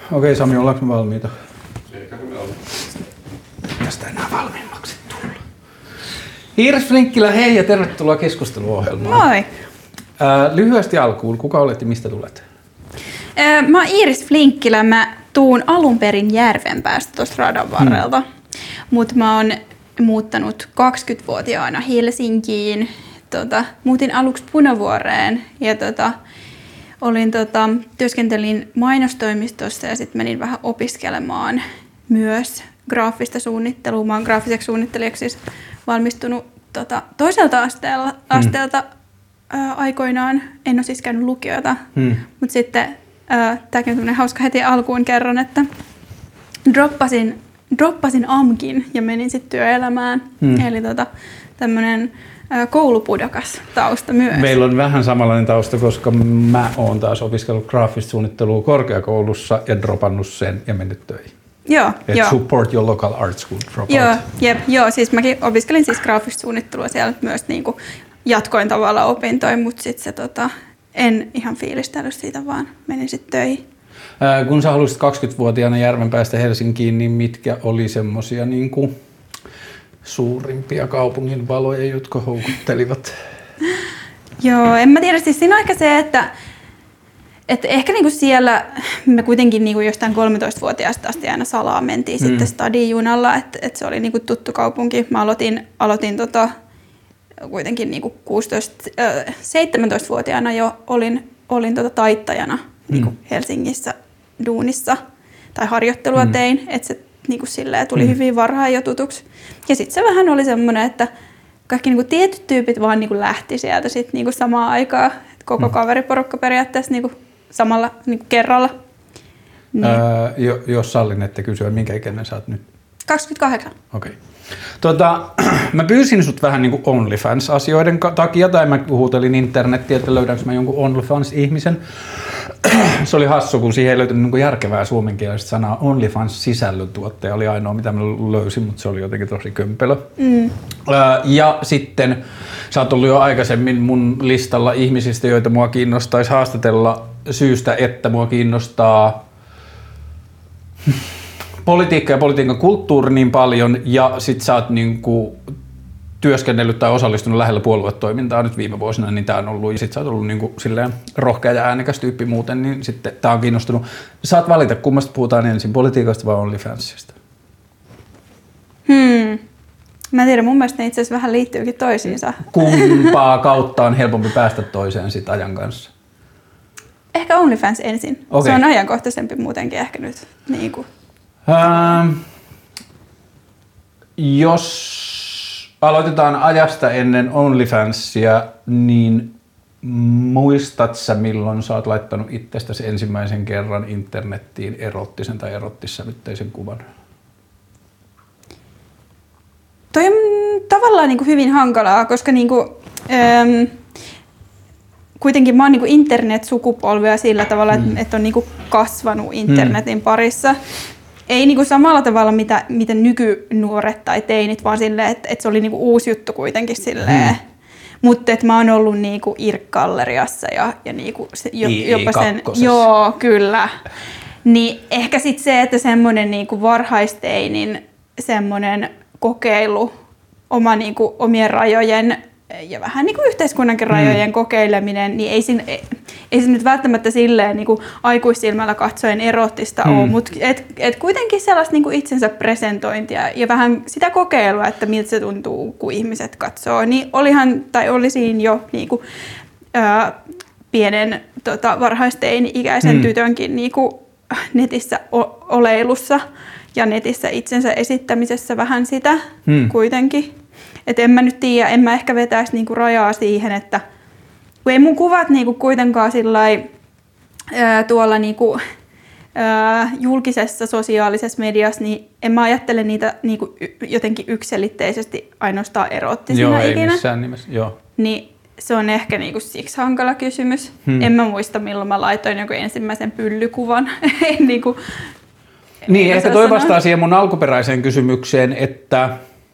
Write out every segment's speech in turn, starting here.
Okei, Sami, ollaanko me valmiita? Eikä me ole. Tästä enää valmiimmaksi tulla. Iiris Flinkkilä, hei ja tervetuloa keskusteluohjelmaan. Moi! Lyhyesti alkuun, kuka olet ja mistä tulet? Mä oon Iiris Flinkkilä, mä tuun alun perin Järvenpäästä tuosta radan varrelta. Mutta mä oon muuttanut 20-vuotiaana Helsinkiin. Muutin aluksi Punavuoreen ja työskentelin mainostoimistossa ja sitten menin vähän opiskelemaan myös graafista suunnittelua. Mä oon graafiseksi suunnittelijaksi siis valmistunut toiselta asteelta aikoinaan. En ole siis käynyt lukiota, mutta sitten tämäkin on tämmöinen hauska heti alkuun kerron, että droppasin AMKin ja menin sitten työelämään. Eli tämmöinen koulupudokas tausta myös. Meillä on vähän samanlainen tausta, koska mä oon taas opiskellut graafista suunnittelua korkeakoulussa ja dropannut sen ja mennyt töihin. Joo. Support your local art school dropout. Joo, siis mäkin opiskelin siis graafista suunnittelua siellä myös niinku jatkoin tavallaan opintoja, mutta sitten se en ihan fiilistellyt siitä, vaan menin sitten töihin. Kun sä halusit 20-vuotiaana Järvenpäästä Helsinkiin, niin mitkä oli semmosia niinku suurimpia kaupungin valoja, jotka houkuttelivat? Joo, en mä tiedä. Siis siinä on ehkä se, että ehkä niinku siellä me kuitenkin niinku jostain 13-vuotiaasta asti aina salaa mentiin sitten stadijunalla, että se oli niinku tuttu kaupunki. Mä aloitin kuitenkin niinku 17-vuotiaana jo olin taittajana niinku Helsingissä duunissa tai harjoittelua tein, että se niinku silleen tuli hyvin varhain jo tutuksi. Ja sitten se vähän oli semmoinen, että kaikki niinku tietyt tyypit vaan niinku lähti sieltä sit niinku samaan aikaan. Koko kaveriporukka periaatteessa niinku samalla niinku kerralla. Niin. Jos sallin, ette kysyä, minkä ikäinen sä oot nyt? 28. Okei. Mä pyysin sut vähän niin kuin OnlyFans-asioiden takia, tai mä huutelin internettiä, että löydänkö mä jonkun OnlyFans-ihmisen. Se oli hassu, kun siihen ei löytynyt niin kuin järkevää suomenkielistä sanaa. OnlyFans-sisällöntuottaja oli ainoa, mitä mä löysin, mutta se oli jotenkin tosi kömpelö. Ja sitten sä oot ollut jo aikaisemmin mun listalla ihmisistä, joita mua kiinnostaisi haastatella syystä, että mua kiinnostaa politiikka ja politiikan kulttuuri niin paljon, ja sit sä oot niinku työskennellyt tai osallistunut lähellä puoluetoimintaa nyt viime vuosina, niin tää on ollut, ja sit sä oot ollut niinku silleen rohkea ja äänekäs tyyppi muuten, niin sitten tää on kiinnostunut. Saat valita, kummasta puhutaan ensin, politiikasta vai OnlyFansista? Mä en tiedä, mun mielestä ne itse asiassa vähän liittyykin toisiinsa. Kumpaa kautta on helpompi päästä toiseen sit ajan kanssa? Ehkä OnlyFans ensin. Okay. Se on ajankohtaisempi muutenkin ehkä nyt. Niin kuin. Jos aloitetaan ajasta ennen OnlyFansia, niin muistat sä milloin sä oot laittanut itsestäsi ensimmäisen kerran internettiin erottisen tai erottissävytteisen kuvan? Toi on tavallaan niin kuin hyvin hankalaa, koska niin kuin, kuitenkin mä oon niin kuin internet-sukupolvea sillä tavalla, että on niin kuin kasvanut internetin parissa. Ei niin kuin samalla tavalla, miten nykynuoret tai teinit, vaan silleen, että se oli niin kuin uusi juttu kuitenkin silleen. Mutta että mä oon ollut niin kuin IRC-galleriassa ja niin kuin jopa sen... Joo, kyllä. Niin ehkä sitten se, että semmoinen niin kuin varhaisteinin semmoinen kokeilu niin kuin omien rajojen ja vähän niin kuin yhteiskunnankin rajojen kokeileminen, niin ei se nyt välttämättä silleen niin kuin aikuissilmällä katsoen erottista ole, mutta et kuitenkin sellaista niin kuin itsensä presentointia ja vähän sitä kokeilua, että miltä se tuntuu, kun ihmiset katsoo, niin oli siinä jo niin kuin, pienen varhaisteini-ikäisen tytönkin niin kuin netissä oleilussa ja netissä itsensä esittämisessä vähän sitä kuitenkin. Et en mä nyt tiedä, en mä ehkä vetäisi niinku rajaa siihen, että kun ei mun kuvat niinku kuitenkaan sillai, tuolla niinku, julkisessa sosiaalisessa mediassa, niin en mä ajattele niitä niinku jotenkin yksiselitteisesti ainoastaan erottisina ikinä. Joo, ei missään nimessä, joo. Niin se on ehkä niinku siksi hankala kysymys. En mä muista, milloin mä laitoin jonkun ensimmäisen pyllykuvan. niinku, niin, ehkä toi vastaa siihen mun alkuperäiseen kysymykseen, että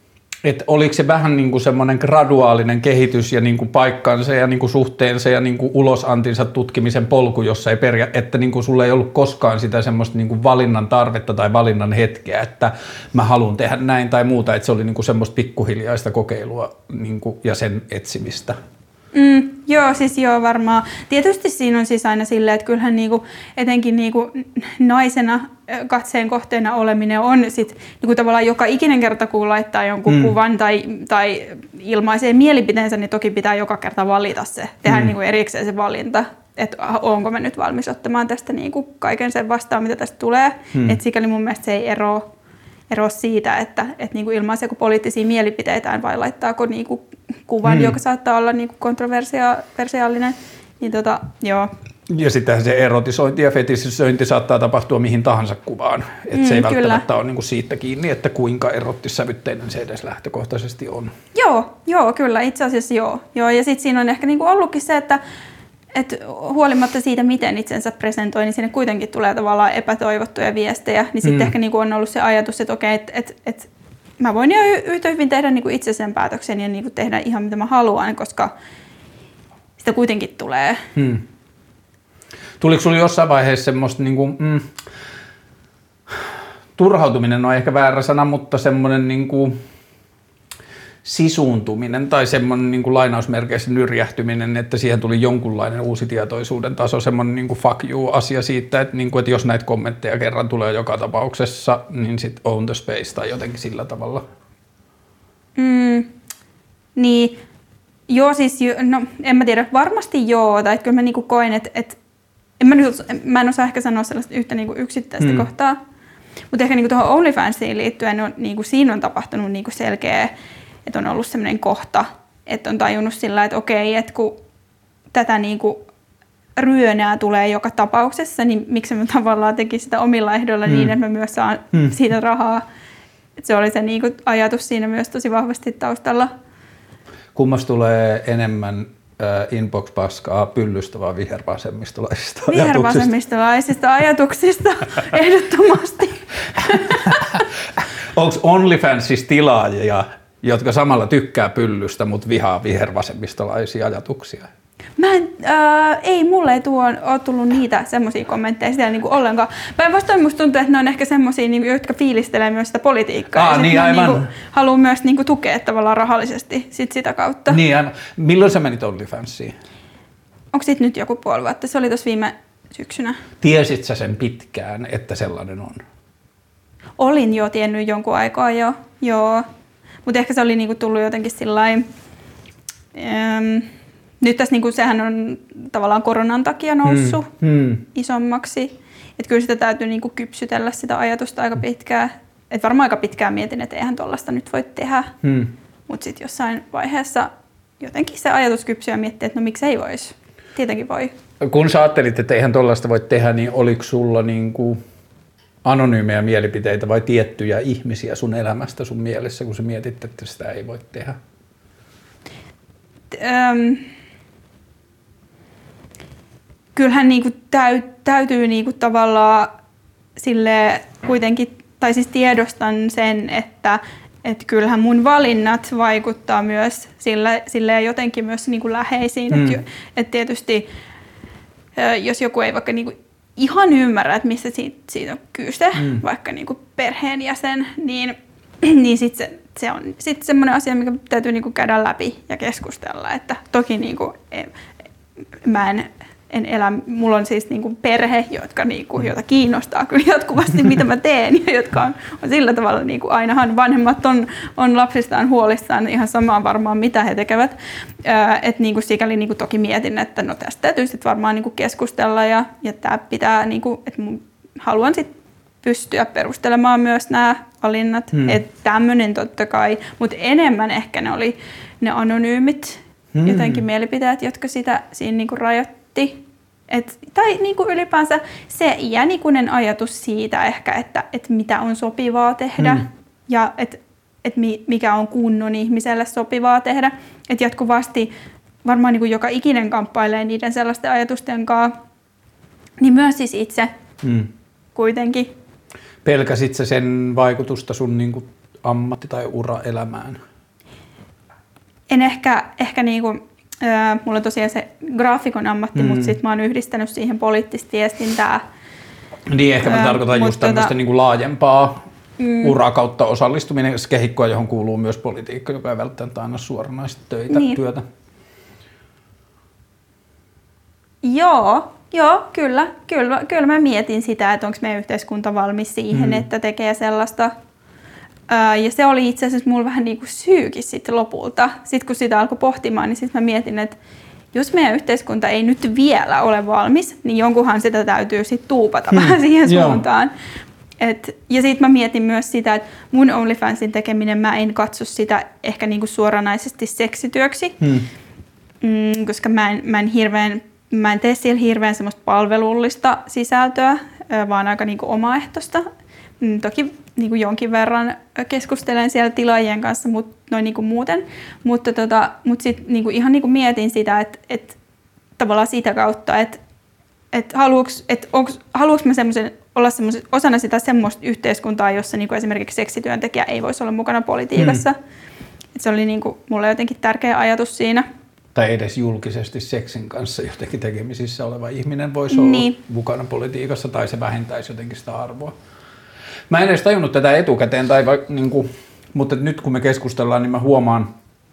että oliko se vähän niin kuin semmoinen graduaalinen kehitys ja niin kuin paikkansa ja niin kuin suhteensa ja niin kuin ulosantinsa tutkimisen polku, jossa ei että niin kuin sulla ei ollut koskaan sitä semmoista niin kuin valinnan tarvetta tai valinnan hetkeä, että mä haluan tehdä näin tai muuta, että se oli niin kuin semmoista pikkuhiljaista kokeilua niin kuin, ja sen etsimistä. Joo, siis joo varmaan. Tietysti siinä on siis aina silleen, että kyllähän niinku, etenkin niinku naisena katseen kohteena oleminen on sit niinku tavallaan joka ikinen kerta, kun laittaa jonkun kuvan tai ilmaisee mielipiteensä, niin toki pitää joka kerta valita se, tehdä niinku erikseen se valinta, että onko mä nyt valmis ottamaan tästä niinku kaiken sen vastaan, mitä tästä tulee. Että sikäli mun mielestä se ei eroa siitä, että niinku ilmaiseeko poliittisia mielipiteitään vai laittaako niinku kuvan, joka saattaa olla niinku kontroversiaalinen. Niin joo. Ja sitten se erotisointi ja fetishisointi saattaa tapahtua mihin tahansa kuvaan. Että se ei välttämättä ole niinku siitä kiinni, että kuinka erottissävytteinen se edes lähtökohtaisesti on. Joo, kyllä. Itse asiassa joo. Ja sitten siinä on ehkä niinku ollutkin se, että huolimatta siitä, miten itsensä presentoi, niin sinne kuitenkin tulee tavallaan epätoivottuja viestejä. Niin sitten ehkä niinku on ollut se ajatus, että okei, että mä voin yhtä hyvin tehdä niinku itse sen päätöksen ja niinku tehdä ihan mitä mä haluan, koska sitä kuitenkin tulee. Tuliko sulla jossain vaiheessa semmoista, niinku, turhautuminen on ehkä väärä sana, mutta semmoinen niinku sisuuntuminen tai semmoinen niin kuin lainausmerkeissä nyrjähtyminen, että siihen tuli jonkunlainen uusi tietoisuuden taso, semmoinen niin kuin fuck you-asia siitä, että, niin kuin, että jos näitä kommentteja kerran tulee joka tapauksessa, niin sit own the space tai jotenkin sillä tavalla. Niin, joo siis, no en mä tiedä, varmasti joo, tai kyllä mä niinku koen, että mä en osaa ehkä sanoa sellaista yhtä niinku yksittäistä kohtaa, mutta ehkä niinku tuohon OnlyFansiin liittyen on, niinku, siinä on tapahtunut niinku selkeä, että on ollut sellainen kohta, että on tajunnut sillä, että okei, että kun tätä niinku ryönää tulee joka tapauksessa, niin miksi mä tavallaan tekin sitä omilla ehdoilla niin, että mä myös saan siitä rahaa. Että se oli se niinku ajatus siinä myös tosi vahvasti taustalla. Kummasta tulee enemmän inbox-paskaa pyllystä vai vihervasemmistolaisista ajatuksista? Vihervasemmistolaisista ajatuksista, ehdottomasti. Onko OnlyFansissa tilaajia, jotka samalla tykkää pyllystä, mutta vihaa vihervasemmistolaisia ajatuksia? Ei mulle ei ole tullut niitä semmoisia kommentteja siellä niinku ollenkaan. Päinvastoin musta tuntuu, että ne on ehkä semmoisia, niinku, jotka fiilistelee myös sitä politiikkaa. Ja niin, aivan. Niinku, haluaa myös niinku, tukea tavallaan rahallisesti sitä kautta. Niin, aivan. Milloin sä menit OnlyFansiin? Onko siitä nyt joku puoli vuotta? Se oli tuossa viime syksynä. Tiesit sä sen pitkään, että sellainen on? Olin jo tiennyt jonkun aikaa joo. Mutta ehkä se oli niinku, tullut jotenkin sillain... Nyt tässä niinku, sehän on tavallaan koronan takia noussut isommaksi. Että kyllä sitä täytyy niinku, kypsytellä sitä ajatusta aika pitkään. Et varmaan aika pitkään mietin, että eihän tuollaista nyt voi tehdä. Mutta sitten jossain vaiheessa jotenkin se ajatus kypsyy ja miettii, että no miksi ei voisi. Tietenkin voi. Kun sä ajattelit, että eihän tuollaista voi tehdä, niin oliko sulla niinku anonyymejä mielipiteitä vai tiettyjä ihmisiä sun elämästä sun mielessä, kun sä mietit, että sitä ei voi tehdä? Kyllähän niinku täytyy niinku tavallaan sille kuitenkin, tai siis tiedostan sen, että kyllähän mun valinnat vaikuttaa myös sille jotenkin myös niinku läheisiin. Et tietysti jos joku ei vaikka niinku ihan ymmärrä, että missä siitä on kyse, vaikka niinku perheenjäsen, niin sitten se on sitten semmoinen asia, mikä täytyy niinku käydä läpi ja keskustella. Että toki niinku, mä en elä, mulla on siis niinku perhe, jota kiinnostaa kyllä jatkuvasti, mitä mä teen, ja jotka on sillä tavalla, niinku ainahan vanhemmat on lapsistaan huolissaan ihan samaan varmaan, mitä he tekevät. Että niinku sikäli niinku toki mietin, että no tästä täytyy sitten varmaan niinku keskustella, ja tää pitää, niinku, että haluan sitten pystyä perustelemaan myös nämä valinnat. Että tämmöinen totta kai, mutta enemmän ehkä ne oli ne anonyymit jotenkin mielipiteet, jotka sitä siinä niinku rajoitti. Tai niinku ylipäänsä se iänikuinen ajatus siitä ehkä, että mitä on sopivaa tehdä ja että mikä on kunnon ihmiselle sopivaa tehdä. Että jatkuvasti varmaan niinku joka ikinen kamppailee niiden sellaisten ajatusten kanssa, niin myös siis itse kuitenkin. Pelkäsit sä sen vaikutusta sun niinku ammatti- tai uraelämään? en ehkä niinku, mulla on tosiaan se graafikon ammatti, mutta sitten mä oon yhdistänyt siihen poliittista viestintää. Niin, ehkä mä tarkoitan just tämmöistä niinku laajempaa uraa kautta osallistuminen, kehikkoa, johon kuuluu myös politiikka, joka ei välttämättä aina suoranaisesti työtä. Joo, kyllä mä mietin sitä, että onko meidän yhteiskunta valmis siihen, että tekee sellaista. Ja se oli itse asiassa mulla vähän niin kuin syykin sitten lopulta. Sitten kun sitä alkoi pohtimaan, niin sitten mä mietin, että jos meidän yhteiskunta ei nyt vielä ole valmis, niin jonkunhan sitä täytyy sitten tuupata vähän siihen suuntaan. Ja sitten mä mietin myös sitä, että mun OnlyFansin tekeminen, mä en katso sitä ehkä niinku suoranaisesti seksityöksi, koska mä en tee siellä hirveän semmoista palvelullista sisältöä, vaan aika niinku omaehtoista. Toki niinku jonkin verran keskustelen siellä tilaajien kanssa, noin niinku muuten, mutta sitten niinku ihan niinku mietin sitä, että tavallaan sitä kautta, että haluuks mä olla osana sitä semmoista yhteiskuntaa, jossa niinku esimerkiksi seksityöntekijä ei voisi olla mukana politiikassa. Et se oli niinku mulle jotenkin tärkeä ajatus siinä. Tai edes julkisesti seksin kanssa jotenkin tekemisissä oleva ihminen voisi olla mukana politiikassa, tai se vähentäisi jotenkin sitä arvoa. Mä en edes tajunnut tätä etukäteen, mutta nyt kun me keskustellaan, niin mä huomaan,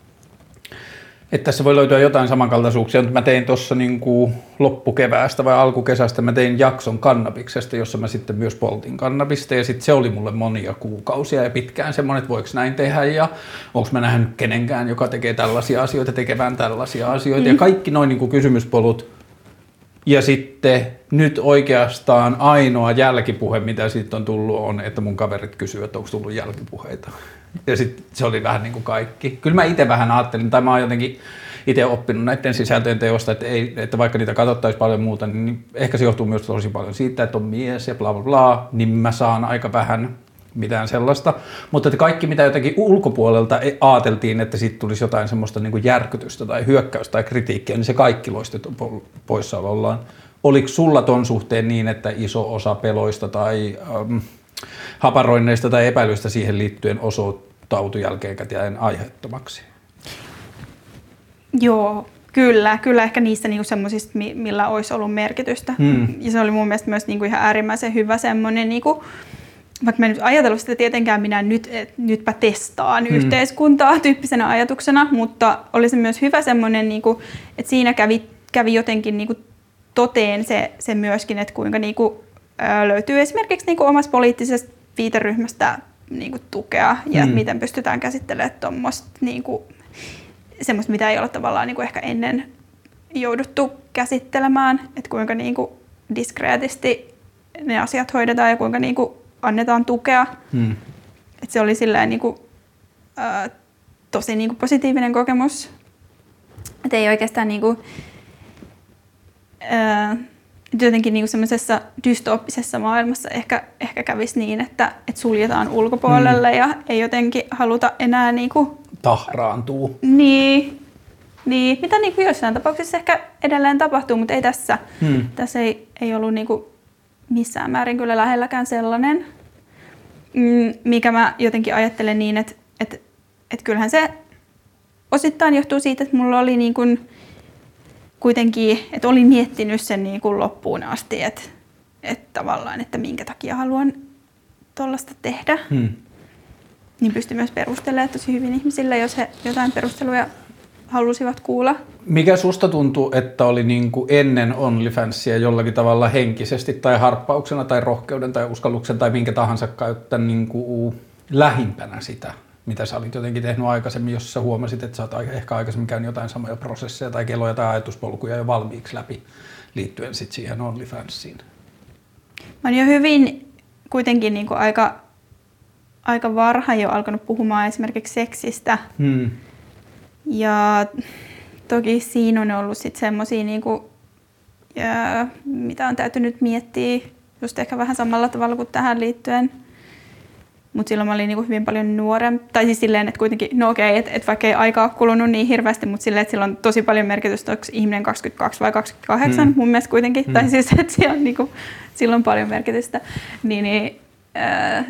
että tässä voi löytyä jotain samankaltaisuuksia. Mä tein tuossa loppukeväästä vai alkukesästä, mä tein jakson kannabiksesta, jossa mä sitten myös poltin kannabista. Ja sitten se oli mulle monia kuukausia ja pitkään semmoinen, että voiko näin tehdä ja onko mä nähnyt kenenkään, joka tekee tällaisia asioita, tekevään tällaisia asioita. Ja kaikki noin kysymyspolut. Ja sitten nyt oikeastaan ainoa jälkipuhe, mitä siitä on tullut, on, että mun kaverit kysyvät, että onko tullut jälkipuheita. Ja sitten se oli vähän niin kuin kaikki. Kyllä mä itse vähän ajattelin, tai mä oon jotenkin itse oppinut näiden sisältöjen teosta, että vaikka niitä katsottaisiin paljon muuta, niin ehkä se johtuu myös tosi paljon siitä, että on mies ja bla bla bla, niin mä saan aika vähän mitään sellaista. Mutta että kaikki, mitä jotenkin ulkopuolelta ajateltiin, että siitä tulisi jotain semmoista niin kuin järkytystä tai hyökkäystä tai kritiikkiä, niin se kaikki loistettu poissaolollaan. Oliko sulla ton suhteen niin, että iso osa peloista tai haparoinneista tai epäilyistä siihen liittyen osoittautui jälkeenkäteen aiheettomaksi? Joo, kyllä ehkä niissä niinku semmoisista, millä olisi ollut merkitystä. Ja se oli mun mielestä myös niinku ihan äärimmäisen hyvä semmoinen, niinku, vaikka mä en nyt ajatellut sitä tietenkään minä nytpä testaan yhteiskuntaa tyyppisenä ajatuksena, mutta oli se myös hyvä semmoinen, niinku, että siinä kävi jotenkin niinku toteen se myöskin, että kuinka niinku, löytyy esimerkiksi niinku omasta poliittisesta viiteryhmästä niinku tukea ja miten pystytään käsittelemään tuommoista niinku, semmoista, mitä ei ole tavallaan niinku ehkä ennen jouduttu käsittelemään, että kuinka niinku diskreetisti ne asiat hoidetaan ja kuinka niinku annetaan tukea. Et se oli silleen niinku, tosi niinku positiivinen kokemus. Et ei oikeastaan niinku, jotenkin niinku semmoisessa dystooppisessa maailmassa ehkä kävisi niin, että suljetaan ulkopuolelle ja ei jotenkin haluta enää niinku tahraantuu. Niin, mitä niinku joissain tapauksissa ehkä edelleen tapahtuu, mutta ei tässä. Tässä ei ollut niinku missään määrin kyllä lähelläkään sellainen, mikä mä jotenkin ajattelen niin, että kyllähän se osittain johtuu siitä, että mulla oli niin kuin kuitenkin, että olin miettinyt sen niin kuin loppuun asti, että tavallaan, että minkä takia haluan tuollaista tehdä. Niin pystyi myös perustelemaan tosi hyvin ihmisille, jos he jotain perusteluja halusivat kuulla. Mikä susta tuntuu, että oli niin kuin ennen OnlyFansia jollakin tavalla henkisesti tai harppauksena tai rohkeuden tai uskalluksen tai minkä tahansa kautta niin kuin lähimpänä sitä, mitä sä olit jotenkin tehnyt aikaisemmin, jos sä huomasit, että sä oot ehkä aikaisemmin käynyt jotain samoja prosesseja tai keloja tai ajatuspolkuja jo valmiiksi läpi liittyen sit siihen OnlyFansiin? Mä oon jo hyvin kuitenkin niin kuin aika varhain jo alkanut puhumaan esimerkiksi seksistä. Ja toki siinä on ollut sitten semmosia, niinku, mitä on täytynyt miettiä just ehkä vähän samalla tavalla kuin tähän liittyen. Mutta silloin mä olin niinku hyvin paljon nuorempi. Tai siis silleen, että kuitenkin, no okei, että vaikka ei aikaa kulunut niin hirveästi, mutta silleen, että sillä on tosi paljon merkitystä, onko ihminen 22 vai 28 mun mielestä kuitenkin. Tai siis, että sillä on paljon merkitystä.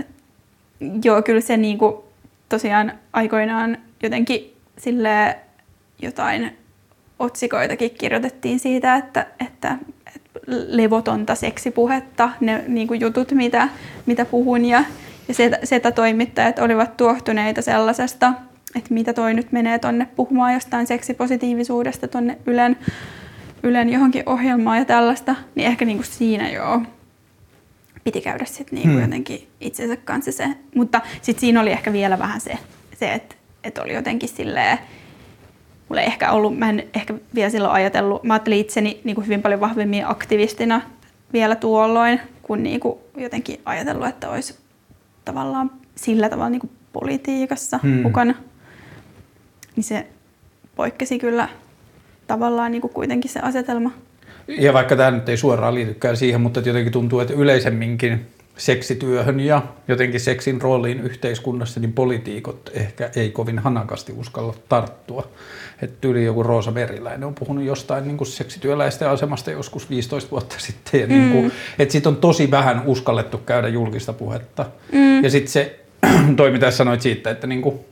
Joo, kyllä se niinku, tosiaan aikoinaan jotenkin silleen, jotain otsikoitakin kirjoitettiin siitä, että levotonta seksipuhetta, ne niin kuin jutut, mitä puhun. Ja SETA-toimittajat olivat tuohtuneita sellaisesta, että mitä toi nyt menee tonne puhumaan jostain seksipositiivisuudesta tonne Ylen johonkin ohjelmaan ja tällaista. Niin ehkä niin kuin siinä piti käydä sitten niin kuin jotenkin itsensä kanssa se. Mutta sitten siinä oli ehkä vielä vähän se että oli jotenkin silleen, mulla ei ehkä ollut, mä en ehkä vielä silloin ajatellut, mä ajattelin itseni niin kuin hyvin paljon vahvemmin aktivistina vielä tuolloin, kun niin kuin jotenkin ajatellut, että olisi tavallaan sillä tavalla niin kuin politiikassa mukana. Niin se poikkesi kyllä tavallaan niin kuin kuitenkin se asetelma. Ja vaikka tämä nyt ei suoraan liitykään siihen, mutta jotenkin tuntuu, että yleisemminkin seksityöhön ja jotenkin seksin rooliin yhteiskunnassa, niin poliitikot ehkä ei kovin hanakasti uskalla tarttua. Että yli joku Roosa Meriläinen on puhunut jostain niin kuin seksityöläisten asemasta joskus 15 vuotta sitten. Ja niin kuin, että siitä on tosi vähän uskallettu käydä julkista puhetta. Ja sitten se mitä sanoit siitä, että, niin kuin,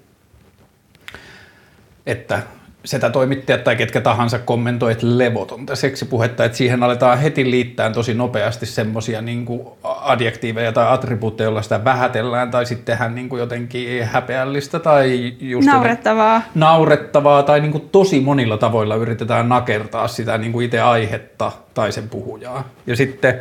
että SETA-toimittajat tai ketkä tahansa kommentoi, että levotonta seksipuhetta, että siihen aletaan heti liittää tosi nopeasti semmoisia niin kuin adjektiiveja tai attribuutteja, joilla sitä vähätellään tai sitten tehdään niin kuin jotenkin häpeällistä tai just naurettavaa tai niin kuin tosi monilla tavoilla yritetään nakertaa sitä niin kuin itse aihetta tai sen puhujaa. Ja sitten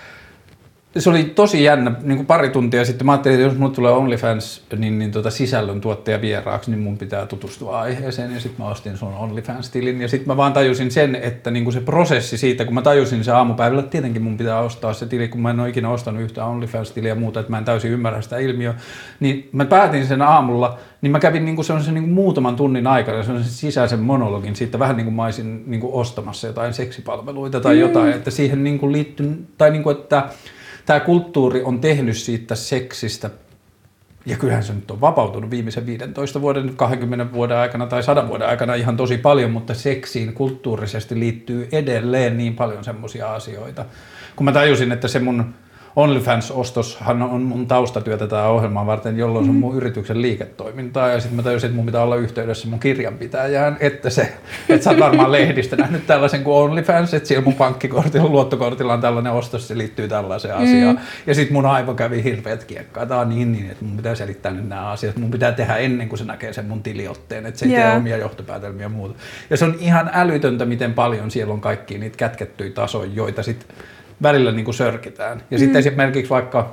se oli tosi jännä, niin kuin pari tuntia sitten mä ajattelin, että jos mulle tulee OnlyFans niin sisällöntuottaja vieraaksi, niin mun pitää tutustua aiheeseen ja sitten mä ostin sun OnlyFans-tilin ja sitten mä vaan tajusin sen, että niin kuin se prosessi siitä, kun mä tajusin se aamupäivällä, että tietenkin mun pitää ostaa se tili, kun mä en ole ikinä ostanut yhtään OnlyFans-tiliä ja muuta, että mä en täysin ymmärrä sitä ilmiöä, niin mä päätin sen aamulla, niin mä kävin niin kuin sellaisen niin kuin muutaman tunnin aikana sellaisen sisäisen monologin siitä, vähän niin kuin mä olisin niin kuin ostamassa jotain seksipalveluita tai jotain, että siihen niin kuin liittyy, tai niin kuin, että tämä kulttuuri on tehnyt siitä seksistä, ja kyllähän se nyt on vapautunut viimeisen 15 vuoden, 20 vuoden aikana tai 100 vuoden aikana ihan tosi paljon, mutta seksiin kulttuurisesti liittyy edelleen niin paljon semmoisia asioita. Kun mä tajusin, että se mun OnlyFans-ostoshan on mun taustatyötä tätä ohjelmaa varten, jolloin se on mun yrityksen liiketoimintaa. Ja sitten mä tajusin, että mun pitää olla yhteydessä mun kirjanpitäjään, että sä oot varmaan lehdistä nähnyt tällaisen kuin OnlyFans, että siellä mun pankkikortilla, luottokortilla on tällainen ostos, se liittyy tällaiseen asiaan. Ja sitten mun aivo kävi hirveät kiekkaa. Tää on niin, että mun pitää selittää nyt nämä asiat. Mun pitää tehdä ennen kuin se näkee sen mun tiliotteen, että se ei tee omia johtopäätelmiä ja muuta. Ja se on ihan älytöntä, miten paljon siellä on kaikkia niitä kätkettyjä tasoja, joita sitten välillä niin kuin sörkitään. Ja sitten esimerkiksi vaikka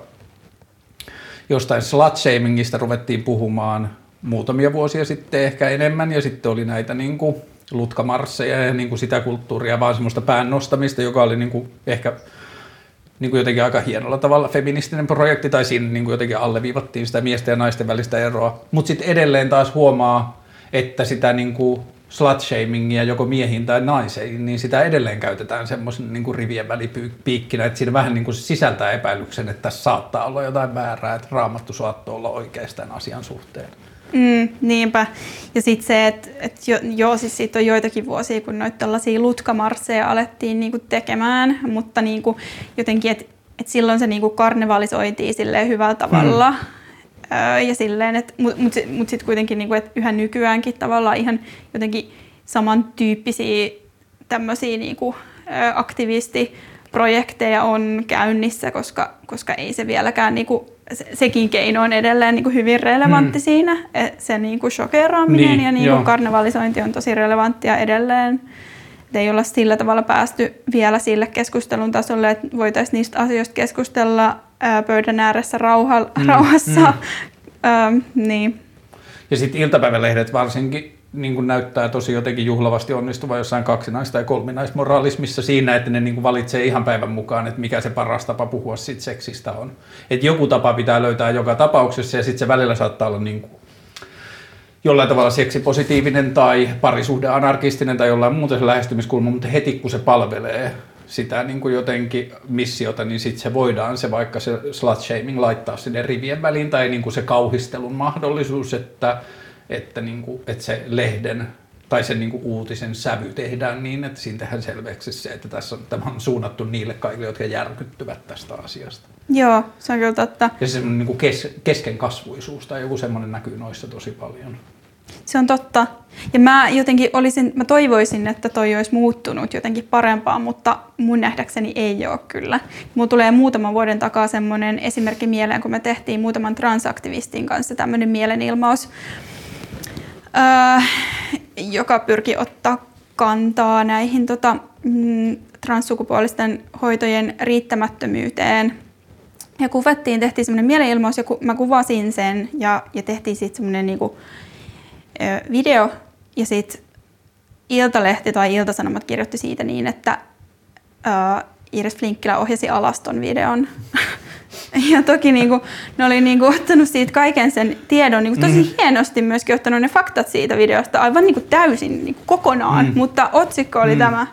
jostain slut-shamingista ruvettiin puhumaan muutamia vuosia sitten ehkä enemmän, ja sitten oli näitä niin kuin lutkamarsseja ja niin kuin sitä kulttuuria, vaan semmoista pään nostamista, joka oli niin kuin ehkä niin kuin jotenkin aika hienolla tavalla feministinen projekti, tai siinä niin kuin jotenkin alleviivattiin sitä miesten ja naisten välistä eroa. Mutta sitten edelleen taas huomaa, että sitä niin kuin slut-shamingia joko miehiin tai naisiin, niin sitä edelleen käytetään semmoisen niin kuin rivien välipiikkinä, että siinä vähän niin kuin sisältää epäilyksen, että tässä saattaa olla jotain väärää, että Raamattu saattaa olla oikeastaan asian suhteen. Niinpä. Ja sitten se, että siis siitä on joitakin vuosia, kun noita tällaisia lutkamarsseja alettiin niinku tekemään, mutta niinku jotenkin, että silloin se niinku karnevalisoitiin silleen hyvällä tavalla. Ja silleen, mutta sitten kuitenkin, niinku, että yhä nykyäänkin tavallaan ihan jotenkin samantyyppisiä tämmöisiä niinku, aktivistiprojekteja on käynnissä, koska ei se vieläkään, niinku, sekin keino on edelleen niinku, hyvin relevantti siinä, se niinku, shokeraaminen ja niinku, karnevalisointi on tosi relevanttia edelleen. Ei olla sillä tavalla päästy vielä sille keskustelun tasolle, että voitaisiin niistä asioista keskustella pöydän ääressä rauhassa. Niin. Ja sitten iltapäivälehdet varsinkin niin kun näyttää tosi jotenkin juhlavasti onnistuva jossain kaksinais- tai kolminaismoraalismissa siinä, että ne niin kun valitsee ihan päivän mukaan, että mikä se paras tapa puhua siitä seksistä on. Että joku tapa pitää löytää joka tapauksessa, ja sitten se välillä saattaa olla niin kuin jollain tavalla seksipositiivinen tai parisuhdeanarkistinen tai jollain muuta se lähestymiskulma, mutta heti kun se palvelee sitä niin kuin jotenkin missiota, niin sitten se voidaan se vaikka se slut-shaming laittaa sinne rivien väliin tai niin kuin se kauhistelun mahdollisuus, että se lehden tai sen niin kuin uutisen sävy tehdään niin, että siinä tehdään selväksi se, että tämä on suunnattu niille kaikille, jotka järkyttyvät tästä asiasta. Joo, se on kyllä totta. Ja se semmoinen niin kuin keskenkasvuisuus tai joku semmoinen näkyy noissa tosi paljon. Se on totta. Ja mä jotenkin mä toivoisin, että toi olisi muuttunut jotenkin parempaan, mutta mun nähdäkseni ei ole kyllä. Mulla tulee muutaman vuoden takaa semmoinen esimerkki mieleen, kun me tehtiin muutaman transaktivistin kanssa tämmöinen mielenilmaus, joka pyrki ottaa kantaa näihin transsukupuolisten hoitojen riittämättömyyteen. Ja tehtiin semmoinen mielenilmaus ja mä kuvasin sen ja tehtiin sitten semmoinen niinku video ja sitten Iltalehti tai Ilta-Sanomat kirjoitti siitä niin, että Iiris Flinkkilä ohjasi alas ton videon. Ja toki niinku, ne oli niinku ottanut siitä kaiken sen tiedon, niinku tosi hienosti myöskin ottanut ne faktat siitä videosta aivan niinku täysin niinku kokonaan, mutta otsikko oli tämä.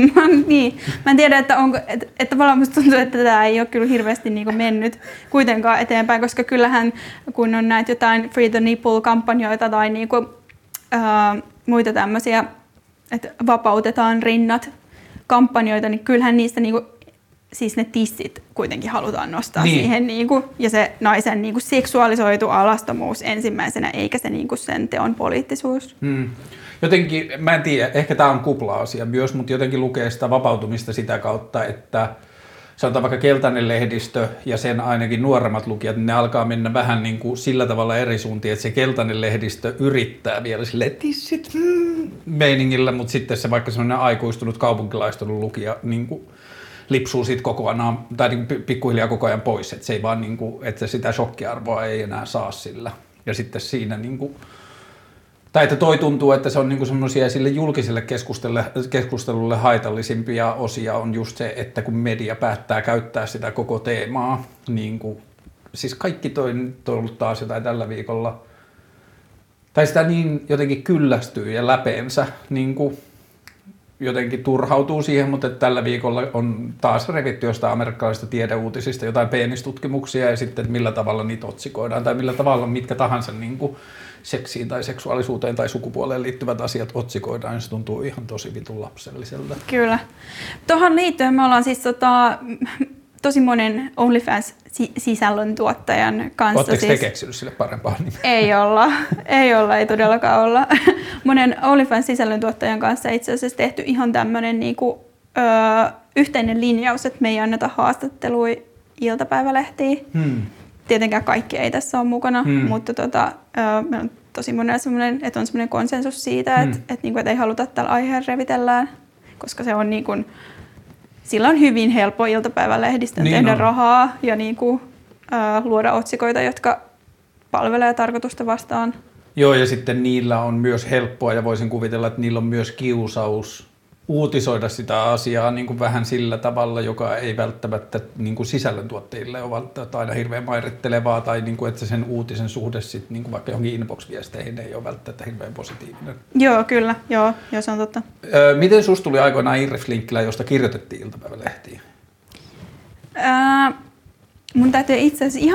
Mä en tiedä, että tavallaan musta tuntuu, että tämä ei ole kyllä hirveästi niinku mennyt kuitenkaan eteenpäin, koska kyllähän kun on näitä jotain Free the Nipple-kampanjoita tai niinku, muita tämmöisiä, että vapautetaan rinnat kampanjoita, niin kyllähän niistä niinku, siis ne tissit kuitenkin halutaan nostaa siihen niinku, ja se naisen niinku seksuaalisoitu alastomuus ensimmäisenä, eikä se niinku sen teon poliittisuus. Jotenkin, mä en tiedä, ehkä tämä on kupla-asia myös, mutta jotenkin lukee sitä vapautumista sitä kautta, että sanotaan vaikka keltainen lehdistö ja sen ainakin nuoremmat lukijat, niin ne alkaa mennä vähän niin kuin sillä tavalla eri suuntiin, että se keltainen lehdistö yrittää vielä silleen tissit meiningillä, mutta sitten se vaikka sellainen aikuistunut, kaupunkilaistunut lukija niin kuin lipsuu siitä kokonaan, tai niin kuin pikkuhiljaa koko ajan pois, että se ei vaan niin kuin, että sitä shokkiarvoa ei enää saa sillä. Ja sitten siinä niin kuin, tai että toi tuntuu, että se on niinku semmoisia sille julkiselle keskustelulle haitallisimpia osia on just se, että kun media päättää käyttää sitä koko teemaa, niinku, siis kaikki toi nyt on ollut taas jotain tällä viikolla, tai sitä niin jotenkin kyllästyy ja läpeensä niinku, jotenkin turhautuu siihen, mutta tällä viikolla on taas revitty jostain amerikkalaisista tiedeuutisista jotain peenistutkimuksia ja sitten millä tavalla niitä otsikoidaan tai millä tavalla mitkä tahansa niinku, seksiin tai seksuaalisuuteen tai sukupuoleen liittyvät asiat otsikoidaan, ja se tuntuu ihan tosi vitun lapselliselta. Kyllä. Tuohon liittyen me ollaan siis tosi monen OnlyFans-sisällön tuottajan kanssa. Oletteko te keksinyt sille parempaa nimeä? Ei todellakaan olla. Monen OnlyFans-sisällön tuottajan kanssa itse asiassa tehty ihan tämmöinen niinku, yhteinen linjaus, että me ei anneta haastattelui iltapäivälehtiin. Tietenkään kaikki ei tässä ole mukana, mutta meillä on tosi monella semmoinen, että on semmoinen konsensus siitä, että ei haluta tällä aiheella revitellään, koska se on niin kuin, sillä on hyvin helppo iltapäivälehdistön tehdä rahaa ja niin kuin, luoda otsikoita, jotka palvelee tarkoitusta vastaan. Joo, ja sitten niillä on myös helppoa ja voisin kuvitella, että niillä on myös kiusaus uutisoida sitä asiaa niin kuin vähän sillä tavalla, joka ei välttämättä niin kuin sisällöntuottajille ole välttämättä aina hirveän mairittelevaa, tai niin kuin, että sen uutisen suhde sit, niin kuin vaikka johonkin inbox-viesteihin ei ole välttämättä hirveän positiivinen. Joo, kyllä. Joo, se on totta. Miten susta tuli aikoinaan Iiris Flinkkilä, josta kirjoitettiin iltapäivälehtiin? Mun täytyy itse asiassa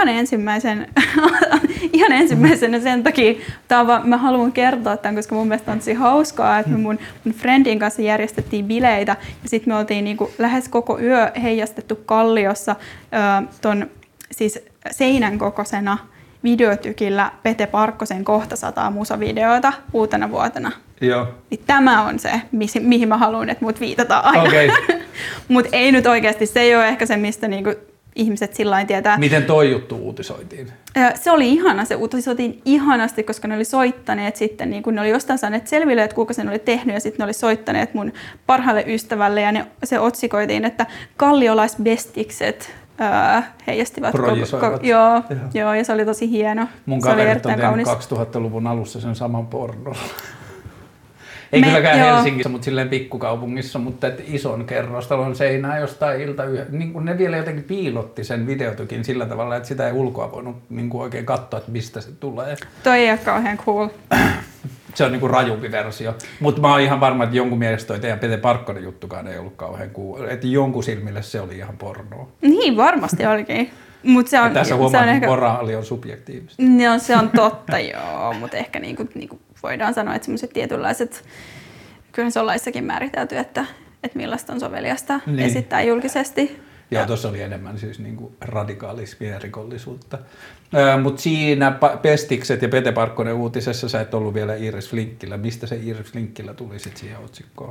ihan ensimmäisenä sen takia, mä haluan kertoa tämän, koska mun mielestä on tosi hauskaa, että me mun friendin kanssa järjestettiin bileitä ja sitten me oltiin niinku lähes koko yö heijastettu Kalliossa ton siis seinän kokoisena videotykillä Pete Parkkosen kohta 100 musavideoita uutena vuotena. Joo. Niin tämä on se, mihin mä haluan, että mut viitataan aina. Okay. Mutta ei nyt oikeasti, se ei ole ehkä se, mistä niinku ihmiset sillain tietää. Miten toi juttu uutisoitiin? Se oli ihana, se uutisoitiin ihanasti, koska ne oli soittaneet sitten, niin kun ne oli jostain saaneet selville, että kuka sen oli tehnyt, ja sitten ne oli soittaneet mun parhaalle ystävälle, ja se otsikoitiin, että kalliolaisbestikset heijastivat. Joo, ja se oli tosi hieno. Mun kaverit on tehnyt 2000-luvun alussa sen saman pornon. Ei kylläkään Helsingissä, mutta silleen pikkukaupungissa, mutta ison kerrostalon seinää jostain niin kuin ne vielä jotenkin piilotti sen videotykin sillä tavalla, että sitä ei ulkoa voinut niin kuin oikein katsoa, että mistä se tulee. Toi ei ole kauhean cool. Se on niin kuin rajumpi versio, mutta mä oon ihan varma, että jonkun mielestä toi teidän Pete Parkkonen juttukaan ei ollut kauhean cool. Että jonkun silmille se oli ihan pornoa. Niin, varmasti olikin. Mut se on, tässä huomaa, että moraali on subjektiivista. No, se on totta, joo, mutta ehkä niinku voidaan sanoa, että semmoiset tietynlaiset, kyllä se on laissakin määritelty, että millaista on soveliasta esittää julkisesti. Joo, tuossa oli enemmän siis niinku radikaalismia ja rikollisuutta. Mutta siinä Pestikset ja Pete Parkkonen uutisessa sä et ollut vielä Iiris Flinkkillä. Mistä se Iiris Flinkkillä tuli sit siihen otsikkoon?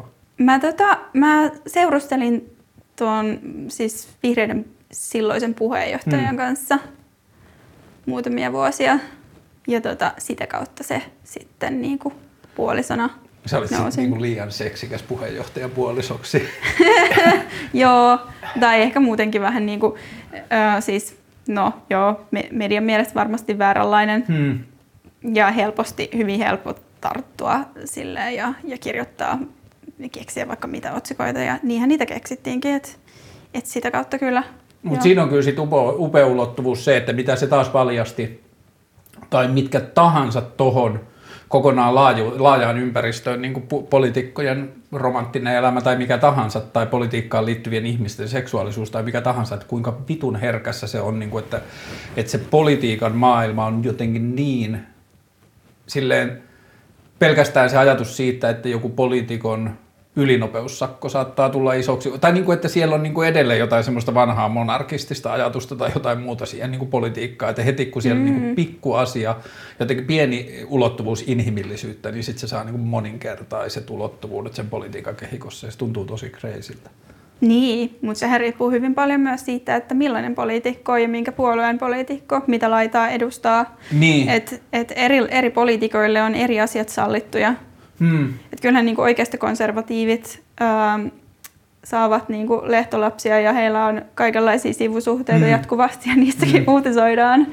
Mä seurustelin tuon siis vihreiden silloisen puheenjohtajan kanssa muutamia vuosia. Ja sitä kautta se sitten niinku puolisona Sä olit sitten niinku liian seksikäs puheenjohtajan puolisoksi. Joo, tai ehkä muutenkin vähän niinku, siis no joo, median mielestä varmasti vääränlainen ja hyvin helppo tarttua silleen ja kirjoittaa ja keksiä vaikka mitä otsikoita ja niinhän niitä keksittiinkin, että sitä kautta kyllä. Mutta siinä on kyllä sit upea ulottuvuus se, että mitä se taas paljasti tai mitkä tahansa tohon kokonaan laajaan ympäristöön, niin kuin poliitikkojen romanttinen elämä tai mikä tahansa, tai politiikkaan liittyvien ihmisten seksuaalisuus tai mikä tahansa, että kuinka vitun herkässä se on, niin kuin, että se politiikan maailma on jotenkin niin, silleen pelkästään se ajatus siitä, että joku poliitikon ylinopeussakko saattaa tulla isoksi, tai niin kuin, että siellä on niin kuin edelleen jotain semmoista vanhaa monarkistista ajatusta tai jotain muuta siihen niin kuin politiikkaa, että heti kun siellä on niin kuin pikku asia, jotenkin pieni ulottuvuus inhimillisyyttä, niin sitten se saa niin kuin moninkertaiset ulottuvuudet sen politiikan kehikossa ja se tuntuu tosi crazyltä. Niin, mutta sehän riippuu hyvin paljon myös siitä, että millainen poliitikko on ja minkä puolueen poliitikko, mitä laitaa edustaa. Niin. Et eri poliitikoille on eri asiat sallittuja. Et kyllähän niinku oikeasti konservatiivit saavat niinku lehtolapsia ja heillä on kaikenlaisia sivusuhteita jatkuvasti ja niistäkin uutisoidaan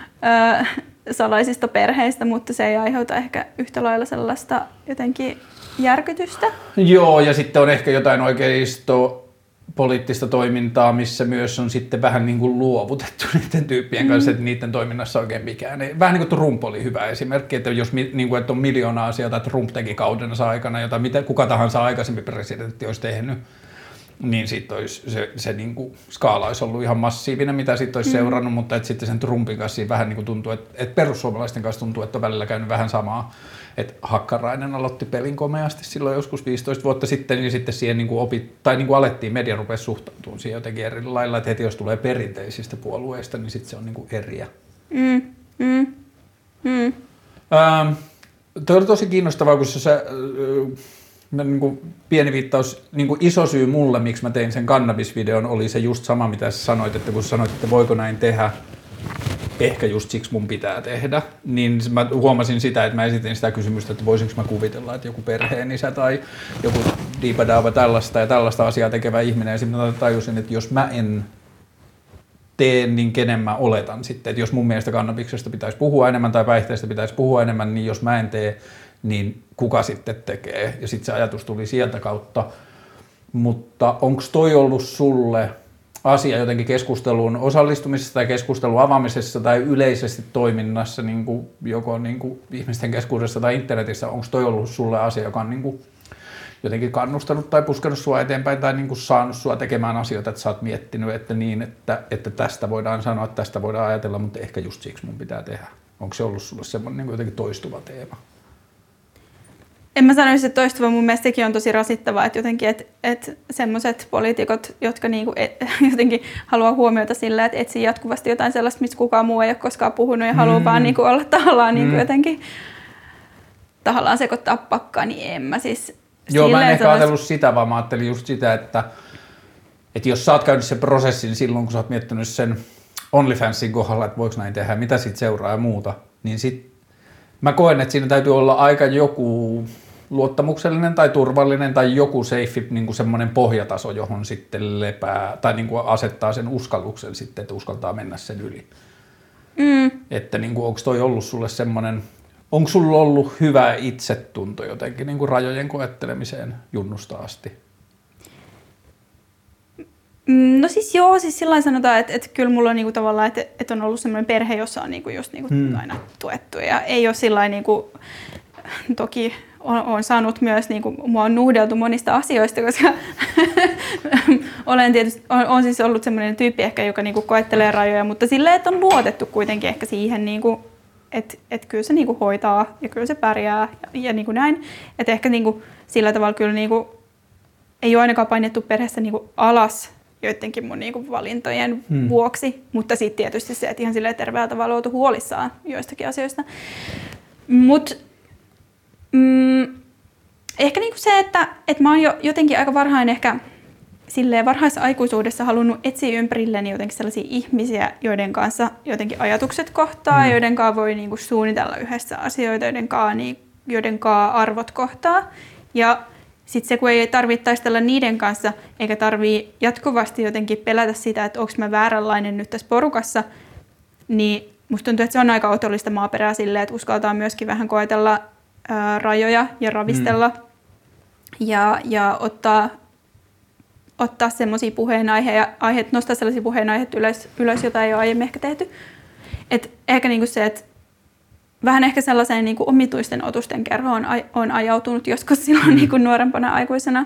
salaisista perheistä, mutta se ei aiheuta ehkä yhtä lailla sellaista jotenkin järkytystä. Joo, ja sitten on ehkä jotain poliittista toimintaa, missä myös on sitten vähän niin kuin luovutettu niiden tyyppien kanssa, että niiden toiminnassa oikein mikään. Vähän niin kuin Trump oli hyvä esimerkki, että jos niin kuin, että on miljoona asiaa, tai Trump teki kaudensa aikana, jota kuka tahansa aikaisempi presidentti olisi tehnyt, niin sitten olisi se niin kuin skaala olisi ollut ihan massiivinen, mitä sitten olisi seurannut, mutta että sitten sen Trumpin kanssa vähän niin kuin tuntuu, että perussuomalaisten kanssa tuntuu, että on välillä käynyt vähän samaa. Että Hakkarainen aloitti pelin komeasti silloin joskus 15 vuotta sitten, ja sitten siihen niin kuin alettiin, media rupesi suhtautumaan siihen jotenkin eri lailla, että heti jos tulee perinteisistä puolueista, niin sitten se on niin kuin eriä. Toi oli tosi kiinnostavaa, kun niin kuin pieni viittaus, niin kuin iso syy mulle, miksi mä tein sen kannabisvideon, oli se just sama, mitä sä sanoit, että kun sanoit, että voiko näin tehdä, ehkä just siksi mun pitää tehdä, niin mä huomasin sitä, että mä esitin sitä kysymystä, että voisinko mä kuvitella, että joku perheenisä tai joku diipadaava tällaista asiaa tekevä ihminen, ja sitten mä tajusin, että jos mä en tee, niin kenen mä oletan sitten, että jos mun mielestä kannabiksesta pitäisi puhua enemmän tai päihteistä pitäisi puhua enemmän, niin jos mä en tee, niin kuka sitten tekee, ja sitten se ajatus tuli sieltä kautta, mutta onko toi ollut sulle asia jotenkin keskusteluun osallistumisessa tai keskustelun avaamisessa tai yleisesti toiminnassa niin kuin joko niin kuin ihmisten keskuudessa tai internetissä, onko toi ollut sulle asia, joka on niin kuin jotenkin kannustanut tai puskenut sua eteenpäin tai niin kuin saanut sua tekemään asioita, että sä oot miettinyt, että niin, että tästä voidaan sanoa, että tästä voidaan ajatella, mutta ehkä just siksi mun pitää tehdä. Onko se ollut sulle semmoinen niin kuin jotenkin toistuva teema? En mä sanoisi, että toistuva, mun mielestä sekin on tosi rasittavaa, että jotenkin, että semmoiset poliitikot, jotka niinku jotenkin haluaa huomiota sillä, että etsii jatkuvasti jotain sellaista, mistä kukaan muu ei ole koskaan puhunut ja haluaa vaan niinku olla tahallaan niinku jotenkin tahallaan sekoittaa pakkaa, niin en mä siis. Joo, mä en ehkä ajatellut sitä, vaan mä ajattelin just sitä, että jos sä oot käynyt sen prosessin silloin, kun sä oot miettinyt sen OnlyFansin kohdalla, että voiko näin tehdä, mitä siitä seuraa ja muuta, niin sit mä koen, että siinä täytyy olla aika joku luottamuksellinen tai turvallinen tai joku safe niin kuin semmoinen pohjataso, johon sitten lepää tai niin kuin asettaa sen uskalluksen sitten, että uskaltaa mennä sen yli. Että niin kuin, onko toi ollut sulle semmoinen, onko sulla ollut hyvä itsetunto jotenkin niin kuin rajojen koettelemiseen junnusta asti? No siis joo, siis sillain sanotaan, että kyllä mulla on niinku tavallaan, että on ollut semmoinen perhe, jossa on niinku just niinku aina tuettu ja ei ole sillain niinku, toki on saanut myös, niinku, mua on nuhdeltu monista asioista, koska on siis ollut semmoinen tyyppi ehkä, joka niinku koettelee rajoja, mutta silleen, että on luotettu kuitenkin ehkä siihen, niinku, että kyllä se niinku hoitaa ja kyllä se pärjää ja niinku näin, että ehkä niinku, sillä tavalla kyllä niinku, ei ole ainakaan painettu perheessä niinku alas joidenkin mun niinku valintojen vuoksi, mutta sitten tietysti se, että ihan silleen terveellä tavalla oltu huolissaan joistakin asioista. Mutta ehkä niinku se, että mä oon jo jotenkin aika varhain ehkä silleen varhaisaikuisuudessa halunnut etsiä ympärilleni jotenkin sellaisia ihmisiä, joiden kanssa jotenkin ajatukset kohtaa, joiden kanssa voi niinku suunnitella yhdessä asioita, joiden kanssa arvot kohtaa. Ja sitten se, kun ei tarvitse taistella niiden kanssa, eikä tarvitse jatkuvasti jotenkin pelätä sitä, että onko mä vääränlainen nyt tässä porukassa, niin musta tuntuu, että se on aika otollista maaperää silleen, että uskaltaa myöskin vähän koetella rajoja ja ravistella ja ottaa semmoisia puheenaiheita, nostaa sellaisia puheenaiheita ylös, joita ei ole aiemmin ehkä tehty. Et ehkä niinku se, että vähän ehkä sellaiseen niinku omituisten otusten kerhoon on ajautunut joskus silloin niinku nuorempana aikuisena.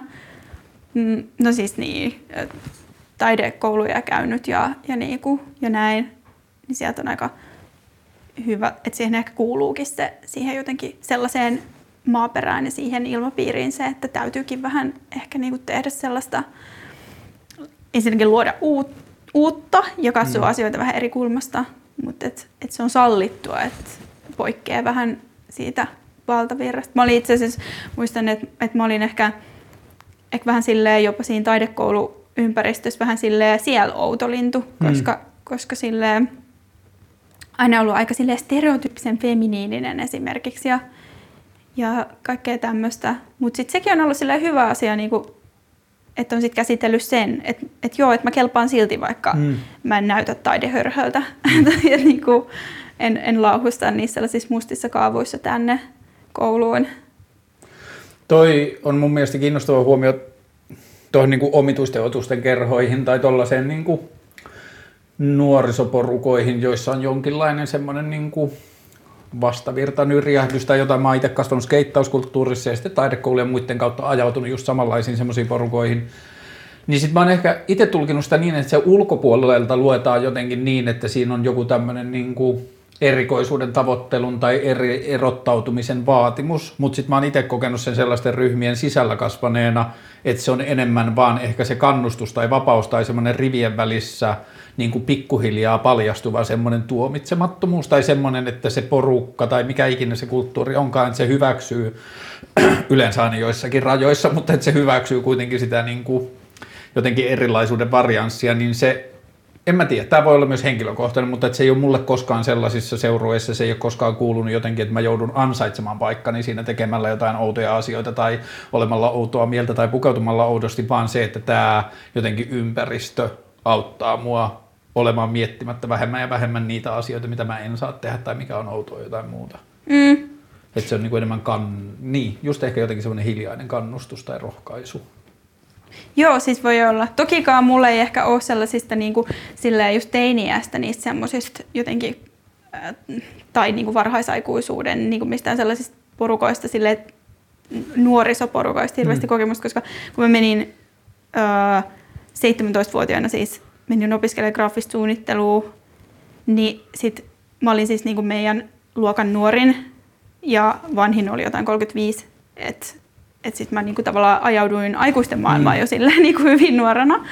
No siis niin, taidekouluja käynyt ja näin. Niin sieltä on aika hyvä, että siihen ehkä kuuluukin siihen jotenkin sellaiseen maaperään ja siihen ilmapiiriin se, että täytyykin vähän ehkä niinku tehdä sellaista, ensinnäkin luoda uutta ja katsoa asioita vähän eri kulmasta, mutta et se on sallittua, että poikkeaa vähän siitä valtavirrasta. Mä olin itse asiassa, muistan, että mä olin ehkä vähän silleen jopa siinä taidekouluympäristössä vähän silleen siellä outolintu, koska silleen aina ollut aika silleen stereotyyppisen feminiininen esimerkiksi ja kaikkea tämmöistä. Mutta sitten sekin on ollut silleen hyvä asia, niinku, että on sitten käsitellyt sen, että joo, että mä kelpaan silti, vaikka mä en näytä taidehörhöltä. Ja niinku, en lauhusta niissä sellaisissa mustissa kaavuissa tänne kouluun. Toi on mun mielestä kiinnostava huomio tuohon niinku omituisten otusten kerhoihin tai tuollaiseen niinku nuorisoporukoihin, joissa on jonkinlainen semmoinen niinku vastavirtanyrjähdys tai jotain. Mä oon itse kasvanut skeittauskulttuurissa ja sitten taidekoulujen muiden kautta ajautunut just samanlaisiin semmoisiin porukoihin. Niin sit mä oon ehkä itse tulkinut sitä niin, että se ulkopuolelta luetaan jotenkin niin, että siinä on joku tämmöinen niinku erikoisuuden tavoittelun tai erottautumisen vaatimus, mutta sitten mä oon itse kokenut sen sellaisten ryhmien sisällä kasvaneena, että se on enemmän vaan ehkä se kannustus tai vapaus tai semmoinen rivien välissä niin kuin pikkuhiljaa paljastuva semmoinen tuomitsemattomuus tai semmoinen, että se porukka tai mikä ikinä se kulttuuri onkaan, että se hyväksyy yleensä aina joissakin rajoissa, mutta että se hyväksyy kuitenkin sitä niin kuin jotenkin erilaisuuden varianssia, niin se en mä tiedä, tämä voi olla myös henkilökohtainen, mutta että se ei ole mulle koskaan sellaisissa seurueissa, se ei ole koskaan kuulunut jotenkin, että mä joudun ansaitsemaan paikkani siinä tekemällä jotain outoja asioita tai olemalla outoa mieltä tai pukeutumalla oudosti, vaan se, että tämä jotenkin ympäristö auttaa mua olemaan miettimättä vähemmän ja vähemmän niitä asioita, mitä mä en saa tehdä tai mikä on outoa jotain muuta. Että se on niin enemmän just ehkä jotenkin semmoinen hiljainen kannustus tai rohkaisu. Joo, siis voi olla. Tokikaan mulla ei ehkä ole sellaisista niinku, silleen just teiniästä niistä semmoisista jotenkin, tai niinku varhaisaikuisuuden niinku mistään sellaisista porukoista, silleen nuorisoporukoista hirveästi kokemusta, koska kun mä menin 17-vuotiaana siis menin opiskelemaan graafista suunnittelua, niin sit mä olin siis niinku meidän luokan nuorin ja vanhin oli jotain 35, että sitten mä niinku tavallaan ajauduin aikuisten maailmaan jo silleen niinku hyvin nuorena.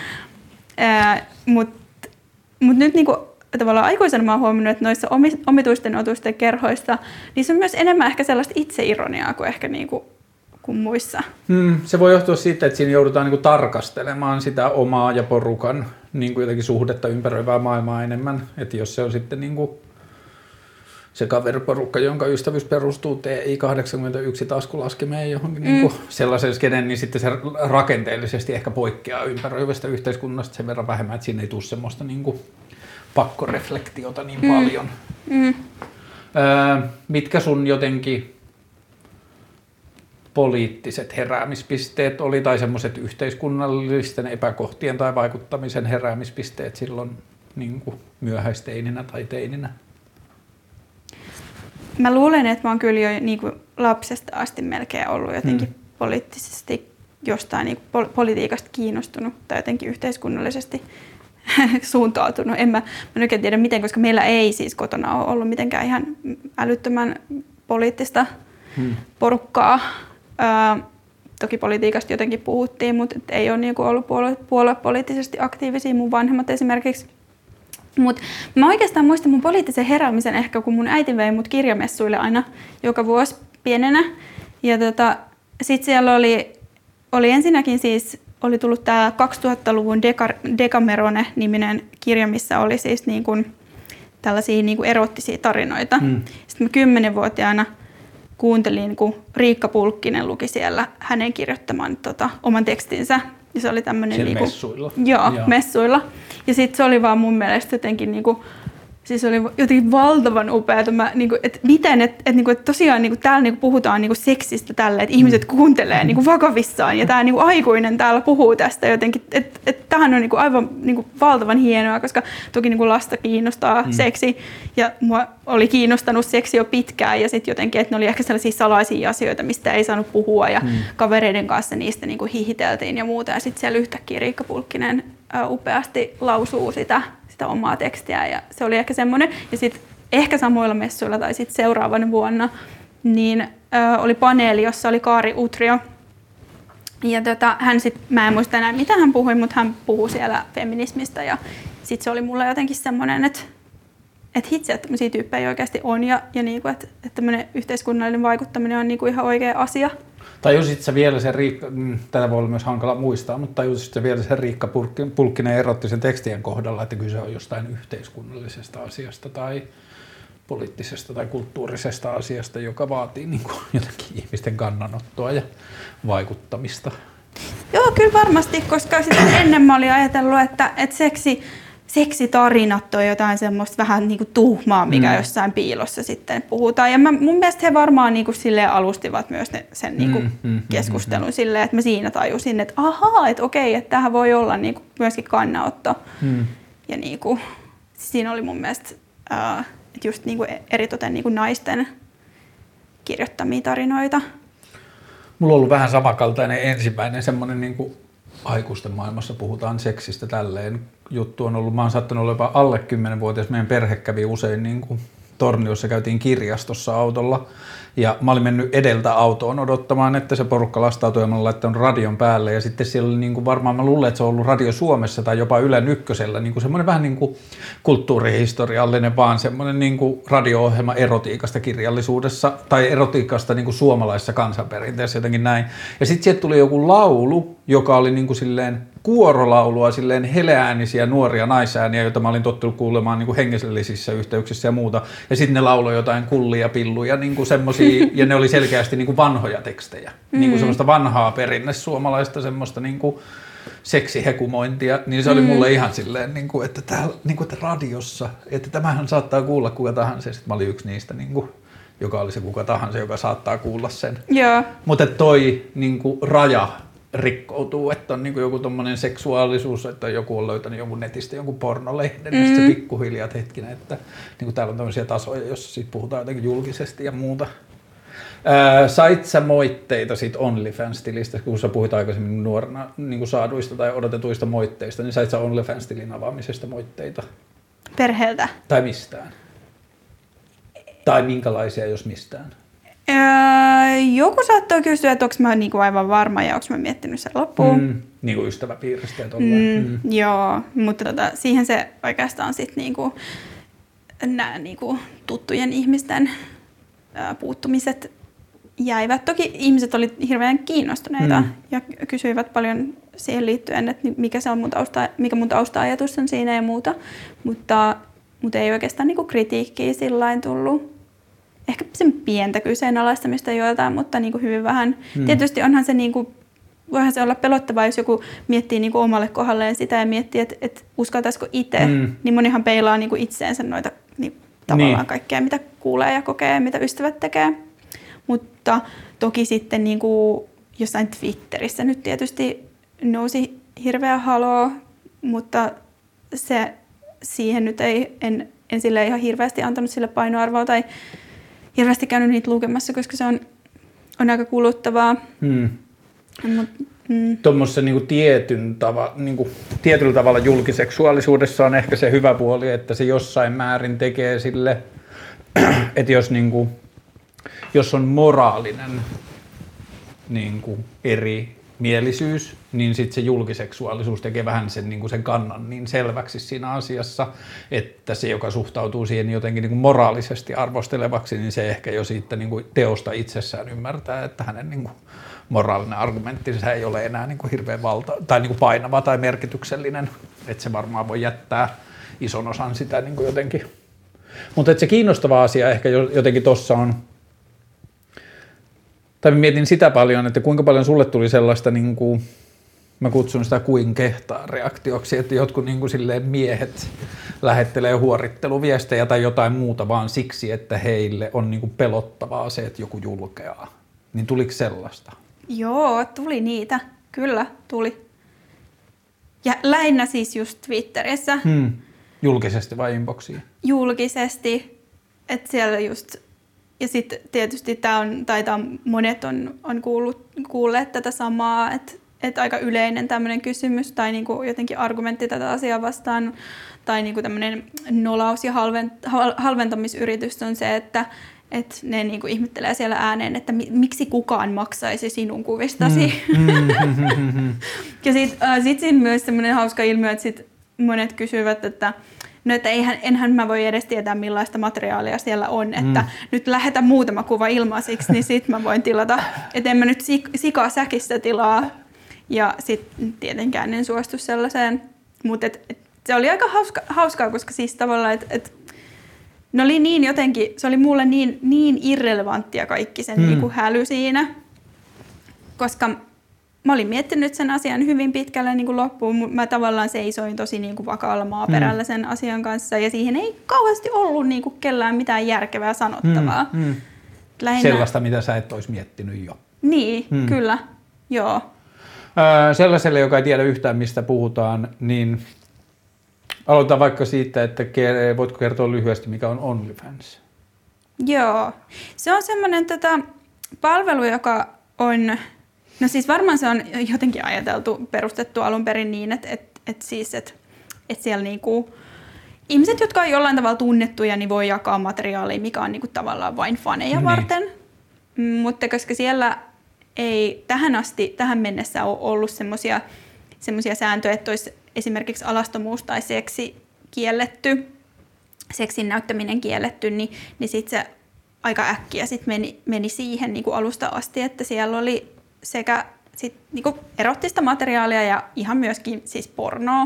Mutta nyt niinku tavallaan aikuisena mä oon huomannut, että noissa omituisten otusten kerhoissa niissä on myös enemmän ehkä sellaista itseironiaa kuin ehkä niinku, kuin muissa. Se voi johtua siitä, että siinä joudutaan niinku tarkastelemaan sitä omaa ja porukan niinku jotenkin suhdetta ympäröivää maailmaa enemmän. Että jos se on sitten niinku se kaveriporukka, jonka ystävyys perustuu TI 81 taskulaskimeen johonkin niin sellaisen skenen, niin sitten se rakenteellisesti ehkä poikkeaa ympäröivästä yhteiskunnasta sen verran vähemmän, että siinä ei tule semmoista niin kuin pakkoreflektiota niin paljon. Mitkä sun jotenkin poliittiset heräämispisteet oli tai semmoiset yhteiskunnallisten epäkohtien tai vaikuttamisen heräämispisteet silloin niin kuin myöhäisteininä tai teininä? Mä luulen, että mä oon kyllä jo niin kuin lapsesta asti melkein ollut jotenkin poliittisesti jostain niin kuin politiikasta kiinnostunut tai jotenkin yhteiskunnallisesti suuntautunut. Mä en oikein tiedä miten, koska meillä ei siis kotona ole ollut mitenkään ihan älyttömän poliittista porukkaa. toki politiikasta jotenkin puhuttiin, mutta ei ole niinku ollut puoluepoliittisesti aktiivisia mun vanhemmat esimerkiksi. Mutta mä oikeastaan muistan mun poliittisen heräämisen ehkä, kun mun äiti vei mut kirjamessuille aina joka vuosi pienenä. Ja sit siellä oli ensinnäkin siis, oli tullut tää 2000-luvun Decamerone-niminen kirja, missä oli siis niinku tällaisia niinku erottisia tarinoita. Sitten mä 10-vuotiaana kuuntelin, kun Riikka Pulkkinen luki siellä hänen kirjoittaman oman tekstinsä. Ja se oli tämmöinen niinku, messuilla. Joo, messuilla. Ja sitten se oli vaan mun mielestä jotenkin niinku, siis oli jotenkin valtavan upeaa, niinku, että miten, että niinku, et tosiaan niinku, täällä niinku, puhutaan niinku, seksistä tälle, että ihmiset kuuntelee niinku, vakavissaan ja tämä niinku, aikuinen täällä puhuu tästä jotenkin, että tämähän on niinku, aivan niinku, valtavan hienoa, koska toki niinku, lasta kiinnostaa seksi ja mua oli kiinnostanut seksi jo pitkään ja sitten jotenkin, että ne oli ehkä sellaisia salaisia asioita, mistä ei saanut puhua ja kavereiden kanssa niistä niinku, hihiteltiin ja muuta ja sitten siellä yhtäkkiä Riikka Pulkkinen upeasti lausuu sitä omaa tekstiä ja se oli ehkä semmoinen. Ja sitten ehkä samoilla messuilla tai sitten seuraavana vuonna niin oli paneeli, jossa oli Kaari Utrio. Ja hän sitten, mä en muista enää mitä hän puhui, mutta hän puhui siellä feminismistä ja sitten se oli mulle jotenkin semmoinen, että hitsi, että tämmöisiä tyyppejä oikeasti on ja niinku, että tämmöinen yhteiskunnallinen vaikuttaminen on niinku ihan oikea asia. Tajusit sä vielä sen tätä voi olla myös hankala muistaa, mutta tajusit sä vielä sen Riikka Pulkkinen erottisen tekstien kohdalla, että kyse on jostain yhteiskunnallisesta asiasta tai poliittisesta tai kulttuurisesta asiasta, joka vaatii niin kuin jotenkin ihmisten kannanottoa ja vaikuttamista? Joo, kyllä varmasti, koska sitten ennen mä olin ajatellut, että seksitarinat on jotain semmoista vähän niinku tuhmaa, mikä jossain piilossa sitten puhutaan. Ja mun mielestä he varmaan niinku silleen alustivat myös sen niinku keskustelun silleen, että mä siinä tajusin, että ahaa, että okei, että tämähän voi olla niinku myöskin kannanotto. Ja niinku, siinä oli mun mielestä että just niinku eritoten niinku naisten kirjoittamia tarinoita. Mulla on ollut vähän samankaltainen ensimmäinen semmoinen niinku aikuisten maailmassa puhutaan seksistä tälleen. Juttu on ollut, mä oon saattanut olla jopa alle 10-vuotias. Meidän perhe kävi usein niin kuin Torniossa, käytiin kirjastossa autolla. Ja mä olin mennyt edeltä autoon odottamaan, että se porukka lastautui ja mä olin laittanut radion päälle. Ja sitten siellä oli niin kuin varmaan, mä luulen, että se on ollut Radio Suomessa tai jopa Ylen Ykkösellä. Niin kuin semmoinen vähän niin kuin kulttuurihistoriallinen, vaan semmoinen niin kuin radio-ohjelma erotiikasta kirjallisuudessa tai erotiikasta niin kuin suomalaisessa kansanperinteessä jotenkin näin. Ja sitten sieltä tuli joku laulu, joka oli niin kuin silleen kuorolaulua, silleen heleäänisiä nuoria naisääniä, joita mä olin tottunut kuulemaan niin kuin hengellisissä yhteyksissä ja muuta. Ja sitten ne lauloi jotain kullia, pilluja, niin kuin semmosia, ja ne oli selkeästi niin kuin vanhoja tekstejä. Niin kuin semmoista vanhaa perinne suomalaista semmoista niin kuin seksihekumointia. Niin se oli mulle ihan silleen, niin kuin, että, täällä, niin kuin, että radiossa, että tämähän saattaa kuulla kuka tahansa. Sitten mä olin yksi niistä, niin kuin, joka oli se kuka tahansa, joka saattaa kuulla sen. Mutta toi niin kuin raja rikkoutuu, että on niin kuin joku tommonen seksuaalisuus, että joku on löytänyt jonkun netistä jonkun pornolehden, ja sitten se pikkuhiljaa hetkinen, että niin kuin täällä on tämmöisiä tasoja, joissa siitä puhutaan jotenkin julkisesti ja muuta. Sait sä moitteita siitä OnlyFans-tilistä, kun sä puhuit aikaisemmin nuorena niin kuin saaduista tai odotetuista moitteista, niin sait sä OnlyFans-tilin avaamisesta moitteita? Perheeltä? Tai mistään? Tai minkälaisia, jos mistään? Joku saattoi kysyä, että onko mä niinku aivan varma ja onko mä miettinyt sen loppuun. Niin kuin ystäväpiiristä ja tolleen. Joo, mutta siihen se oikeastaan sitten niinku, nämä niinku tuttujen ihmisten puuttumiset jäivät. Toki ihmiset oli hirveän kiinnostuneita ja kysyivät paljon siihen liittyen, että mikä mun tausta-ajatus on siinä ja muuta, mutta ei oikeastaan niinku kritiikkiä sillain tullut. Ehkä sen pientä kyseenalaistamista joiltain, mutta niin kuin hyvin vähän. Tietysti onhan se, niin kuin, voihan se olla pelottavaa, jos joku miettii niin kuin omalle kohdalleen sitä ja miettii, että uskaltaisiko itse. Niin monihan peilaa niin kuin itseensä noita tavallaan kaikkea, mitä kuulee ja kokee ja mitä ystävät tekee. Mutta toki sitten niin kuin jossain Twitterissä nyt tietysti nousi hirveä haloo, mutta siihen nyt en sille ihan hirveästi antanut sille painoarvoa tai hirveästi käynyt niitä lukemassa, koska se on aika kuluttavaa. Tuommoisessa niinku tietyllä tavalla julkiseksuaalisuudessa on ehkä se hyvä puoli, että se jossain määrin tekee sille, että jos on moraalinen niin kuin erimielisyys, niin sitten se julkiseksuaalisuus tekee vähän sen, niin kuin sen kannan niin selväksi siinä asiassa, että se, joka suhtautuu siihen jotenkin niin kuin moraalisesti arvostelevaksi, niin se ehkä jo siitä niin kuin teosta itsessään ymmärtää, että hänen niin kuin moraalinen argumenttinsa ei ole enää niin kuin hirveän tai niin kuin painava tai merkityksellinen, että se varmaan voi jättää ison osan sitä niin kuin jotenkin. Mutta se kiinnostava asia ehkä jotenkin tuossa on, tai mietin sitä paljon, että kuinka paljon sulle tuli sellaista, niin kuin, mä kutsun sitä kuin kehtaa reaktioksi, että jotkut niin kuin silleen miehet lähettelee huoritteluviestejä tai jotain muuta vaan siksi, että heille on niin kuin pelottavaa se, että joku julkeaa. Niin tuliko sellaista? Joo, tuli niitä. Kyllä, tuli. Ja lähinnä siis just Twitterissä. Julkisesti vai inboxiin? Julkisesti. Että siellä just. Ja sitten tietysti monet on kuulleet tätä samaa, että aika yleinen tämmöinen kysymys tai niinku jotenkin argumentti tätä asiaa vastaan tai niinku tämmöinen nolaus- ja halventamisyritys on se, että ne niinku ihmettelee siellä ääneen, että miksi kukaan maksaisi sinun kuvistasi. Ja sitten siinä myös semmoinen hauska ilmiö, että sit monet kysyvät, että no, että enhän mä voi edes tietää millaista materiaalia siellä on, että nyt lähetä muutama kuva ilmaisiksi, niin sit mä voin tilata, että en mä nyt sikaa säkistä tilaa ja sit tietenkään en suostu sellaiseen, mutta se oli aika hauskaa, koska siis tavallaan, että ne oli niin jotenkin, se oli mulle niin irrelevanttia kaikki sen niin kuin häly siinä, koska mä olin miettinyt sen asian hyvin pitkälle niin kuin loppuun. Mä tavallaan seisoin tosi niin kuin vakaalla maaperällä sen asian kanssa ja siihen ei kauheasti ollut niin kuin kellään mitään järkevää sanottavaa. Sellaista, mitä sä et olisi miettinyt jo. Niin, kyllä, joo. Sellaiselle, joka ei tiedä yhtään mistä puhutaan, niin aloitetaan vaikka siitä, että voitko kertoa lyhyesti, mikä on OnlyFans? Joo, se on semmoinen palvelu, joka on. No siis varmaan se on jotenkin perustettu alun perin niin, että siellä niinku ihmiset, jotka on jollain tavalla tunnettuja, niin voi jakaa materiaalia, mikä on niinku tavallaan vain faneja varten. Mutta koska siellä ei tähän mennessä ole ollut semmoisia sääntöjä, että olisi esimerkiksi alastomuus tai seksi kielletty, seksin näyttäminen kielletty, niin sitten se aika äkkiä sit meni siihen niinku alusta asti, että siellä oli sekä sit niinku erottista materiaalia ja ihan myöskin siis pornoa.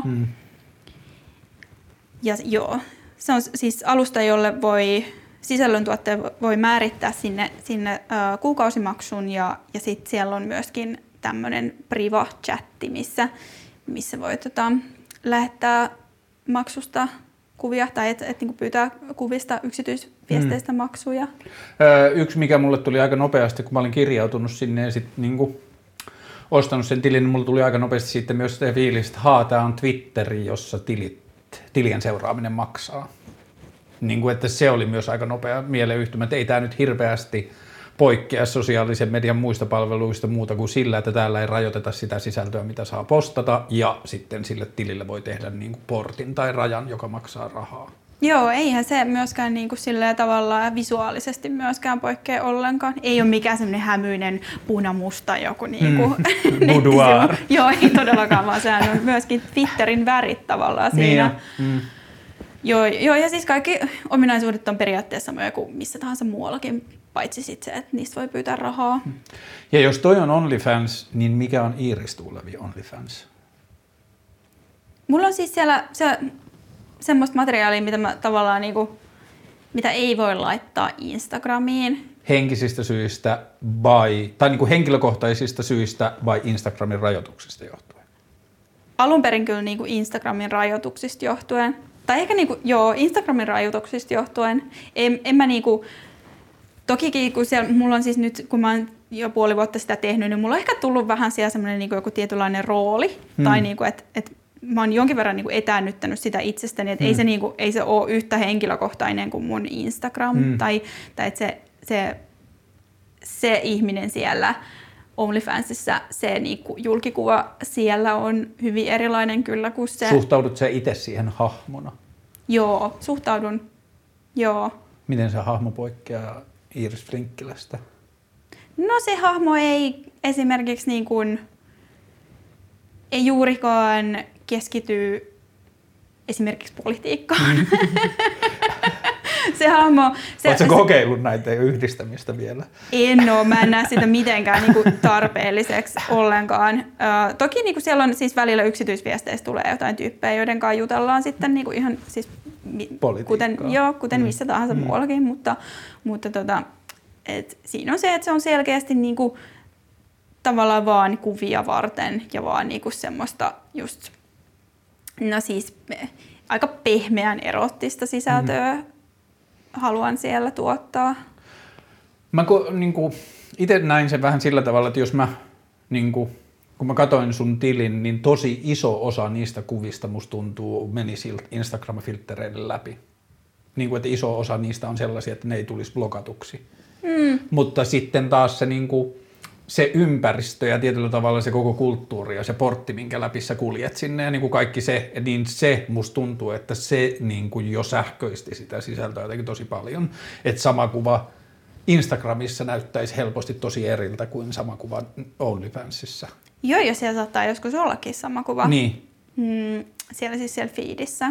Ja joo, se on siis alusta, jolle sisällöntuottaja voi määrittää sinne kuukausimaksun ja sitten siellä on myöskin tämmöinen priva-chatti, missä voi lähettää maksusta kuvia tai niinku pyytää kuvista yksityisviesteistä maksuja. Yksi, mikä mulle tuli aika nopeasti, kun mä olin kirjautunut sinne ja sitten niinku ostanut sen tilin, niin mulle tuli aika nopeasti sitten myös se fiilis, että tämä on Twitteri, jossa tilien seuraaminen maksaa. Niin että se oli myös aika nopea mieleyhtymä, että ei tämä nyt hirveästi poikkea sosiaalisen median muista palveluista muuta kuin sillä, että täällä ei rajoiteta sitä sisältöä, mitä saa postata, ja sitten sille tilille voi tehdä niin kuin portin tai rajan, joka maksaa rahaa. Joo, eihän se myöskään niin kuin silleen tavallaan visuaalisesti myöskään poikkea ollenkaan. Ei ole mikään semmoinen hämyinen punamusta joku niinku boudoir. Joo, ei todellakaan, vaan sehän on myöskin Twitterin värit tavallaan siinä. Joo, ja siis kaikki ominaisuudet on periaatteessa samoja kuin missä tahansa muuallakin, paitsi sitten se, että niistä voi pyytää rahaa. Ja jos toi on OnlyFans, niin mikä on Iiris Tuulevi OnlyFans? Mulla on siis siellä semmoista materiaalia, mitä mä tavallaan mitä ei voi laittaa Instagramiin. Henkisistä syistä tai niin kuin henkilökohtaisista syistä vai Instagramin rajoituksista johtuen? Alun perin kyllä niin kuin Instagramin rajoituksista johtuen. Tai ehkä Instagramin rajoituksista johtuen. En mä tokikin, kun mulla on siis nyt, kun mä oon jo puoli vuotta sitä tehnyt, niin mulla on ehkä tullut vähän siellä semmoinen joku tietynlainen rooli. Tai että mä oon jonkin verran etäännyttänyt sitä itsestäni, että ei se ole yhtä henkilökohtainen kuin mun Instagram. Tai että se ihminen siellä OnlyFansissa, se julkikuva siellä on hyvin erilainen kyllä kuin se. Suhtaudut sä itse siihen hahmona? Joo, suhtaudun. Joo. Miten se hahmo poikkeaa Iiris Flinkkilästä? No se hahmo ei esimerkiksi niin kuin, ei juurikaan keskity esimerkiksi politiikkaan. Se hahmo... Oletko kokeillut näiden yhdistämistä vielä? En ole, mä en näe sitä mitenkään niin kuin tarpeelliseksi ollenkaan. Toki niin kuin siellä on siis välillä yksityisviesteissä tulee jotain tyyppejä, joiden kanssa jutellaan sitten niin kuin ihan siis kuten missä tahansa muuallakin, mutta et siinä on se, että se on selkeästi niin kuin tavallaan vaan kuvia varten ja vaan niin kuin semmoista just, no siis aika pehmeän erottista sisältöä haluan siellä tuottaa. Mä niinku, itse näin sen vähän sillä tavalla, että jos mä, niinku, kun mä katoin sun tilin, niin tosi iso osa niistä kuvista musta tuntuu meni Instagram-filttereiden läpi. Niin kuin, että iso osa niistä on sellaisia, että ne ei tulisi blokatuksi. Mutta sitten taas se, niinku, se ympäristö ja tietyllä tavalla se koko kulttuuri ja se portti, minkä läpi sä kuljet sinne ja niinku kaikki se, niin se musta tuntuu, että se niinku jo sähköisti sitä sisältöä jotenkin tosi paljon. Että sama kuva Instagramissa näyttäisi helposti tosi eriltä kuin sama kuva OnlyFansissa. Joo, ja siellä saattaa joskus ollakin sama kuva. Niin. Siellä siis siellä feedissä.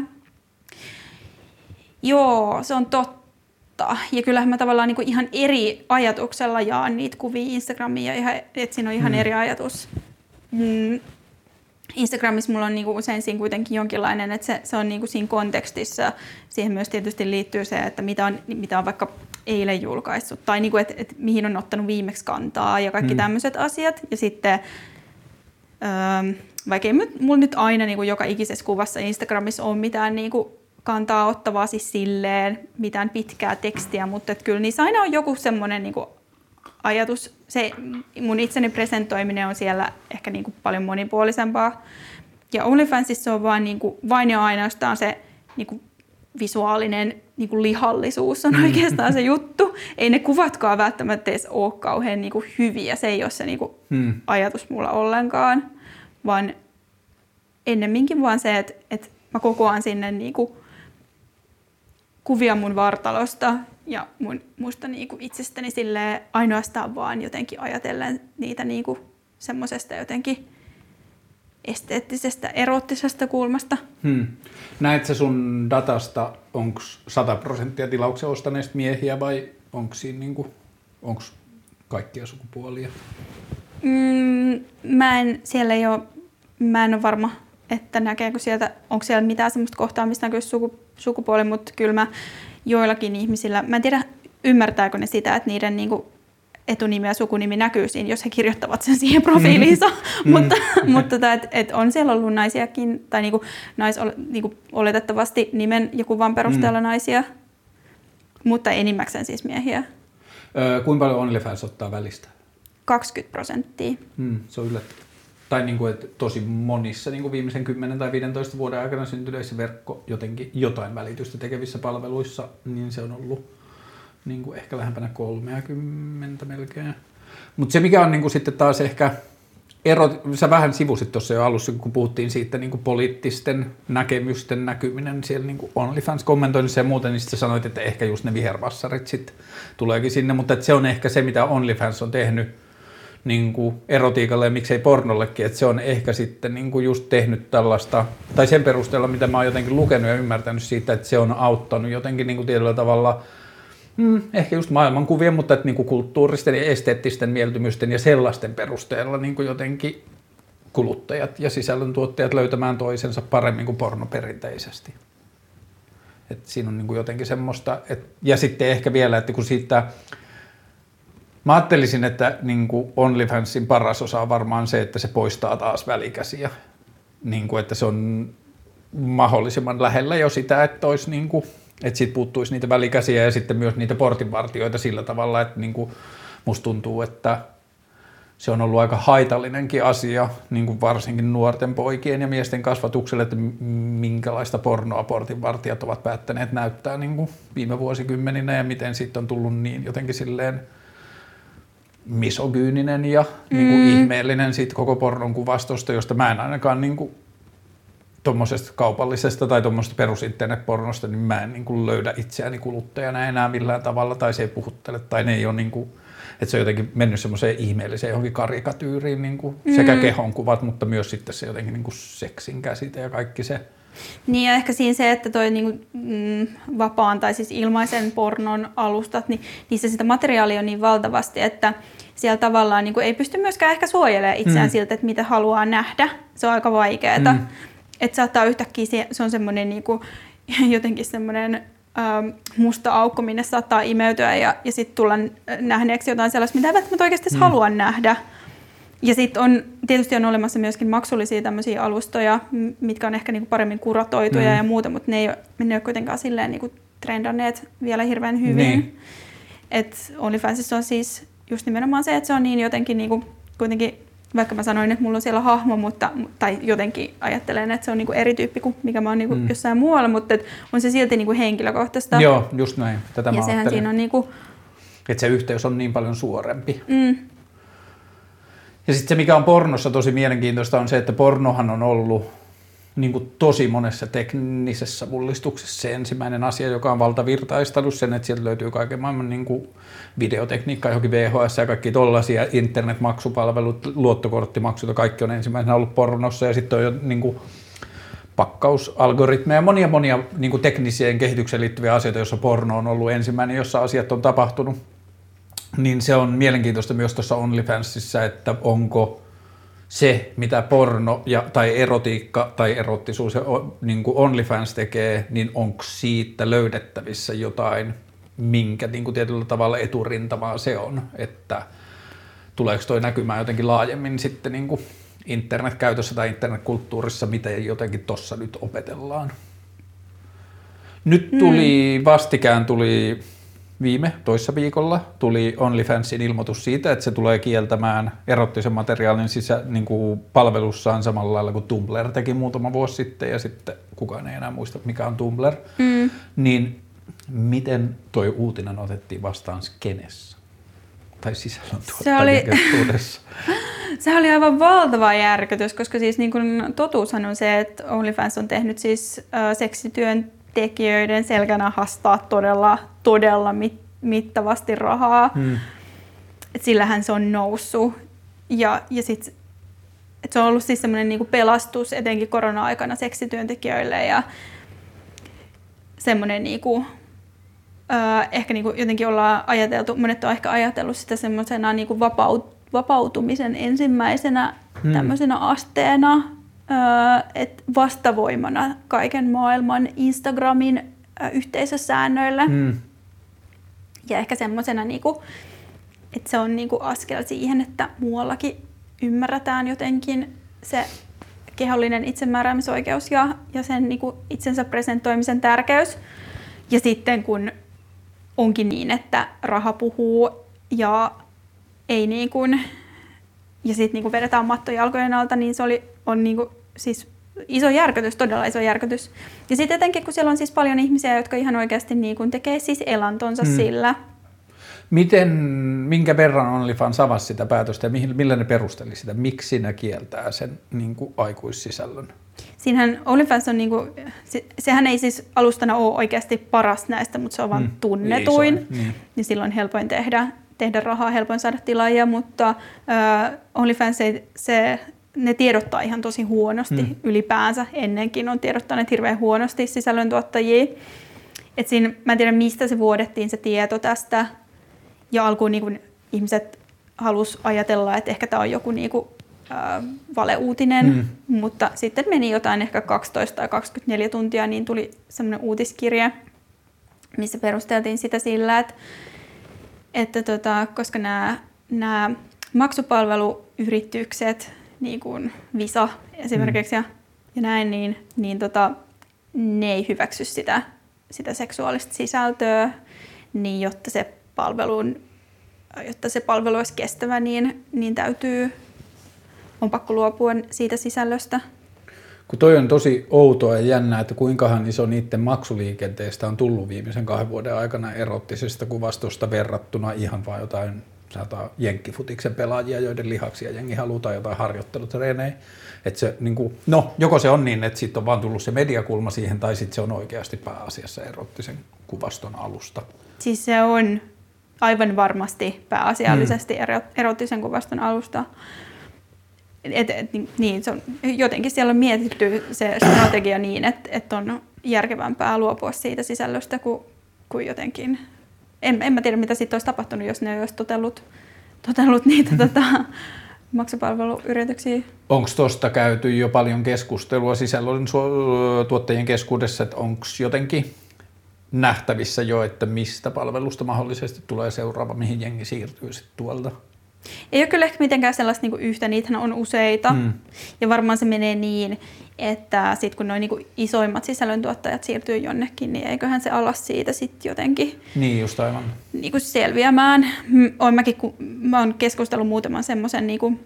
Joo, se on totta. Ja kyllähän mä tavallaan niin kuin ihan eri ajatuksella jaan niitä kuvia Instagramiin, että siinä on ihan eri ajatus. Instagramissa mulla on niin kuin usein siinä kuitenkin jonkinlainen, että se on niin kuin siinä kontekstissa. Siihen myös tietysti liittyy se, että mitä on vaikka eilen julkaissut, tai niin kuin, että mihin on ottanut viimeksi kantaa ja kaikki tämmöiset asiat. Ja sitten, vaikka ei mulla nyt aina niin kuin joka ikisessä kuvassa Instagramissa ole mitään niin kuin kantaa ottavaa siis silleen, mitään pitkää tekstiä, mutta että kyllä niissä aina on joku semmoinen niin kuin ajatus. Se mun itseni presentoiminen on siellä ehkä niin kuin paljon monipuolisempaa. Ja OnlyFansissa on vain ja ainoastaan se niin kuin visuaalinen niin kuin lihallisuus on oikeastaan se juttu. Ei ne kuvatkaan välttämättä edes ole kauhean niin kuin hyviä. Se ei ole se niin kuin ajatus mulla ollenkaan, vaan ennemminkin vaan se, että mä kokoan sinne niin kuin kuvia mun vartalosta ja musta niinku itsestäni silleen ainoastaan vaan jotenkin ajatellen niitä niinku semmosesta jotenkin esteettisestä, erottisesta kulmasta. Näet sä sun datasta, onko 100% tilauksen ostaneista miehiä vai onko siinä niinku, onks kaikkia sukupuolia? Mä en ole varma, että näkeekö sieltä, onko siellä mitään semmoista kohtaa, mistä näkyy sukupuoli, mutta kyllä mä joillakin ihmisillä, mä en tiedä ymmärtääkö ne sitä, että niiden niinku etunimi ja sukunimi näkyy siinä, jos he kirjoittavat sen siihen profiiliinsa, mutta et on siellä ollut naisiakin, tai niinku oletettavasti nimen ja kuvan perusteella naisia, mutta enimmäkseen siis miehiä. Kuinka paljon OnlyFans ottaa välistä? 20%. Se on yllättävää. Tai niin kuin, että tosi monissa niin kuin viimeisen 10 tai 15 vuoden aikana syntyneissä verkko jotenkin jotain välitystä tekevissä palveluissa, niin se on ollut niin kuin ehkä lähempänä 30 melkein. Mutta se mikä on niin kuin sitten taas ehkä ero, sä vähän sivusit tuossa jo alussa, kun puhuttiin siitä niin kuin poliittisten näkemysten näkyminen siellä niin kuin OnlyFans-kommentoinnissa ja muuten, niin sitten sanoit, että ehkä just ne vihervassarit sitten tuleekin sinne, mutta että se on ehkä se, mitä OnlyFans on tehnyt niin kuin erotiikalle ja miksei pornollekin, että se on ehkä sitten niin kuin just tehnyt tällaista, tai sen perusteella, mitä mä oon jotenkin lukenut ja ymmärtänyt siitä, että se on auttanut jotenkin niin kuin tietyllä tavalla, ehkä just maailmankuvien, mutta että niin kuin kulttuuristen ja esteettisten mieltymysten ja sellaisten perusteella niin kuin jotenkin kuluttajat ja sisällöntuottajat löytämään toisensa paremmin kuin porno perinteisesti. Että siinä on niin kuin jotenkin semmoista, ja sitten ehkä vielä, että kun siitä mä ajattelisin, että niin kuin OnlyFansin paras osa on varmaan se, että se poistaa taas välikäsiä. Niin kuin, että se on mahdollisimman lähellä jo sitä, että, olisi niin kuin, että siitä puuttuisi niitä välikäsiä ja sitten myös niitä portinvartijoita sillä tavalla, että niin kuin musta tuntuu, että se on ollut aika haitallinenkin asia, niin kuin varsinkin nuorten poikien ja miesten kasvatukselle, että minkälaista pornoa portinvartijat ovat päättäneet näyttää niin kuin viime vuosikymmeninä ja miten siitä on tullut niin jotenkin silleen misogyyninen ja niin kuin ihmeellinen siitä koko pornon kuvastosta, josta mä en ainakaan niin kuin tuommoisesta kaupallisesta tai tuommoisesta perusinternetpornosta, niin mä en niin kuin löydä itseäni kuluttajana enää millään tavalla, tai se ei puhuttele, tai ne ei ole niin kuin, että se on jotenkin mennyt semmoiseen ihmeelliseen johonkin karikatyyriin, niin kuin sekä kehonkuvat, mutta myös sitten se jotenkin niin kuin seksin käsite ja kaikki se. Niin ja ehkä siinä se, että toi niinku, vapaan tai siis ilmaisen pornon alustat, niin niissä sitä materiaalia on niin valtavasti, että siellä tavallaan niinku ei pysty myöskään ehkä suojelemaan itseään siltä, että mitä haluaa nähdä. Se on aika vaikeaa. Että saattaa yhtäkkiä, se on semmoinen niinku, jotenkin semmoinen musta aukko, minne saattaa imeytyä ja sitten tulla nähneeksi jotain sellaista, mitä ei välttämättä oikeasti halua nähdä. Ja sitten tietysti on olemassa myöskin maksullisia tämmöisiä alustoja, mitkä on ehkä niinku paremmin kuratoituja ja muuta, mutta ne ei ole kuitenkaan silleen niinku trendanneet vielä hirveän hyvin. Niin. Et OnlyFansissa on siis just nimenomaan se, että se on niin jotenkin niinku, kuitenkin, vaikka mä sanoin, että mulla on siellä hahmo, tai jotenkin ajattelen, että se on niinku eri tyyppi kuin mikä mä oon niinku jossain muualla, mutta on se silti niinku henkilökohtaista. Joo, just näin. Tätä mä sehän siinä on niinku, että se yhteys on niin paljon suorempi. Ja sitten se, mikä on pornossa tosi mielenkiintoista, on se, että pornohan on ollut niin kuin tosi monessa teknisessä mullistuksessa se ensimmäinen asia, joka on valtavirtaistanut sen, että sieltä löytyy kaiken maailman niin kuin videotekniikkaa, johonkin VHS ja kaikki tollaisia internetmaksupalvelut, luottokorttimaksut ja kaikki on ensimmäisenä ollut pornossa ja sitten on jo niin kuin pakkausalgoritmeja ja monia niin kuin tekniseen kehitykseen liittyviä asioita, joissa porno on ollut ensimmäinen, jossa asiat on tapahtunut. Niin se on mielenkiintoista myös tuossa OnlyFansissa, että onko se, mitä porno tai erotiikka tai erottisuus ja niin kuin OnlyFans tekee, niin onko siitä löydettävissä jotain, minkä niin kuin tietyllä tavalla eturintamaa se on, että tuleeko toi näkymään jotenkin laajemmin sitten niin kuin internetkäytössä tai internetkulttuurissa, mitä jotenkin tuossa nyt opetellaan. Nyt vastikään tuli toissa viikolla tuli OnlyFansin ilmoitus siitä, että se tulee kieltämään erottisen materiaalin niin kuin palvelussaan samalla lailla kuin Tumblr teki muutama vuosi sitten ja sitten kukaan ei enää muista, mikä on Tumblr. Niin miten toi uutinen otettiin vastaan skenessä tai sisällöntuottajien keskuudessa? Se oli aivan valtava järkytys, koska siis niin kuin totuushan on se, että OnlyFans on tehnyt siis seksityöntekijöiden selkänahasta todella mittavasti rahaa. Et sillähän se on noussut. Ja sit, et se on ollut siis semmoinen niinku pelastus etenkin korona-aikana seksityöntekijöille ja semmoinen niinku, ehkä niinku jotenkin ollaan ajateltu, monet on ehkä ajatellut sitä semmoisena niinku vapautumisen ensimmäisenä tämmöisenä asteena, et vastavoimana kaiken maailman Instagramin yhteisösäännöille. Ja ehkä semmoisena, niinku, että se on niinku askel siihen, että muuallakin ymmärretään jotenkin se kehollinen itsemääräämisoikeus ja sen niinku itsensä presentoimisen tärkeys. Ja sitten kun onkin niin, että raha puhuu ja ei niin kuin, ja sitten niinku vedetään matto jalkojen alta, niin se on niinku, siis iso järkytys, todella iso järkytys. Ja sitten etenkin, kun siellä on siis paljon ihmisiä, jotka ihan oikeasti niin kuin tekee siis elantonsa sillä. Minkä verran OnlyFans avasi sitä päätöstä ja millä ne perusteli sitä? Miksi ne kieltää sen niin kuin aikuissisällön? Siinähän OnlyFans on, niin kuin, sehän ei siis alustana ole oikeasti paras näistä, mutta se on vaan tunnetuin. Ja silloin helpoin tehdä rahaa, helpoin saada tilaajia, mutta OnlyFans ne tiedottaa ihan tosi huonosti ylipäänsä. Ennenkin on tiedottaneet hirveän huonosti sisällöntuottajia. Et siinä, mä en tiedä, mistä se vuodettiin se tieto tästä. Ja alkuun niin kun ihmiset halusi ajatella, että ehkä tämä on joku niin kun, valeuutinen. Mutta sitten meni jotain ehkä 12 tai 24 tuntia, niin tuli semmoinen uutiskirje, missä perusteltiin sitä sillä, että koska nämä maksupalveluyritykset, niin kuin Visa esimerkiksi ja näin, niin ne ei hyväksy sitä seksuaalista sisältöä, niin jotta se palvelu olisi kestävä, niin on pakko luopua siitä sisällöstä. Kun toi on tosi outoa ja jännää, että kuinkahan iso niiden maksuliikenteestä on tullut viimeisen 2 vuoden aikana erottisesta kuvastosta verrattuna ihan vaan jotain sanotaan jenkkifutiksen pelaajia, joiden lihaksia jengi halutaan jotain harjoittelutreenejä. Että se, niin kuin, no, joko se on niin, että sitten on vaan tullut se mediakulma siihen, tai sitten se on oikeasti pääasiassa erottisen kuvaston alusta. Siis se on aivan varmasti pääasiallisesti erottisen kuvaston alusta. Niin, se on, jotenkin siellä on mietitty se strategia niin, että on järkevämpää luopua siitä sisällöstä kuin jotenkin. En mä tiedä, mitä sitten olisi tapahtunut, jos ne olisi totellut niitä maksupalveluyrityksiä. Onko tuosta käyty jo paljon keskustelua sisällön tuottajien keskuudessa, että onko jotenkin nähtävissä jo, että mistä palvelusta mahdollisesti tulee seuraava, mihin jengi siirtyy sitten tuolta? Ei ole kyllä ehkä mitenkään sellaista niinku yhtä, niitähän on useita. Ja varmaan se menee niin, että sit kun nuo niinku isoimmat sisällöntuottajat siirtyy jonnekin, niin eiköhän se alas siitä sitten jotenkin niin, just aivan. Niinku selviämään. Mä oon keskustellut muutaman semmoisen niinku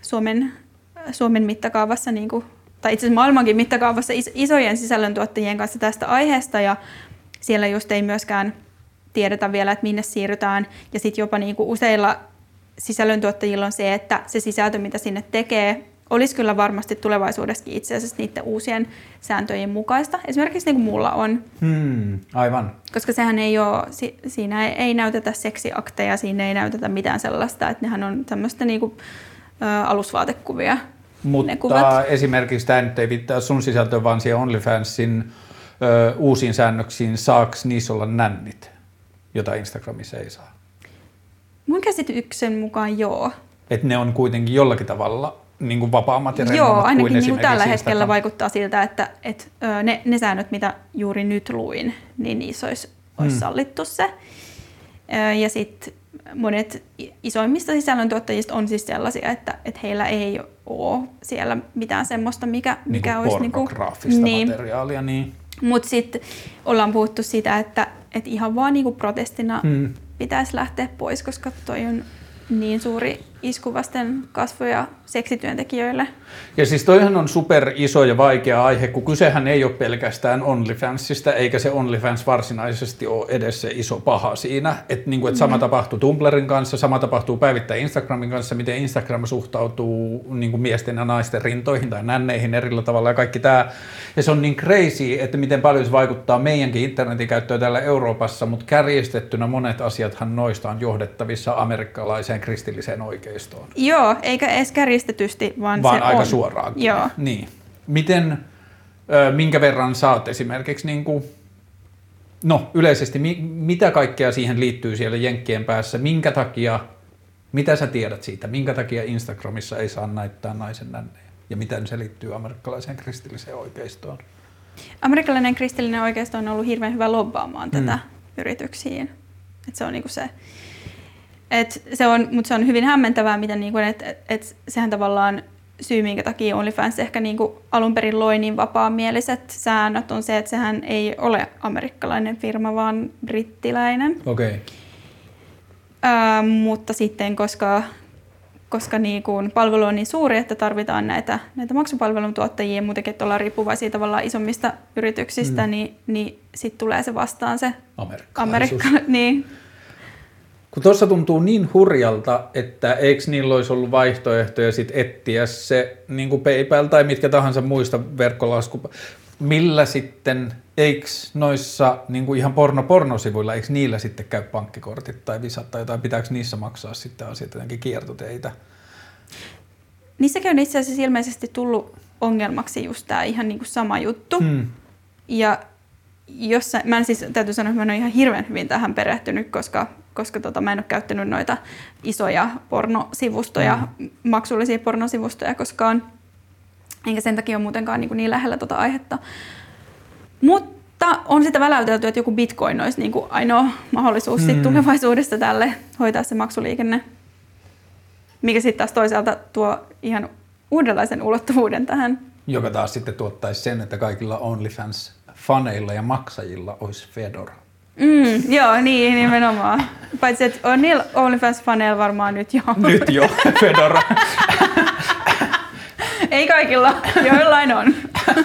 Suomen mittakaavassa, niinku, tai itse asiassa maailmankin mittakaavassa isojen sisällöntuottajien kanssa tästä aiheesta, ja siellä just ei myöskään tiedetä vielä, että minne siirrytään. Ja sitten jopa niinku useilla sisällöntuottajilla on se, että se sisältö, mitä sinne tekee, olisi kyllä varmasti tulevaisuudessakin itse asiassa niiden uusien sääntöjen mukaista. Esimerkiksi niin kuin mulla on. Aivan. Koska sehän ei ole, siinä ei näytetä seksiakteja, siinä ei näytetä mitään sellaista, että nehän on tämmöistä niin kuin, alusvaatekuvia. Mutta esimerkiksi tämä nyt ei viittaa sun sisältöön, vaan siihen OnlyFansin uusiin säännöksiin, saaks niissä olla nännit, jota Instagramissa ei saa? Mun käsityksen mukaan joo. Että ne on kuitenkin jollakin tavalla niin kuin vapaammat ja rennommat kuin ainakin esimerkiksi niin tällä hetkellä Instagram. vaikuttaa siltä, että ne säännöt, mitä juuri nyt luin, niin niissä olisi sallittu se. Ja sitten monet isoimmista sisällöntuottajista on siis sellaisia, että heillä ei ole siellä mitään semmoista, mikä olisi pornograafista materiaalia. Niin. Mutta sitten ollaan puhuttu sitä, että ihan vaan niinku protestina pitäisi lähteä pois, koska toi on niin suuri isku vasten kasvoja seksityöntekijöille. Ja siis toihan on super iso ja vaikea aihe, kun kysehän ei ole pelkästään OnlyFansista, eikä se OnlyFans varsinaisesti ole edes se iso paha siinä. Että niinku, et sama tapahtuu Tumblrin kanssa, sama tapahtuu päivittäin Instagramin kanssa, miten Instagram suhtautuu niinku miesten ja naisten rintoihin tai nänneihin erillä tavalla ja kaikki tämä. Ja se on niin crazy, että miten paljon se vaikuttaa meidänkin internetin käyttöön täällä Euroopassa, mutta kärjistettynä monet asiathan noista on johdettavissa amerikkalaiseen kristilliseen oikeistoon. Joo, eikä edes kärjistetysti, vaan se aika on. Suoraankin. Joo. Niin. Miten, minkä verran saat esimerkiksi, niin kuin, no yleisesti, mitä kaikkea siihen liittyy siellä jenkkien päässä, minkä takia, mitä sä tiedät siitä, minkä takia Instagramissa ei saa näyttää naisen nännejä ja miten se liittyy amerikkalaiseen kristilliseen oikeistoon? Amerikkalainen kristillinen oikeisto on ollut hirveän hyvä lobbaamaan tätä yrityksiin. Et se on niinku se. Mutta se on hyvin hämmentävää, miten niinku, et sehän tavallaan syy, minkä takia OnlyFans ehkä niinku alun perin loi niin vapaamieliset säännöt, on se, että sehän ei ole amerikkalainen firma, vaan brittiläinen. Okay. Mutta sitten, koska niinku palvelu on niin suuri, että tarvitaan näitä maksupalvelun tuottajia, muutenkin, että ollaan riippuvaisia tavallaan isommista yrityksistä, niin sitten tulee se vastaan se niin. Kun tuossa tuntuu niin hurjalta, että eikö niillä olisi ollut vaihtoehtoja sit etsiä se niin kuin PayPal tai mitkä tahansa muista verkkolasku, millä sitten, eikö noissa niin kuin ihan pornosivuilla, eikö niillä sitten käy pankkikortit tai visat tai jotain, pitääkö niissä maksaa sitten asiat jotenkin kiertoteitä? Niissäkin on itse asiassa ilmeisesti tullut ongelmaksi just tämä ihan niin kuin sama juttu. Ja mä en siis täytyy sanoa, että mä en ole ihan hirveän hyvin tähän perehtynyt, koska mä en ole käyttänyt noita isoja pornosivustoja, maksullisia pornosivustoja koskaan. Enkä sen takia ole muutenkaan niin lähellä tuota aihetta. Mutta on sitä väläytelty, että joku bitcoin olisi niin kuin ainoa mahdollisuus sit tulevaisuudessa tälle hoitaa se maksuliikenne. Mikä sitten taas toisaalta tuo ihan uudenlaisen ulottuvuuden tähän. Joka taas sitten tuottaisi sen, että kaikilla OnlyFans-faneilla ja maksajilla olisi Fedora. Joo, niin nimenomaan. Paitsi, että on niillä OnlyFans-faneilla varmaan nyt jo. Nyt jo, Fedora. Ei kaikilla, joillain on.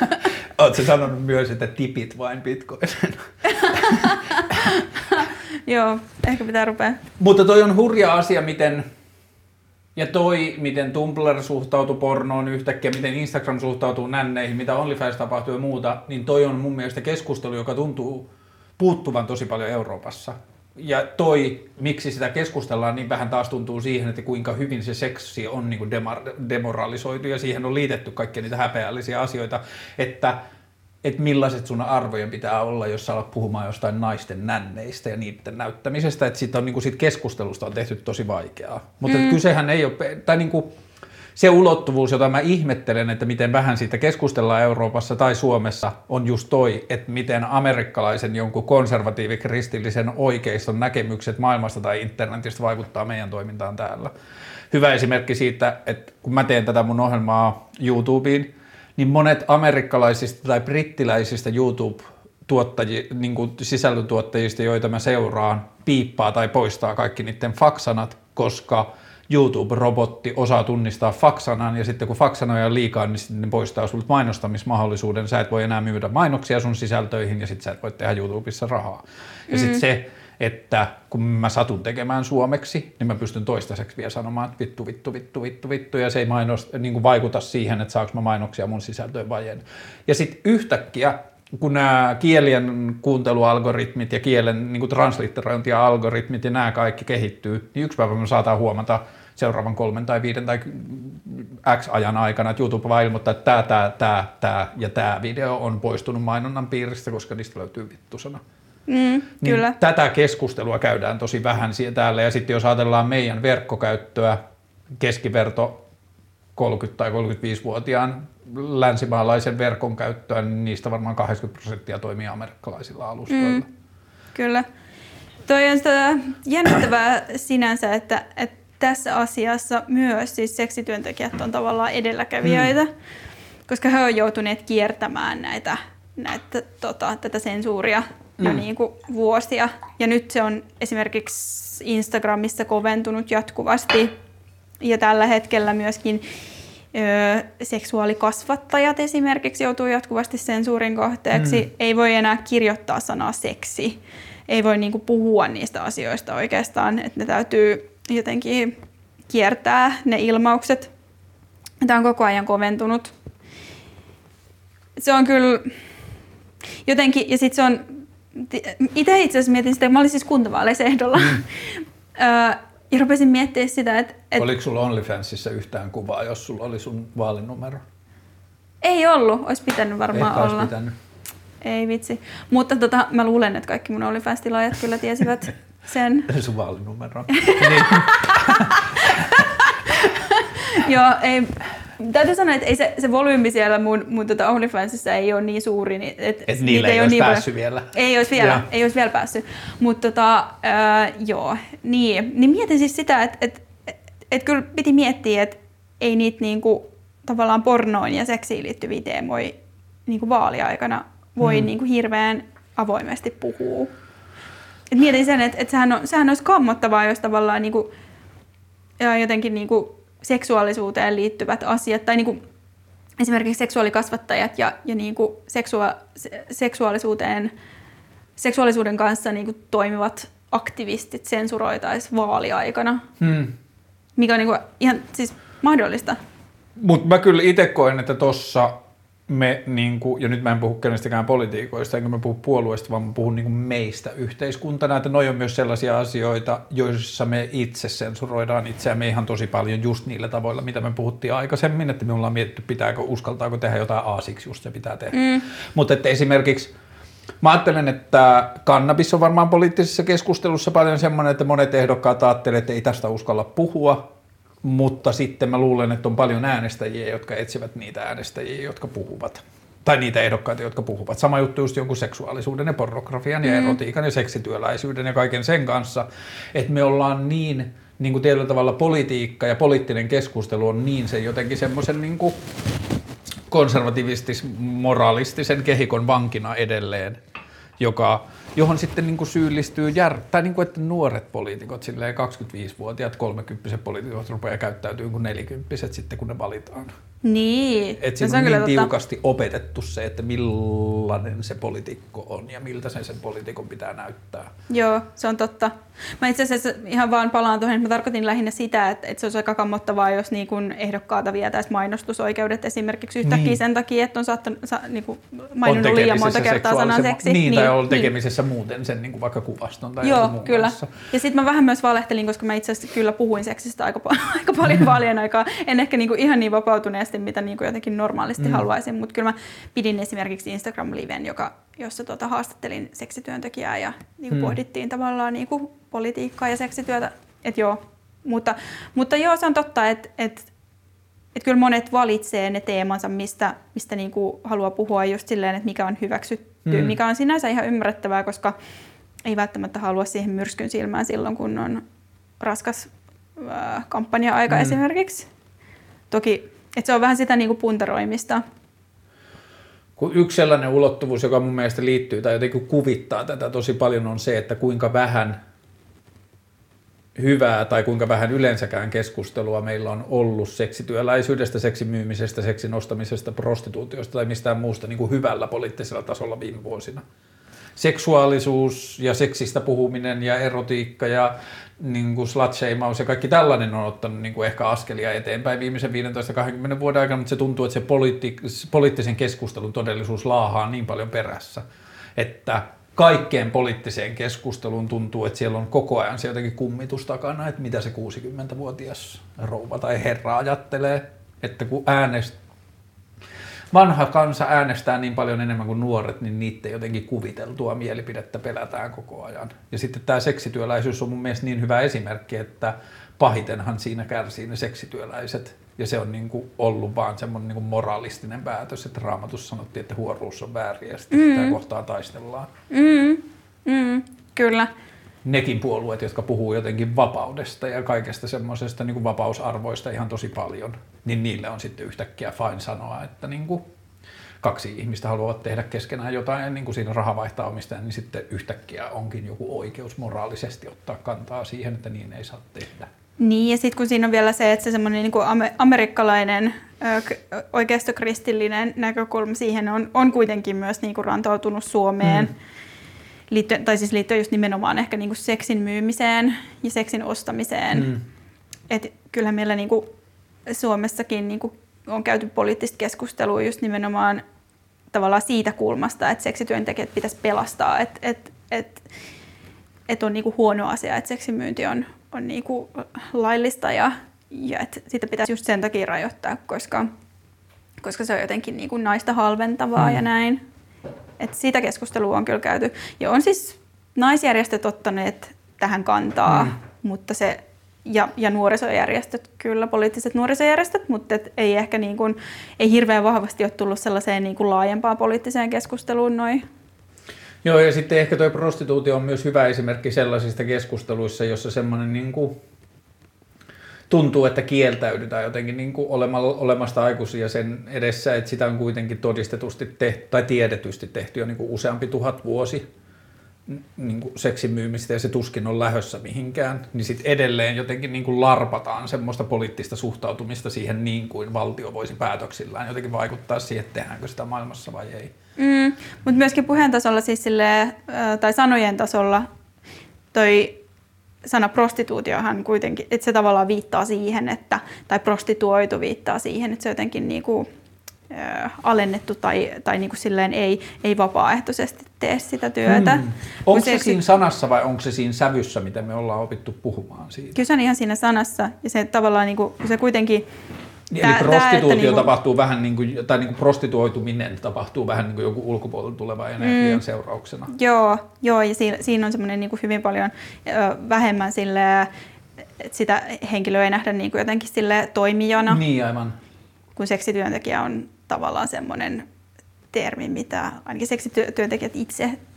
Oletko sanonut myös, että tipit vain bitcoinin? Joo, ehkä pitää rupea. Mutta toi on hurja asia, miten Tumblr suhtautuu pornoon yhtäkkiä, miten Instagram suhtautuu nänneihin, mitä OnlyFans tapahtuu ja muuta, niin toi on mun mielestä keskustelu, joka tuntuu puuttuvan tosi paljon Euroopassa. Ja miksi sitä keskustellaan niin vähän taas tuntuu siihen, että kuinka hyvin se seksi on niin kuin demoralisoitu ja siihen on liitetty kaikkia niitä häpeällisiä asioita, että millaiset sun arvojen pitää olla, jos sä alat puhumaan jostain naisten nänneistä ja niiden näyttämisestä, että siitä keskustelusta on tehty tosi vaikeaa. Mutta kysehän ei ole, tai niinku se ulottuvuus, jota mä ihmettelen, että miten vähän siitä keskustellaan Euroopassa tai Suomessa, on just että miten amerikkalaisen jonkun konservatiivikristillisen oikeiston näkemykset maailmasta tai internetistä vaikuttaa meidän toimintaan täällä. Hyvä esimerkki siitä, että kun mä teen tätä mun ohjelmaa YouTubeen, niin monet amerikkalaisista tai brittiläisistä YouTube-sisällöntuottajista, joita mä seuraan, piippaa tai poistaa kaikki niiden faksanat, koska YouTube-robotti osaa tunnistaa faksanan, ja sitten kun faksanoja on liikaa, niin sitten ne poistaa sulta mainostamismahdollisuuden. Sä et voi enää myydä mainoksia sun sisältöihin, ja sitten sä et voi tehdä YouTubessa rahaa. Ja sitten se, että kun mä satun tekemään suomeksi, niin mä pystyn toistaiseksi vielä sanomaan, että vittu, ja se ei niin vaikuta siihen, että saanko mä mainoksia mun sisältöön vai en. Ja sitten yhtäkkiä, kun nämä kielien kuuntelualgoritmit ja kielen niin translitterointia-algoritmit ja nämä kaikki kehittyy, niin yksi päivä me saadaan huomata seuraavan 3 tai 5 tai X ajan aikana, että YouTube vaan ilmoittaa, että tämä video on poistunut mainonnan piiristä, koska niistä löytyy vittusana. Niin kyllä. Tätä keskustelua käydään tosi vähän täällä, ja sitten jos ajatellaan meidän verkkokäyttöä, keskiverto 30- tai 35-vuotiaan länsimaalaisen verkon käyttöä, niin niistä varmaan 80% toimii amerikkalaisilla alustoilla. Kyllä. Toi on sitä jännittävää sinänsä, että tässä asiassa myös siis seksityöntekijät on tavallaan edelläkävijöitä, koska he on joutuneet kiertämään tätä sensuuria jo niin kuin vuosia. Ja nyt se on esimerkiksi Instagramissa koventunut jatkuvasti. Ja tällä hetkellä myöskin seksuaalikasvattajat esimerkiksi joutuu jatkuvasti sensuurin kohteeksi. Ei voi enää kirjoittaa sanaa seksi. Ei voi niin kuin puhua niistä asioista oikeastaan. Että ne täytyy jotenkin kiertää ne ilmaukset. Tämä on koko ajan koventunut. Se on kyllä jotenkin, ja sitten se on, itse asiassa mietin sitä, kun mä olin siis kuntavaaleissa ehdolla. Ja rupesin miettimään sitä, että oliko sulla OnlyFansissa yhtään kuvaa, jos sulla oli sun vaalinumero? Ei ollut, olisi pitänyt varmaan Ehkä olla. Olisi pitänyt. Ei vitsi. Mutta mä luulen, että kaikki mun OnlyFans-tilaajat kyllä tiesivät sen. Sun vaalinumero. Joo, ei. Täytyy sanoa, että ei se volyymi siellä mun OnlyFansissa ei ole niin suuri. Että niillä ei olisi päässyt vielä. Ei olisi vielä päässyt. Mutta joo, niin mietin siis sitä, että kyllä piti miettiä, että ei niitä niinku, tavallaan pornoon ja seksiin liittyviä teemoja niinku vaaliaikana voi niinku hirveän avoimesti puhua. Et mietin sen, että sehän olisi kammottavaa, jos tavallaan niinku, jotenkin niinku, seksuaalisuuteen liittyvät asiat, tai niinku esimerkiksi seksuaalikasvattajat ja niinku seksuaalisuuden kanssa niinku toimivat aktivistit sensuroitaisiin vaaliaikana, mikä on niinku ihan siis mahdollista. Mutta mä kyllä itse koen, että tossa me, ja nyt mä en puhu kenestäkään politiikoista, enkä mä puhu puolueista, vaan mä puhun meistä yhteiskuntana, että noi on myös sellaisia asioita, joissa me itse sensuroidaan itseämme ihan tosi paljon just niillä tavoilla, mitä me puhuttiin aikaisemmin, että me ollaan mietitty, uskaltaako tehdä jotain aasiksi, just se pitää tehdä. Mutta että esimerkiksi mä ajattelen, että kannabis on varmaan poliittisessa keskustelussa paljon semmoinen, että monet ehdokkaat ajattelee, että ei tästä uskalla puhua, mutta sitten mä luulen, että on paljon äänestäjiä, jotka etsivät niitä äänestäjiä, jotka puhuvat. Tai niitä ehdokkaita, jotka puhuvat. Sama juttu just jonkun seksuaalisuuden ja pornografian ja erotiikan ja seksityöläisyyden ja kaiken sen kanssa. Että me ollaan niin kuin tietyllä tavalla politiikka ja poliittinen keskustelu on niin se jotenkin semmoisen niin kuin konservativistis-moralistisen kehikon vankina edelleen, joka johon sitten niin kuin syyllistyy, tai niin kuin, että nuoret poliitikot, silleen 25-vuotiaat, 30-vuotiaat poliitikot rupeaa käyttäytyy kuin 40-vuotiaat sitten, kun ne valitaan. Niin. Että siinä on niin tiukasti opetettu se, että millainen se poliitikko on ja miltä sen poliitikon pitää näyttää. Joo, se on totta. Mä itse asiassa ihan vaan palaan tuohon, että mä tarkoitin lähinnä sitä, että se olisi aika kammottavaa, jos niin kun ehdokkaata vietäisi mainostusoikeudet esimerkiksi yhtäkkiä sen takia, että on niin maininnut liian monta kertaa sanan seksi. Niin, tai on tekemisessä muuten sen niin kuin vaikka kuvaston tai joo, muun kyllä. kanssa. Ja sitten mä vähän myös valehtelin, koska mä itse asiassa kyllä puhuin seksistä aika paljon vaalien aikaa. En ehkä niin kuin ihan niin vapautuneesti, mitä niin kuin jotenkin normaalisti haluaisin, mutta kyllä mä pidin esimerkiksi Instagram-liven, jossa haastattelin seksityöntekijää ja niin pohdittiin tavallaan niin kuin politiikkaa ja seksityötä. Et joo. Mutta joo, se on totta, että kyllä monet valitsee ne teemansa, mistä niin kuin haluaa puhua just silleen, että mikä on hyväksytty, mikä on sinänsä ihan ymmärrettävää, koska ei välttämättä halua siihen myrskyn silmään silloin, kun on raskas kampanja-aika esimerkiksi. Toki, että se on vähän sitä niin kuin puntaroimista. Yksi sellainen ulottuvuus, joka mun mielestä liittyy tai jotenkin kuvittaa tätä tosi paljon, on se, että kuinka vähän hyvää tai kuinka vähän yleensäkään keskustelua meillä on ollut seksityöläisyydestä, seksin myymisestä, seksin ostamisesta, prostituutiosta tai mistään muusta niin kuin hyvällä poliittisella tasolla viime vuosina. Seksuaalisuus ja seksistä puhuminen ja erotiikka ja niin kuin slut-shameaus ja kaikki tällainen on ottanut niin kuin ehkä askelia eteenpäin viimeisen 15-20 vuoden aikana, mutta se tuntuu, että se poliittisen keskustelun todellisuus laahaa niin paljon perässä, että kaikkeen poliittiseen keskusteluun tuntuu, että siellä on koko ajan se jotenkin kummitus takana, että mitä se 60-vuotias rouva tai herra ajattelee, että kun vanha kansa äänestää niin paljon enemmän kuin nuoret, niin niiden jotenkin kuviteltua mielipidettä pelätään koko ajan. Ja sitten tämä seksityöläisyys on mun mielestä niin hyvä esimerkki, että pahitenhan siinä kärsii ne seksityöläiset. Ja se on niin kuin ollut vaan semmoinen niin kuin moralistinen päätös, että Raamatussa sanottiin, että huoruus on väärin ja sitten sitä kohtaa taistellaan. Kyllä. Nekin puolueet, jotka puhuu jotenkin vapaudesta ja kaikesta semmoisesta niin kuin vapausarvoista ihan tosi paljon, niin niille on sitten yhtäkkiä fine sanoa, että niin kuin kaksi ihmistä haluavat tehdä keskenään jotain ja niin kuin siinä raha vaihtaa omistajan, niin sitten yhtäkkiä onkin joku oikeus moraalisesti ottaa kantaa siihen, että niin ei saa tehdä. Niin, ja sitten kun siinä on vielä se, että se semmoinen niin kuin amerikkalainen oikeistokristillinen näkökulma siihen on kuitenkin myös niin kuin rantautunut Suomeen. Liittyen just nimenomaan ehkä niin kuin seksin myymiseen ja seksin ostamiseen. Et kyllähän meillä niin kuin Suomessakin niin kuin on käyty poliittista keskustelua just nimenomaan tavallaan siitä kulmasta, että seksityöntekijät pitäisi pelastaa, että on niin kuin huono asia, että seksimyynti on niin kuin laillista ja että sitä pitäisi just sen takia rajoittaa, koska se on jotenkin niin kuin naista halventavaa ja näin. Että sitä keskustelua on kyllä käyty. Ja on siis naisjärjestöt ottaneet tähän kantaa, mutta se, ja nuorisojärjestöt, kyllä poliittiset nuorisojärjestöt, mutta ei ehkä niin kuin, ei hirveän vahvasti ole tullut sellaiseen niin kuin laajempaan poliittiseen keskusteluun noin. Joo, ja sitten ehkä tuo prostituutio on myös hyvä esimerkki sellaisista keskusteluissa, jossa semmoinen niin kuin tuntuu, että kieltäydytään jotenkin niin kuin olemasta aikuisia sen edessä, että sitä on kuitenkin todistetusti tehty, tai tiedetysti tehty jo niin kuin useampi tuhat vuosi niin kuin seksin myymistä, ja se tuskin on lähössä mihinkään, niin sitten edelleen jotenkin niin kuin larpataan semmoista poliittista suhtautumista siihen niin kuin valtio voisi päätöksillään jotenkin vaikuttaa siihen, että tehdäänkö sitä maailmassa vai ei. Mutta myöskin puheen tasolla siis tai sanojen tasolla toi sana prostituutiohan kuitenkin, että se tavallaan viittaa siihen, tai prostituoitu viittaa siihen, että se jotenkin niinku, alennettu tai niinku silleen ei vapaaehtoisesti tee sitä työtä. Onko se siinä sanassa vai onko se siinä sävyssä, mitä me ollaan opittu puhumaan siitä? Kyllä se on ihan siinä sanassa ja se tavallaan niinku, se kuitenkin eli prostituutio tapahtuu vähän niin kuin, tai niin kuin prostituoituminen tapahtuu vähän niin kuin joku ulkopuolelta tuleva energian seurauksena. Joo, ja siinä on semmoinen niin kuin hyvin paljon vähemmän sille, että sitä henkilöä ei nähdä niin kuin jotenkin sille toimijana. Niin, aivan. Kun seksityöntekijä on tavallaan semmoinen termi, mitä ainakin seksityöntekijät itse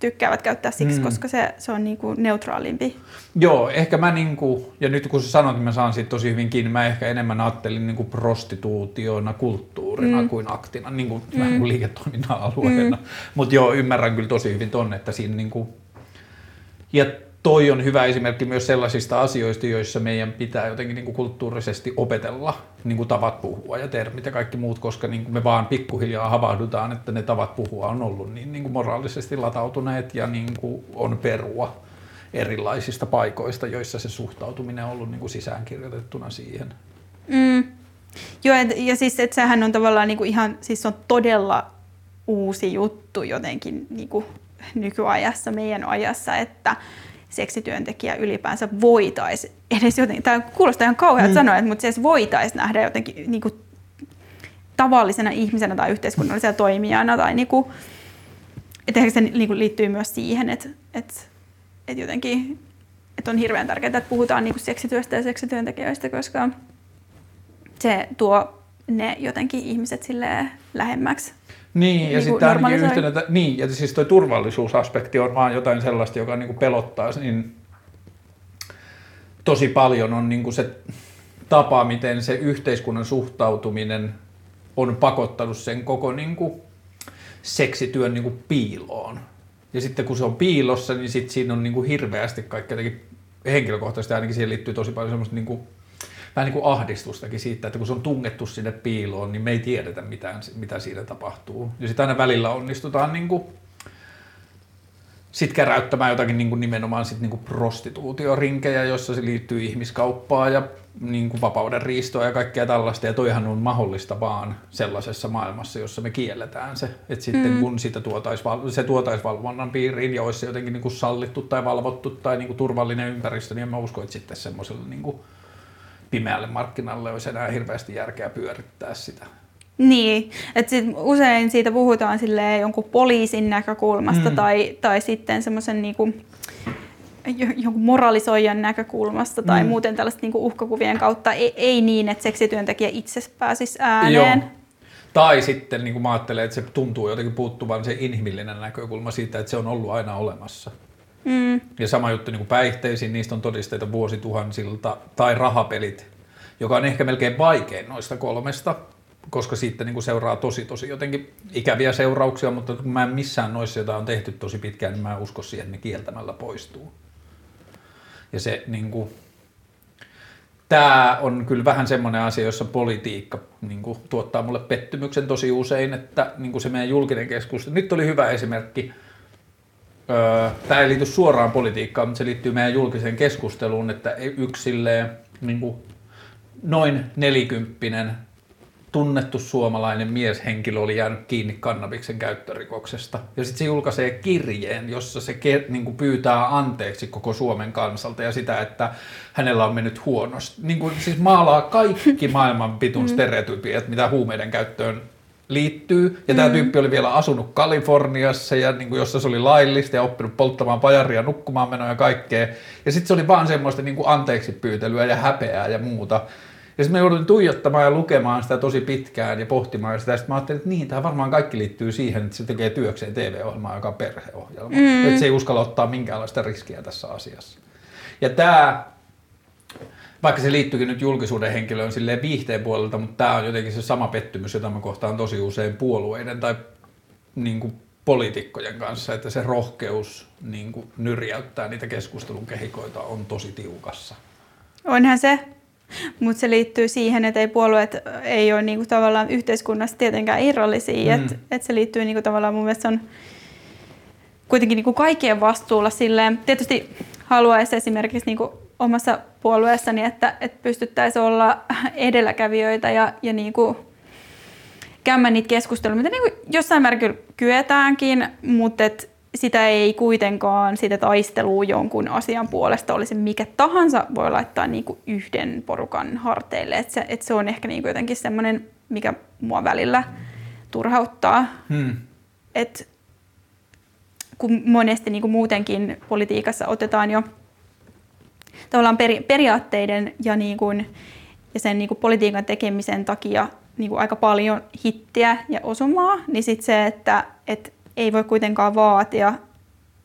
tykkäävät käyttää siksi, koska se on niinku neutraalimpi. Joo, ehkä mä ja nyt kun sä sanot, niin mä saan siitä tosi hyvin kiinni, mä ehkä enemmän ajattelin niinku prostituutiona kulttuurina kuin aktina, niinku vähän kuin liiketoiminnan alueena. Mutta joo, ymmärrän kyllä tosi hyvin ton, että siinä ja toi on hyvä esimerkki myös sellaisista asioista, joissa meidän pitää jotenkin niin kuin kulttuurisesti opetella niin kuin tavat puhua ja termit ja kaikki muut, koska niin kuin me vaan pikkuhiljaa havahdutaan, että ne tavat puhua on ollut niin kuin moraalisesti latautuneet ja niin kuin on perua erilaisista paikoista, joissa se suhtautuminen on ollut niin kuin sisäänkirjoitettuna siihen. Joo, ja siis että sehän on tavallaan niin kuin ihan, siis on todella uusi juttu jotenkin niin kuin nykyajassa, meidän ajassa, että seksityöntekijä ylipäänsä voitaisiin edes jotenkin, tämä kuulostaa ihan kauhealta sanoa, mutta se voitaisiin nähdä jotenkin niin kuin tavallisena ihmisenä tai yhteiskunnallisena toimijana, tai niin kuin, että ehkä se niin kuin liittyy myös siihen, että jotenkin että on hirveän tärkeää, että puhutaan niin kuin seksityöstä ja seksityöntekijöistä, koska se tuo ne jotenkin ihmiset silleen lähemmäksi. Niin, ja sitten ainakin yhtenä, niin, ja siis toi turvallisuusaspekti on vaan jotain sellaista, joka niinku pelottaa, niin tosi paljon on niinku se tapa, miten se yhteiskunnan suhtautuminen on pakottanut sen koko niinku seksityön niinku piiloon. Ja sitten kun se on piilossa, niin sit siinä on niinku hirveästi kaikkea jotenkin henkilökohtaisesti, ainakin siihen liittyy tosi paljon semmoista niinku vähän niin kuin ahdistustakin siitä, että kun se on tungettu sinne piiloon, niin me ei tiedetä mitä siinä tapahtuu. Ja sitten aina välillä onnistutaan niin kuin sit käräyttämään jotakin niin kuin nimenomaan sit niin kuin prostituutiorinkejä, jossa se liittyy ihmiskauppaan ja niin kuin vapauden riistoa ja kaikkea tällaista. Ja toihan on mahdollista vaan sellaisessa maailmassa, jossa me kielletään se. Että sitten kun se tuotaisi valvonnan piiriin ja olisi se jotenkin niin kuin sallittu tai valvottu tai niin kuin turvallinen ympäristö, niin en mä usko, että sitten semmoisella niin kuin pimeälle markkinalle olisi enää hirveästi järkeä pyörittää sitä. Niin, että usein siitä puhutaan jonkun poliisin näkökulmasta tai sitten semmoisen niinku, jonkun moralisoijan näkökulmasta tai muuten tällaista niinku uhkakuvien kautta. Ei niin, että seksityöntekijä itse pääsisi ääneen. Joo. Tai sitten niin kuin mä ajattelen, että se tuntuu jotenkin puuttuvan se inhimillinen näkökulma siitä, että se on ollut aina olemassa. Ja sama juttu niin kuin päihteisiin, niistä on todisteita vuosituhansilta, tai rahapelit, joka on ehkä melkein vaikein noista kolmesta, koska siitä niin kuin seuraa tosi jotenkin ikäviä seurauksia, mutta kun mä en missään noissa, jota on tehty tosi pitkään, niin mä en usko siihen, että ne kieltämällä poistuu. Ja se niin kuin, tää on kyllä vähän semmoinen asia, jossa politiikka niin kuin, tuottaa mulle pettymyksen tosi usein, että niin kuin se meidän julkinen keskustelu. Nyt oli hyvä esimerkki. Tämä ei liity suoraan politiikkaan, mutta se liittyy meidän julkiseen keskusteluun, että niin kuin noin 40 tunnettu suomalainen mieshenkilö oli jäänyt kiinni kannabiksen käyttörikoksesta. Ja sitten se julkaisee kirjeen, jossa se niin kuin pyytää anteeksi koko Suomen kansalta ja sitä, että hänellä on mennyt huonosti. Niin kuin, siis maalaa kaikki maailman pitun stereotypiat, mitä huumeiden käyttöön liittyy. Ja tämä tyyppi oli vielä asunut Kaliforniassa, ja niin kuin, jossa se oli laillista ja oppinut polttamaan pajaria, nukkumaan menoja ja kaikkea. Ja sitten se oli vaan semmoista niin kuin anteeksi pyytelyä ja häpeää ja muuta. Ja sitten mä joudun tuijottamaan ja lukemaan sitä tosi pitkään ja pohtimaan sitä. Ja sitten mä ajattelin, että niin, tämä varmaan kaikki liittyy siihen, että se tekee työkseen TV-ohjelmaa, joka on perheohjelma. Että se ei uskalla ottaa minkäänlaista riskiä tässä asiassa. Ja tämä, vaikka se liittyykin nyt julkisuuden henkilöön silleen viihteen puolelta, mutta tämä on jotenkin se sama pettymys, jota mä kohtaan tosi usein puolueiden tai niin kuin poliitikkojen kanssa, että se rohkeus niin kuin nyrjäyttää niitä keskustelun kehikoita on tosi tiukassa. Onhan se. Mutta se liittyy siihen, että puolueet ei ole niinku tavallaan yhteiskunnassa tietenkään irrallisia. Et se liittyy niinku tavallaan mun mielestä on kuitenkin niinku kaikkien vastuulla silleen. Tietysti haluaisi esimerkiksi niinku omassa puolueessani, että pystyttäisiin olla edelläkävijöitä ja niinku käymään niitä keskusteluja, mitä niinku jossain määrin kyetäänkin, mutta sitä ei kuitenkaan sitä taistelua jonkun asian puolesta olisi mikä tahansa voi laittaa niinku yhden porukan harteille. Et se on ehkä niinku jotenkin semmoinen, mikä mua välillä turhauttaa. Et kun monesti niinku muutenkin politiikassa otetaan jo tavallaan periaatteiden ja, ja sen niinku politiikan tekemisen takia niinku aika paljon hittiä ja osumaa, niin sit se, että ei voi kuitenkaan vaatia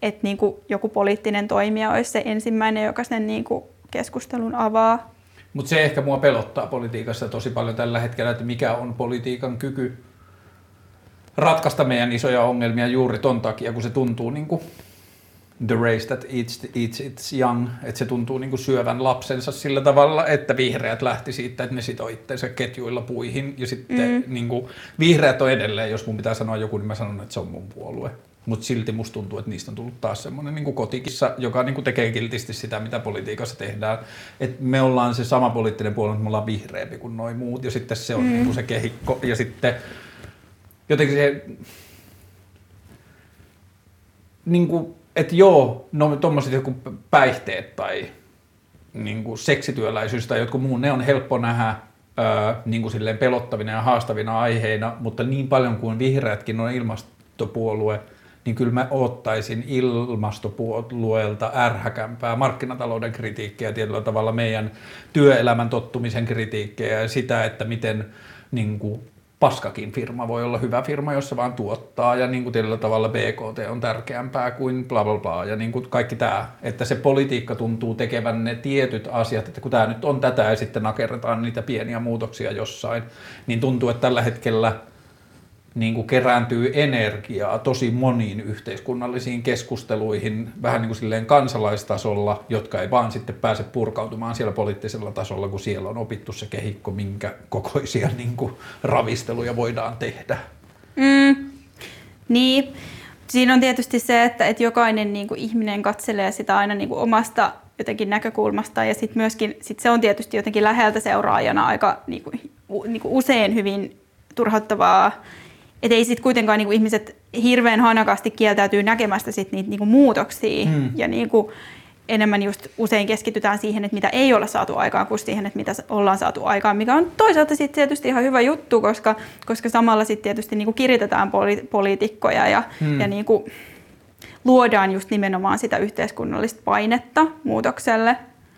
että niin kuin joku poliittinen toimija olisi se ensimmäinen, joka sen niin kuin keskustelun avaa. Mutta se ehkä mua pelottaa politiikassa tosi paljon tällä hetkellä, että mikä on politiikan kyky ratkaista meidän isoja ongelmia juuri ton takia, kun se tuntuu niin kuin the race that eats its young, että se tuntuu niin kuin syövän lapsensa sillä tavalla, että vihreät lähti siitä, että ne sitoi itsensä ketjuilla puihin ja sitten niin kuin, vihreät on edelleen, jos mun pitää sanoa joku, niin mä sanon, että se on mun puolue. Mutta silti musta tuntuu, että niistä on tullut taas semmoinen niin kuin kotikissa, joka niin kuin tekee kiltisti sitä, mitä politiikassa tehdään. Et me ollaan se sama poliittinen puolue, mutta me ollaan vihreämpi kuin noi muut ja sitten se on niin kuin se kehikko ja sitten jotenkin se niin kuin, että joo, no tommoset joku päihteet tai niin kuin seksityöläisyys tai jotkut muu, ne on helppo nähdä niin kuin silleen pelottavina ja haastavina aiheina, mutta niin paljon kuin vihreätkin on ilmastopuolue, niin kyllä mä ottaisin ilmastopuolueelta ärhäkämpää markkinatalouden kritiikkiä, tietyllä tavalla meidän työelämän tottumisen kritiikkiä ja sitä, että miten niin kuin paskakin firma voi olla hyvä firma, jossa vaan tuottaa ja niin kuin tietyllä tavalla BKT on tärkeämpää kuin bla bla bla ja niin kuin kaikki tämä, että se politiikka tuntuu tekevän ne tietyt asiat, että kun tämä nyt on tätä ja sitten nakerretaan niitä pieniä muutoksia jossain, niin tuntuu, että tällä hetkellä niin kuin kerääntyy energiaa tosi moniin yhteiskunnallisiin keskusteluihin vähän niin kuin silleen kansalaistasolla, jotka ei vaan sitten pääse purkautumaan siellä poliittisella tasolla, kun siellä on opittu se kehikko, minkä kokoisia niin kuin ravisteluja voidaan tehdä. Niin, siinä on tietysti se, että jokainen niin kuin ihminen katselee sitä aina niin kuin omasta jotenkin näkökulmasta ja sitten myöskin se on tietysti jotenkin läheltä seuraajana aika niin kuin usein hyvin turhauttavaa. Että ei sitten kuitenkaan niinku ihmiset hirveän hanakasti kieltäytyy näkemästä sit niitä niinku muutoksia ja niinku enemmän just usein keskitytään siihen, että mitä ei ole saatu aikaan, kuin siihen, että mitä ollaan saatu aikaan, mikä on toisaalta sitten tietysti ihan hyvä juttu, koska samalla sitten tietysti niinku kiritetään poliitikkoja ja niinku luodaan just nimenomaan sitä yhteiskunnallista painetta muutokselle.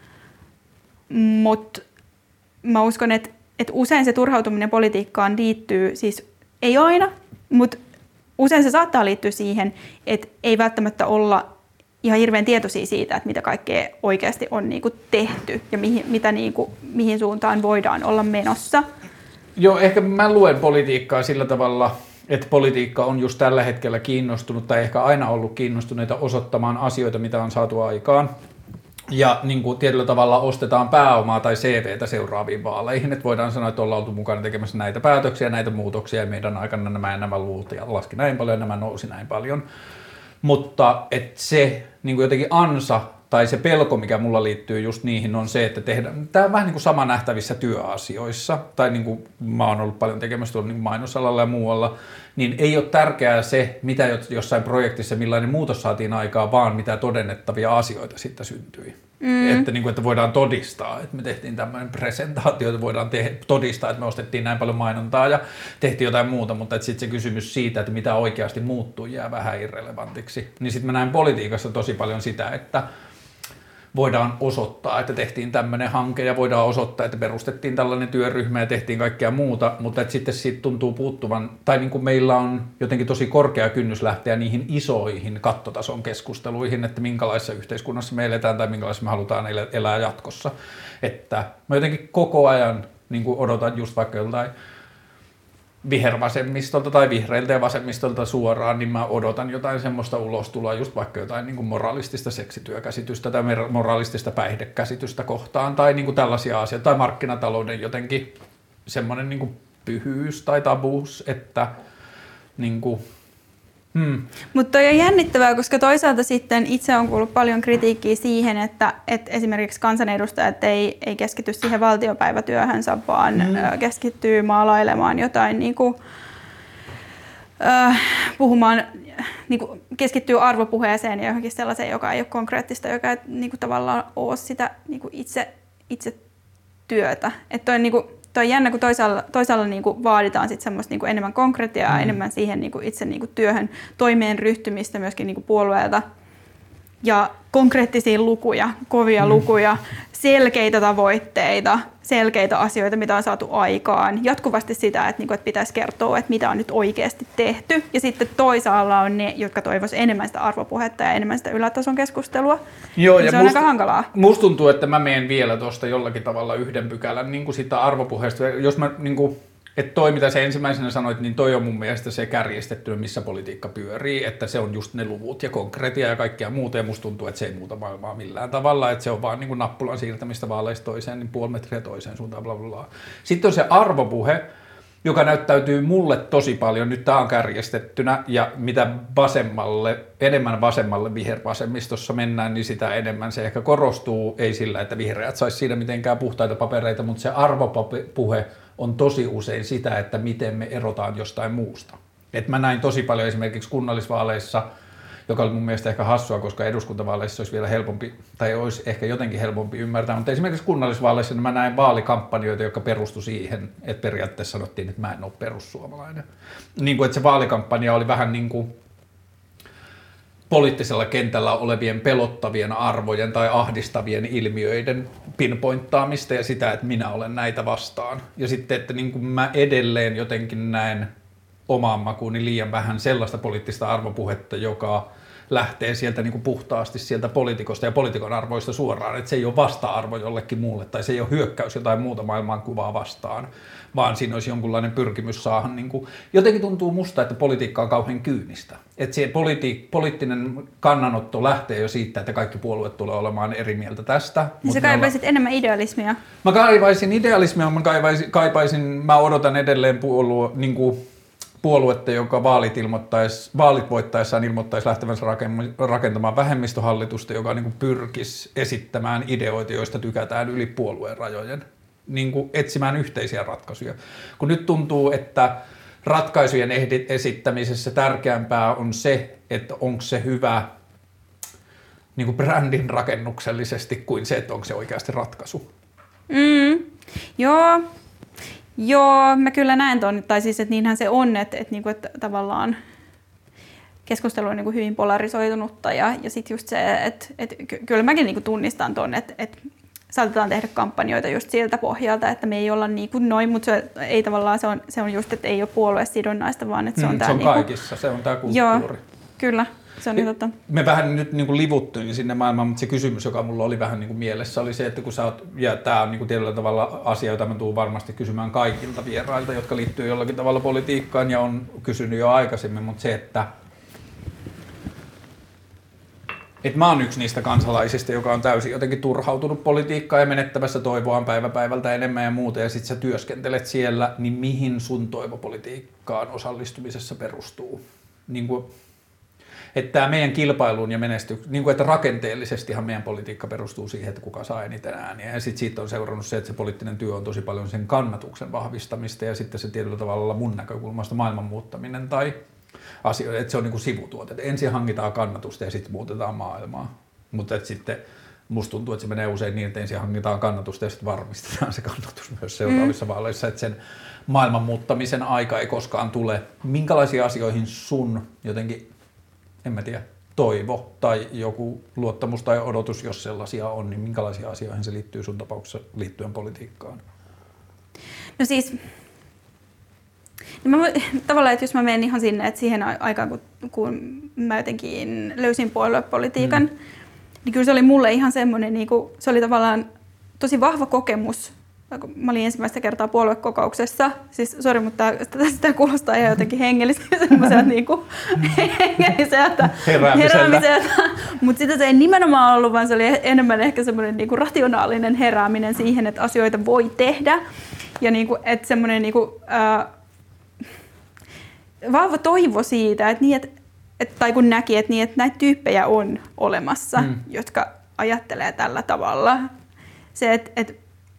Mutta mä uskon, että usein se turhautuminen politiikkaan liittyy siis ei aina, mutta usein se saattaa liittyä siihen, että ei välttämättä olla ihan hirveän tietoisia siitä, että mitä kaikkea oikeasti on niinku tehty ja mihin suuntaan voidaan olla menossa. Joo, ehkä mä luen politiikkaa sillä tavalla, että politiikka on just tällä hetkellä kiinnostunut tai ehkä aina ollut kiinnostuneita osoittamaan asioita, mitä on saatu aikaan. Ja niin kuin tietyllä tavalla ostetaan pääomaa tai CVtä seuraaviin vaaleihin, että voidaan sanoa, että ollaan oltu mukana tekemässä näitä päätöksiä, näitä muutoksia ja meidän aikana nämä luvut ja laski näin paljon ja nämä nousi näin paljon. Mutta että se niin kuin jotenkin ansa tai se pelko, mikä mulla liittyy just niihin, on se, että tehdään, tämä on vähän niin kuin sama nähtävissä työasioissa, tai niin kuin mä oon ollut paljon tekemässä tuolla niin kuin mainosalalla ja muualla, niin ei ole tärkeää se, mitä jossain projektissa, millainen muutos saatiin aikaan, vaan mitä todennettavia asioita siitä syntyi. Että, niin kuin, että voidaan todistaa, että me tehtiin tämmöinen presentaatio, että voidaan todistaa, että me ostettiin näin paljon mainontaa ja tehtiin jotain muuta, mutta sitten se kysymys siitä, että mitä oikeasti muuttuu, jää vähän irrelevantiksi. Niin sitten mä näen politiikassa tosi paljon sitä, että voidaan osoittaa, että tehtiin tämmöinen hanke ja voidaan osoittaa, että perustettiin tällainen työryhmä ja tehtiin kaikkea muuta, mutta että sitten siitä tuntuu puuttuvan, tai niin kuin meillä on jotenkin tosi korkea kynnys lähteä niihin isoihin kattotason keskusteluihin, että minkälaisessa yhteiskunnassa me eletään tai minkälaisessa me halutaan elää jatkossa. Että mä jotenkin koko ajan niin kuin odotan just vaikka joltain vihervasemmistolta tai vihreiltä ja vasemmistolta suoraan, niin mä odotan jotain semmoista ulostuloa, just vaikka jotain niin kuin moraalistista seksityökäsitystä tai moraalistista päihdekäsitystä kohtaan tai niin kuin tällaisia asioita, tai markkinatalouden jotenkin semmoinen niin kuin pyhyys tai tabuus, että niin kuin, Mutta toi on jännittävää, koska toisaalta sitten itse on kuullut paljon kritiikkiä siihen, että esimerkiksi kansanedustajat ei keskity siihen valtiopäivätyöhönsä, vaan keskittyy maalailemaan jotain, puhumaan, keskittyy arvopuheeseen ja johonkin sellaiseen, joka ei ole konkreettista, joka ei tavallaan ole sitä itse työtä. Että toi on jännä, kun toisaalla vaaditaan sit semmoista enemmän konkretiaa, enemmän siihen itse työhön toimeen ryhtymistä myöskin puolueelta. Ja konkreettisia lukuja, kovia lukuja, selkeitä tavoitteita, selkeitä asioita, mitä on saatu aikaan. Jatkuvasti sitä, että pitäisi kertoa, että mitä on nyt oikeasti tehty. Ja sitten toisaalla on ne, jotka toivoisivat enemmän sitä arvopuhetta ja enemmän sitä ylätason keskustelua. Joo, ja se on aika hankalaa. Musta tuntuu, että mä menen vielä tuosta jollakin tavalla yhden pykälän niin kuin sitä arvopuheesta. Jos mä niin kuin, että toi, mitä sä ensimmäisenä sanoit, niin toi on mun mielestä se kärjestettynä, missä politiikka pyörii, että se on just ne luvut ja konkretia ja kaikkea muuta, ja musta tuntuu, että se ei muuta maailmaa millään tavalla, että se on vaan niin kuin nappulan siirtämistä vaaleista toiseen, niin puoli metriä toiseen suuntaan, bla bla bla. Sitten on se arvopuhe, joka näyttäytyy mulle tosi paljon, nyt tää on kärjestettynä, ja mitä enemmän vasemmalle vihervasemmistossa mennään, niin sitä enemmän se ehkä korostuu, ei sillä, että vihreät saisi siinä mitenkään puhtaita papereita, mutta se arvopuhe on tosi usein sitä, että miten me erotaan jostain muusta. Et mä näin tosi paljon esimerkiksi kunnallisvaaleissa, joka oli mun mielestä ehkä hassua, koska eduskuntavaaleissa olisi vielä helpompi, tai olisi ehkä jotenkin helpompi ymmärtää, mutta esimerkiksi kunnallisvaaleissa niin mä näin vaalikampanjoita, jotka perustu siihen, että periaatteessa sanottiin, että mä en ole perussuomalainen. Niin kuin, että se vaalikampanja oli vähän niin kuin poliittisella kentällä olevien pelottavien arvojen tai ahdistavien ilmiöiden pinpointtaamista ja sitä, että minä olen näitä vastaan. Ja sitten, että niin kuin mä edelleen jotenkin näen omaan makuuni liian vähän sellaista poliittista arvopuhetta, joka lähtee sieltä niin kuin puhtaasti sieltä poliitikosta ja poliitikon arvoista suoraan, että se ei ole vasta-arvo jollekin muulle tai se ei ole hyökkäys jotain muuta maailmankuvaa vastaan, vaan siinä olisi jonkunlainen pyrkimys saada, niin kuin, jotenkin tuntuu musta, että politiikka on kauhean kyynistä. Että se poliittinen kannanotto lähtee jo siitä, että kaikki puolueet tulee olemaan eri mieltä tästä. Niin sä kaipaisit enemmän idealismia? Mä kaipaisin idealismia, mä odotan edelleen puoluetta, joka vaalit voittaessaan ilmoittaisi lähtevänsä rakentamaan vähemmistöhallitusta, joka niin kuin pyrkisi esittämään ideoita, joista tykätään yli puolueen rajojen, niin kuin etsimään yhteisiä ratkaisuja. Kun nyt tuntuu, että ratkaisujen esittämisessä tärkeämpää on se, että onko se hyvä niin kuin brändin rakennuksellisesti kuin se, että onko se oikeasti ratkaisu. Joo, mä kyllä näen ton, tai siis, että niinhän se on, että tavallaan keskustelu on hyvin polarisoitunutta ja sitten just se, että kyllä mäkin tunnistan ton, että saatetaan tehdä kampanjoita just siltä pohjalta, että me ei olla noin, mutta se ei tavallaan, se on just, että ei ole puoluesidonnaista, vaan että se on tää se on kaikissa, se on tää kulttuuri. Joo, kyllä. Se on totta. Me vähän nyt niin kuin livuttuin sinne maailmaan, mutta se kysymys, joka mulla oli vähän niin kuin mielessä, oli se, että kun sä oot, ja tää on niin kuin tietyllä tavalla asia, jota mä tuun varmasti kysymään kaikilta vierailta, jotka liittyy jollakin tavalla politiikkaan ja on kysynyt jo aikaisemmin, mutta se, että mä oon yksi niistä kansalaisista, joka on täysin jotenkin turhautunut politiikkaan ja menettävässä toivoaan päivä päivältä enemmän ja muuta, ja sit sä työskentelet siellä, niin mihin sun toivopolitiikkaan osallistumisessa perustuu? Niin kuin, että tämä meidän kilpailuun ja niin kuin, että rakenteellisestihan meidän politiikka perustuu siihen, että kuka saa eniten ääniä. Ja sitten siitä on seurannut se, että se poliittinen työ on tosi paljon sen kannatuksen vahvistamista ja sitten se tietyllä tavalla mun näkökulmasta maailman muuttaminen tai asioita, että se on niin kuin sivutuote. Että ensin hankitaan kannatusta ja sitten muutetaan maailmaa. Mutta sitten musta tuntuu, että se menee usein niin, että ensin hankitaan kannatusta ja sitten varmistetaan se kannatus myös seuraavissa vaaleissa, että sen maailman muuttamisen aika ei koskaan tule. Minkälaisiin asioihin sun jotenkin, en mä tiedä, toivo tai joku luottamus tai odotus, jos sellaisia on, niin minkälaisiin asioihin se liittyy sun tapauksessa liittyen politiikkaan? No siis, tavallaan, että jos mä menen ihan sinne, että siihen aikaan, kun mä jotenkin löysin puoluepolitiikan, niin kyllä se oli mulle ihan semmoinen, niin kuin, se oli tavallaan tosi vahva kokemus. Mä olin ensimmäistä kertaa puoluekokouksessa, siis sori, mutta tämä kuulostaa ihan jotenkin hengelliseltä, heräämiseltä. Mutta sitä se ei nimenomaan ollut, vaan se oli enemmän ehkä semmoinen niinku rationaalinen herääminen siihen, että asioita voi tehdä. Ja niinku, että semmoinen niinku, vahva toivo siitä, että tai kun näki, että näitä tyyppejä on olemassa, jotka ajattelee tällä tavalla. Se, että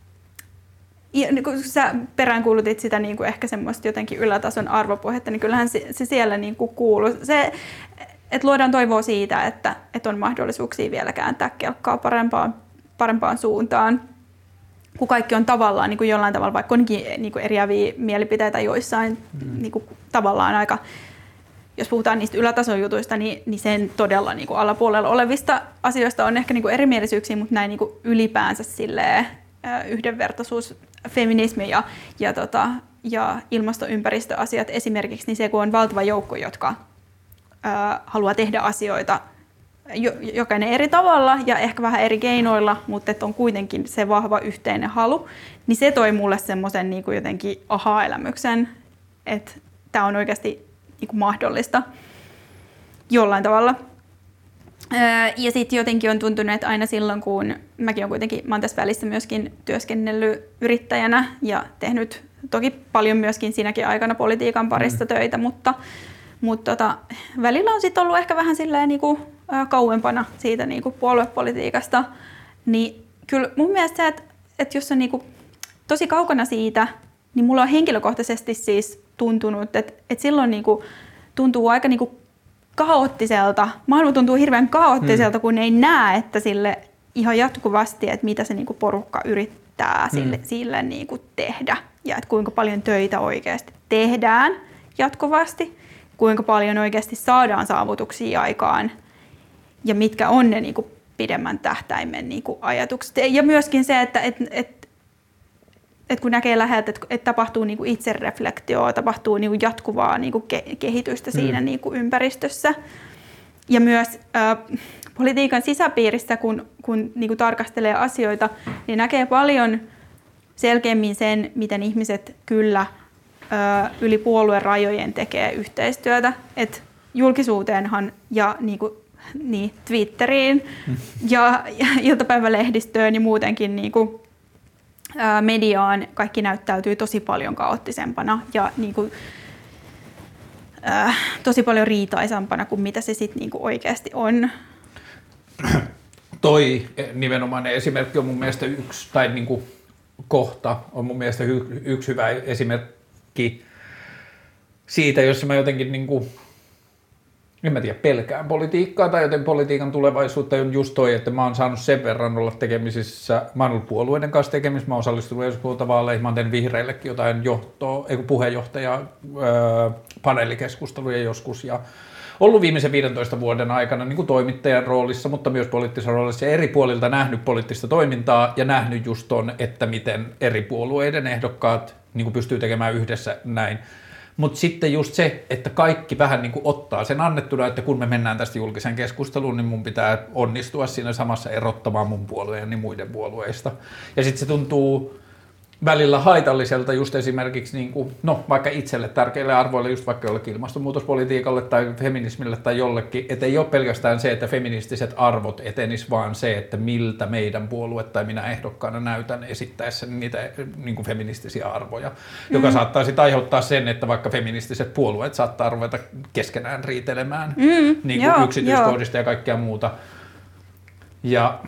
kun sä peräänkuulutit sitä niin kuin ehkä semmoista jotenkin ylätason arvopuhetta, niin kyllähän se siellä niin kuin kuuluu. Se, että luodaan toivoa siitä, että on mahdollisuuksia vielä kääntää kelkkaa parempaan suuntaan, kun kaikki on tavallaan niin kuin jollain tavalla, vaikka onkin niin kuin eriäviä mielipiteitä joissain niin kuin tavallaan aika, jos puhutaan niistä ylätason jutuista, niin sen todella niin kuin alapuolella olevista asioista on ehkä niin kuin erimielisyyksiä, mutta näin niin kuin ylipäänsä silleen, yhdenvertaisuus, feminismi ja ilmastoympäristöasiat esimerkiksi, niin se kun on valtava joukko, jotka haluaa tehdä asioita jokainen eri tavalla ja ehkä vähän eri keinoilla, mutta että on kuitenkin se vahva yhteinen halu, niin se toi mulle semmoisen niin kuin jotenkin aha-elämyksen, että tämä on oikeasti niin kuin mahdollista jollain tavalla. Ja sitten jotenkin on tuntunut, että aina silloin, kun mä oon tässä välissä myöskin työskennellyt yrittäjänä ja tehnyt toki paljon myöskin siinäkin aikana politiikan parissa töitä, mutta välillä on sitten ollut ehkä vähän silleen niinku kauempana siitä niinku puoluepolitiikasta, niin kyllä mun mielestä se, että jos on niinku tosi kaukana siitä, niin mulla on henkilökohtaisesti siis tuntunut, että silloin niinku tuntuu aika niinku kaoottiselta. Maailma tuntuu hirveän kaoottiselta, kun ei näe, että sille ihan jatkuvasti, että mitä se niinku porukka yrittää sille niinku tehdä ja että kuinka paljon töitä oikeasti tehdään jatkuvasti, kuinka paljon oikeasti saadaan saavutuksia aikaan ja mitkä on ne niinku pidemmän tähtäimen niinku ajatukset. Ja myöskin se, että kun näkee läheltä, että tapahtuu niinku itsereflektioa, tapahtuu niinku jatkuvaa niinku kehitystä siinä niinku ympäristössä. Ja myös politiikan sisäpiirissä, kun niinku tarkastelee asioita, niin näkee paljon selkeämmin sen, miten ihmiset kyllä yli puoluerajojen tekee yhteistyötä. Et julkisuuteenhan ja Twitteriin ja iltapäivälehdistöön ja muutenkin niinku mediaan kaikki näyttäytyy tosi paljon kaoottisempana ja tosi paljon riitaisampana kuin mitä se sitten niinku oikeasti on. Toi nimenomainen esimerkki on mun mielestä yksi, tai niinku kohta on mun mielestä yksi hyvä esimerkki siitä, jossa mä jotenkin niinku, en mä tiedä, pelkään politiikkaa tai joten politiikan tulevaisuutta on just toi, että mä oon saanut sen verran olla tekemisissä, mä oon ollut puolueiden kanssa tekemisissä, mä oon osallistunut eduskuntavaaleihin, mä oon tehnyt vihreillekin jotain puheenjohtaja paneelikeskusteluja joskus ja ollut viimeisen 15 vuoden aikana niin kuin toimittajan roolissa, mutta myös poliittisessa roolissa ja eri puolilta nähnyt poliittista toimintaa ja nähnyt just ton, että miten eri puolueiden ehdokkaat niin kuin pystyy tekemään yhdessä näin. Mutta sitten just se, että kaikki vähän niin kuin ottaa sen annettuna, että kun me mennään tästä julkiseen keskusteluun, niin mun pitää onnistua siinä samassa erottamaan mun puolueeni muiden puolueista. Ja sitten se tuntuu välillä haitalliselta just esimerkiksi niin kuin, no, vaikka itselle tärkeille arvoille, just vaikka jollekin ilmastonmuutospolitiikalle tai feminismille tai jollekin, että ei ole pelkästään se, että feministiset arvot etenis, vaan se, että miltä meidän puolue tai minä ehdokkaana näytän esittäessäni niitä niin kuin feministisiä arvoja, joka saattaa sitten aiheuttaa sen, että vaikka feministiset puolueet saattaa ruveta keskenään riitelemään niin kuin yksityiskohdista ja kaikkea muuta. Ja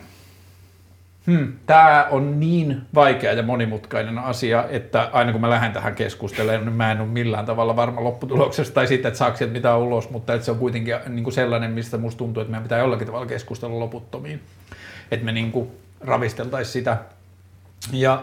tämä on niin vaikea ja monimutkainen asia, että aina kun mä lähden tähän keskustelemaan, niin mä en ole millään tavalla varma lopputuloksesta tai siitä, että saako sieltä mitään ulos, mutta että se on kuitenkin niin kuin sellainen, mistä musta tuntuu, että meidän pitää jollakin tavalla keskustella loputtomiin, että me niin kuin ravisteltaisiin sitä. Ja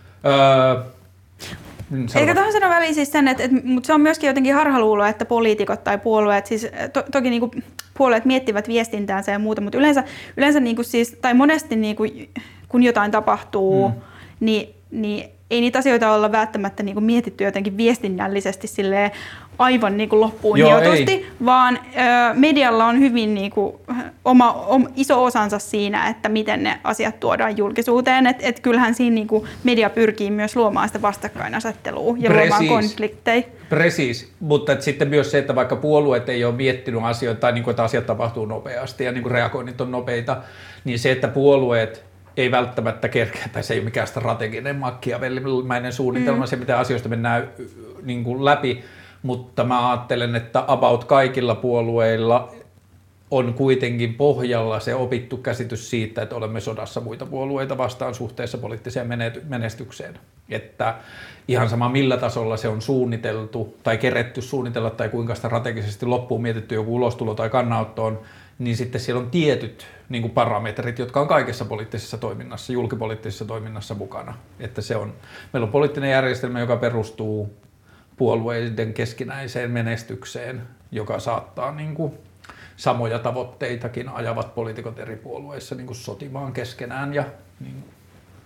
eikä tuohon sano väliin siis sen, mutta se on myöskin jotenkin harhaluulo, että poliitikot tai puolueet, siis toki niinku puolueet miettivät viestintäänsä ja muuta, mutta yleensä niinku siis, tai monesti niinku, kun jotain tapahtuu, niin ei niitä asioita olla välttämättä niinku mietitty jotenkin viestinnällisesti silleen aivan niinku loppuun hiotusti, vaan medialla on hyvin niinku oma iso osansa siinä, että miten ne asiat tuodaan julkisuuteen. Et kyllähän siinä niinku media pyrkii myös luomaan sitä vastakkainasettelua ja luomaan konflikteja. Precis, mutta sitten myös se, että vaikka puolueet ei ole miettinyt asioita tai niinku, että asiat tapahtuu nopeasti ja niinku reagoinnit on nopeita, niin se, että puolueet ei välttämättä kerkeä, tai se ei ole mikään strateginen machiavellimäinen suunnitelma, se mitä asioista mennään niin kuin läpi, mutta mä ajattelen, että about kaikilla puolueilla on kuitenkin pohjalla se opittu käsitys siitä, että olemme sodassa muita puolueita vastaan suhteessa poliittiseen menestykseen. Että ihan sama millä tasolla se on suunniteltu tai keretty suunnitella tai kuinka strategisesti loppuun mietitty joku ulostulo tai kannanottoon, niin sitten siellä on tietyt niin kuin parametrit, jotka on kaikessa poliittisessa toiminnassa, julkipoliittisessa toiminnassa mukana. Että se on, meillä on poliittinen järjestelmä, joka perustuu puolueiden keskinäiseen menestykseen, joka saattaa niin kuin samoja tavoitteitakin ajavat poliitikot eri puolueissa niin kuin sotimaan keskenään ja niin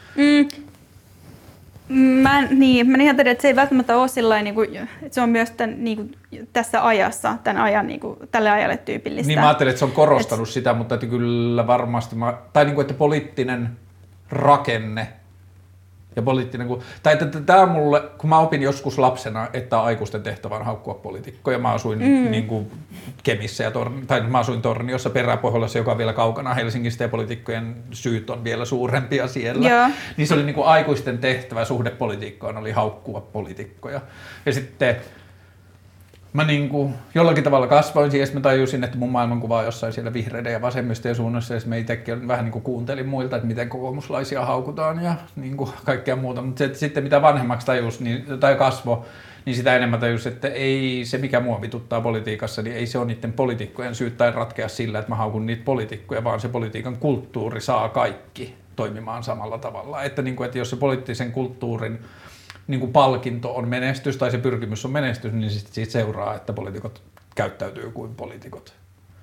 Mä en ihan tiedä, että se ei välttämättä ole sillain, niin kuin, että se on myös tämän, niin kuin, tässä ajassa, tämän ajan, niin kuin, tälle ajalle tyypillistä. Niin mä ajattelin, että se on korostanut sitä, mutta että kyllä varmasti, tai niin kuin, että poliittinen rakenne ja poliittinen, tai että tämä on mulle, kun mä opin joskus lapsena, että aikuisten tehtävä on haukkua poliitikkoja. Mä asuin niin kuin Kemissä, tai mä asuin Torniossa Peräpohjolassa, joka on vielä kaukana Helsingistä, ja poliitikkojen syyt on vielä suurempia siellä. Joo. Niin se oli niin kuin aikuisten tehtävä, suhde poliitikkoon oli haukkua poliitikkoja. Ja sitten mä niin kuin jollakin tavalla kasvoin siihen, mä tajusin, että mun maailmankuva on jossain siellä vihreiden ja vasemmistojen suunnassa, ja mä itsekin vähän niin kuin kuuntelin muilta, että miten kokoomuslaisia haukutaan ja niin kuin kaikkea muuta. Mutta sitten mitä vanhemmaksi tajus, tai kasvo, niin sitä enemmän tajus, että ei se mikä mua vituttaa politiikassa, niin ei se ole niiden poliitikkojen syyt tai ratkea sillä, että mä haukun niitä poliitikkoja, vaan se politiikan kulttuuri saa kaikki toimimaan samalla tavalla. Että, niin kuin, että jos se poliittisen kulttuurin niin kuin palkinto on menestys tai se pyrkimys on menestys, niin siitä seuraa, että poliitikot käyttäytyy kuin poliitikot.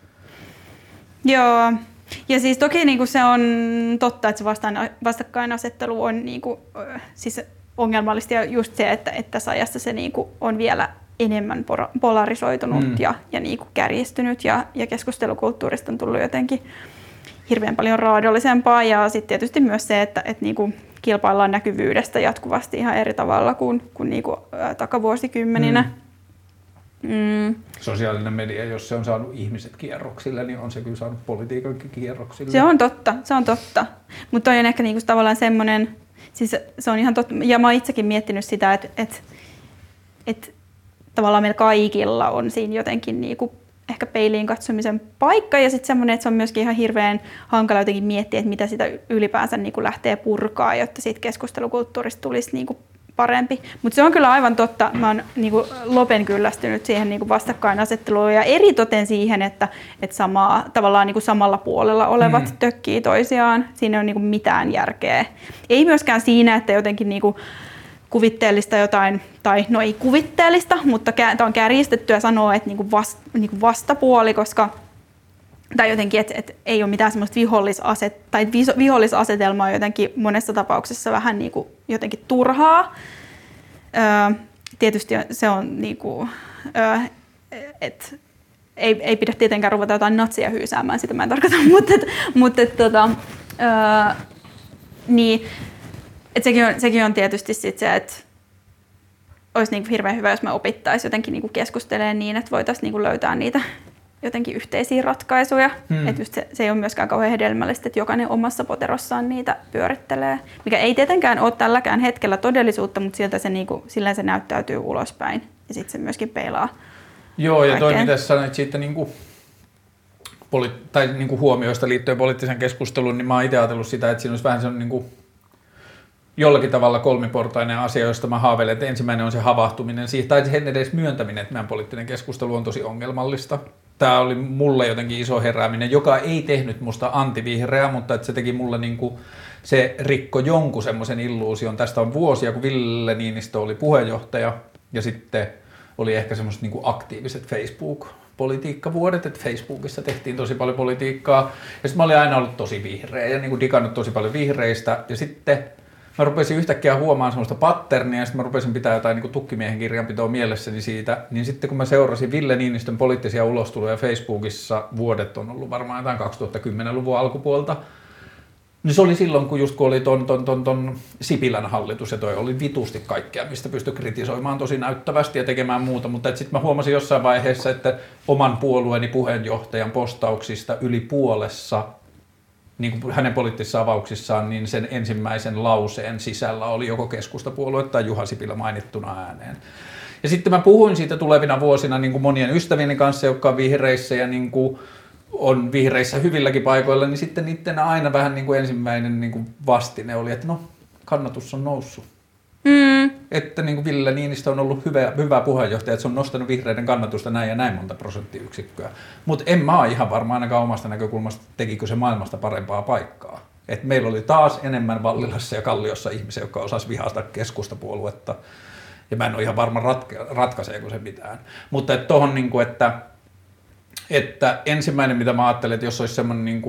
Joo, ja siis toki niin kuin se on totta, että se vastakkainasettelu on niin kuin, siis ongelmallista ja just se, että tässä ajassa se niin kuin on vielä enemmän polarisoitunut ja niin kuin kärjistynyt ja keskustelukulttuurista on tullut jotenkin hirveän paljon raadollisempaa ja sitten tietysti myös se, että niin kuin kilpaillaan näkyvyydestä jatkuvasti ihan eri tavalla kuin niinku, takavuosikymmeninä. Sosiaalinen media, jos se on saanut ihmiset kierroksille, niin on se kyllä saanut politiikankin kierroksille. Se on totta. Mutta toi on ehkä niinku tavallaan semmoinen, siis se on ihan totta, ja mä oon itsekin miettinyt sitä, että tavallaan meillä kaikilla on siinä jotenkin niinku ehkä peiliin katsomisen paikka ja sitten semmoinen, että se on myöskin ihan hirveän hankala jotenkin miettiä, että mitä sitä ylipäänsä niin kuin lähtee purkaa, jotta siitä keskustelukulttuurista tulisi niin kuin parempi. Mutta se on kyllä aivan totta. Mä oon niin kuin lopen kyllästynyt siihen niin kuin vastakkainasetteluun ja eritoten siihen, että tavallaan niin kuin samalla puolella olevat tökkii toisiaan. Siinä ei ole niin kuin mitään järkeä. Ei myöskään siinä, että jotenkin niin kuin kuvitteellista jotain, tai no ei kuvitteellista, mutta tämä on kärjistettyä sanoa, että niinku vastapuoli, koska tai jotenkin, että ei ole mitään semmoista vihollisasetelmaa jotenkin monessa tapauksessa vähän niinku jotenkin turhaa. Tietysti se on niinku, että ei pidä tietenkään ruveta jotain natsia hyysäämään, sitä mä en tarkoita, niin. Et sekin on tietysti sit se, että olisi niinku hirveän hyvä, jos me opittaisiin jotenkin niinku keskustelemaan niin, että voitaisiin niinku löytää niitä jotenkin yhteisiä ratkaisuja. Et just se ei ole myöskään kauhean hedelmällistä, että jokainen omassa poterossaan niitä pyörittelee. Mikä ei tietenkään ole tälläkään hetkellä todellisuutta, mutta sillä se näyttäytyy ulospäin. Ja sitten se myöskin peilaa. Joo, ja toi mitä sanoit siitä niinku huomioista liittyen poliittiseen keskusteluun, niin mä oon itse ajatellut sitä, että siinä olisi vähän sellainen niinku jollakin tavalla kolmiportainen asia, josta mä haaveilen, että ensimmäinen on se havahtuminen siihen, tai sen edes myöntäminen, että meidän poliittinen keskustelu on tosi ongelmallista. Tämä oli mulle jotenkin iso herääminen, joka ei tehnyt musta antivihreä, mutta että se teki mulle niinku, se rikko jonkun semmoisen illuusion. Tästä on vuosia, kun Ville Niinistö oli puheenjohtaja, ja sitten oli ehkä semmoiset niinku aktiiviset Facebook-politiikkavuodet, että Facebookissa tehtiin tosi paljon politiikkaa, ja sitten mä olin aina ollut tosi vihreä, ja niinku digannut tosi paljon vihreistä, ja sitten mä rupesin yhtäkkiä huomaamaan semmoista patternia ja sitten mä rupesin pitää jotain niin kuin tukkimiehen kirjanpitoa mielessäni siitä. Niin sitten kun mä seurasin Ville Niinistön poliittisia ulostuloja Facebookissa, vuodet on ollut varmaan jotain 2010-luvun alkupuolta, niin se oli silloin, kun oli ton Sipilän hallitus ja toi oli vitusti kaikkea, mistä pystyi kritisoimaan tosi näyttävästi ja tekemään muuta. Mutta sitten mä huomasin jossain vaiheessa, että oman puolueeni puheenjohtajan postauksista yli puolessa niin kuin hänen poliittisissa avauksissaan, niin sen ensimmäisen lauseen sisällä oli joko keskustapuolue tai Juha Sipilä mainittuna ääneen. Ja sitten mä puhuin siitä tulevina vuosina niin kuin monien ystävieni kanssa, jotka on vihreissä ja niin kuin on vihreissä hyvilläkin paikoilla, niin sitten niiden aina vähän niin kuin ensimmäinen niin kuin vastine oli, että no, kannatus on noussut. Että niin kuin Ville Niinistö on ollut hyvä puheenjohtaja, että se on nostanut vihreiden kannatusta näin ja näin monta prosenttiyksikköä. Mutta en mä ole ihan varma ainakaan omasta näkökulmasta, tekikö se maailmasta parempaa paikkaa. Et meillä oli taas enemmän Vallilassa ja Kalliossa ihmisiä, jotka osasivat vihasta keskustapuoluetta. Ja mä en ole ihan varma ratkaiseeko se mitään. Mutta että tohon, niin kuin, että ensimmäinen mitä mä ajattelen, että jos olisi semmoinen niin kuin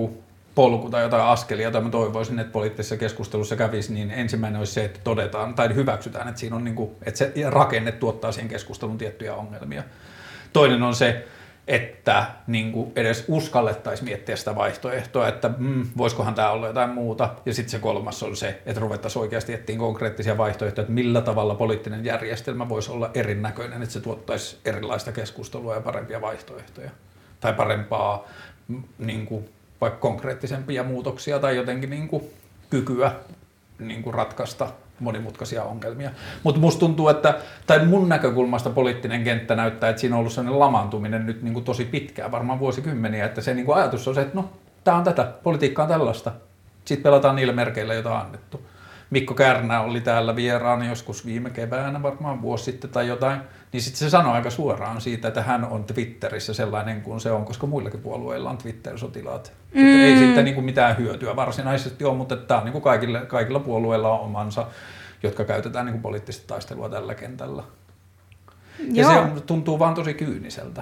polku tai jotain askelia, jota mä toivoisin, että poliittisessa keskustelussa kävisi, niin ensimmäinen olisi se, että todetaan tai hyväksytään, että siinä on niinku, että se rakenne tuottaa siihen keskustelun tiettyjä ongelmia. Toinen on se, että niinku edes uskallettaisiin miettiä sitä vaihtoehtoa, että voisikohan tämä olla jotain muuta. Ja sitten se kolmas on se, että ruvettaisiin oikeasti etsiä konkreettisia vaihtoehtoja, että millä tavalla poliittinen järjestelmä voisi olla erinäköinen, että se tuottaisi erilaista keskustelua ja parempia vaihtoehtoja. Tai parempaa niinku, vaikka konkreettisempia muutoksia tai jotenkin niinku, kykyä niinku, ratkaista monimutkaisia ongelmia. Mutta musta tuntuu, että, tai mun näkökulmasta poliittinen kenttä näyttää, että siinä on ollut sellainen lamaantuminen nyt niinku tosi pitkään, varmaan vuosikymmeniä, että se niinku ajatus on se, että no, tää on tätä, politiikka on tällaista. Sitten pelataan niillä merkeillä, joita on annettu. Mikko Kärnä oli täällä vieraana joskus viime keväänä, varmaan vuosi sitten tai jotain, niin sitten se sanoi aika suoraan siitä, että hän on Twitterissä sellainen kuin se on, koska muillakin puolueilla on Twitter-sotilaat. Ei siitä niinku mitään hyötyä varsinaisesti ole, mutta tämä on niinku kaikilla puolueilla on omansa, jotka käytetään niinku poliittista taistelua tällä kentällä. Ja se tuntuu vaan tosi kyyniseltä.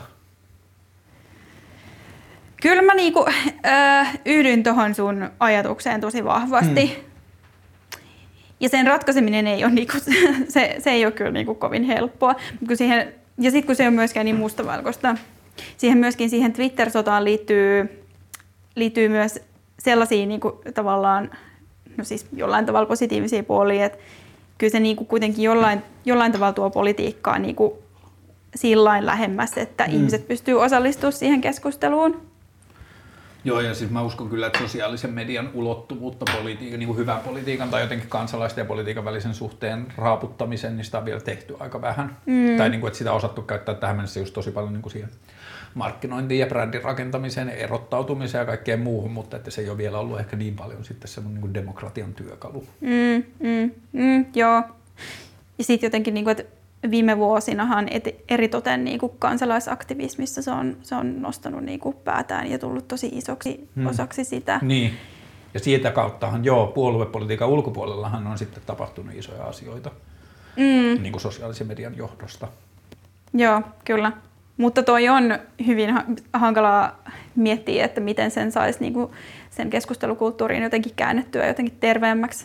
Kyllä mä niinku, yhdyn tuohon sun ajatukseen tosi vahvasti. Ja sen ratkaiseminen ei ole, niinku, se ei ole kyllä niinku kovin helppoa. Ja sitten kun se on myöskään niin mustavalkoista, siihen Twitter-sotaan liittyy myös sellaisia niinku, tavallaan, no siis jollain tavalla positiivisia puolia, että kyllä se niinku, kuitenkin jollain tavalla tuo politiikkaa niinku, sillain lähemmäs, että ihmiset pystyy osallistumaan siihen keskusteluun. Joo, ja siis mä uskon kyllä, että sosiaalisen median ulottuvuutta niin kuin hyvän politiikan tai jotenkin kansalaisten ja politiikan välisen suhteen raaputtamisen, niin sitä on vielä tehty aika vähän. Tai niin kuin, että sitä on osattu käyttää tähän mennessä just tosi paljon niin kuin siihen markkinointiin ja brändin rakentamiseen, erottautumiseen ja kaikkeen muuhun, mutta että se ei ole vielä ollut ehkä niin paljon sitten semmoinen niin kuin demokratian työkalu. Joo. Ja sitten jotenkin, niin kuin, että viime vuosinahan eritoten niin kuin kansalaisaktivismissa se on nostanut niin kuin päätään ja tullut tosi isoksi osaksi sitä. Niin. Ja siitä kauttahan puoluepolitiikan ulkopuolellahan on sitten tapahtunut isoja asioita niin kuin sosiaalisen median johdosta. Joo, kyllä. Mutta toi on hyvin hankalaa miettiä, että miten sen saisi niin kuin sen keskustelukulttuuriin jotenkin käännettyä jotenkin terveemmäksi.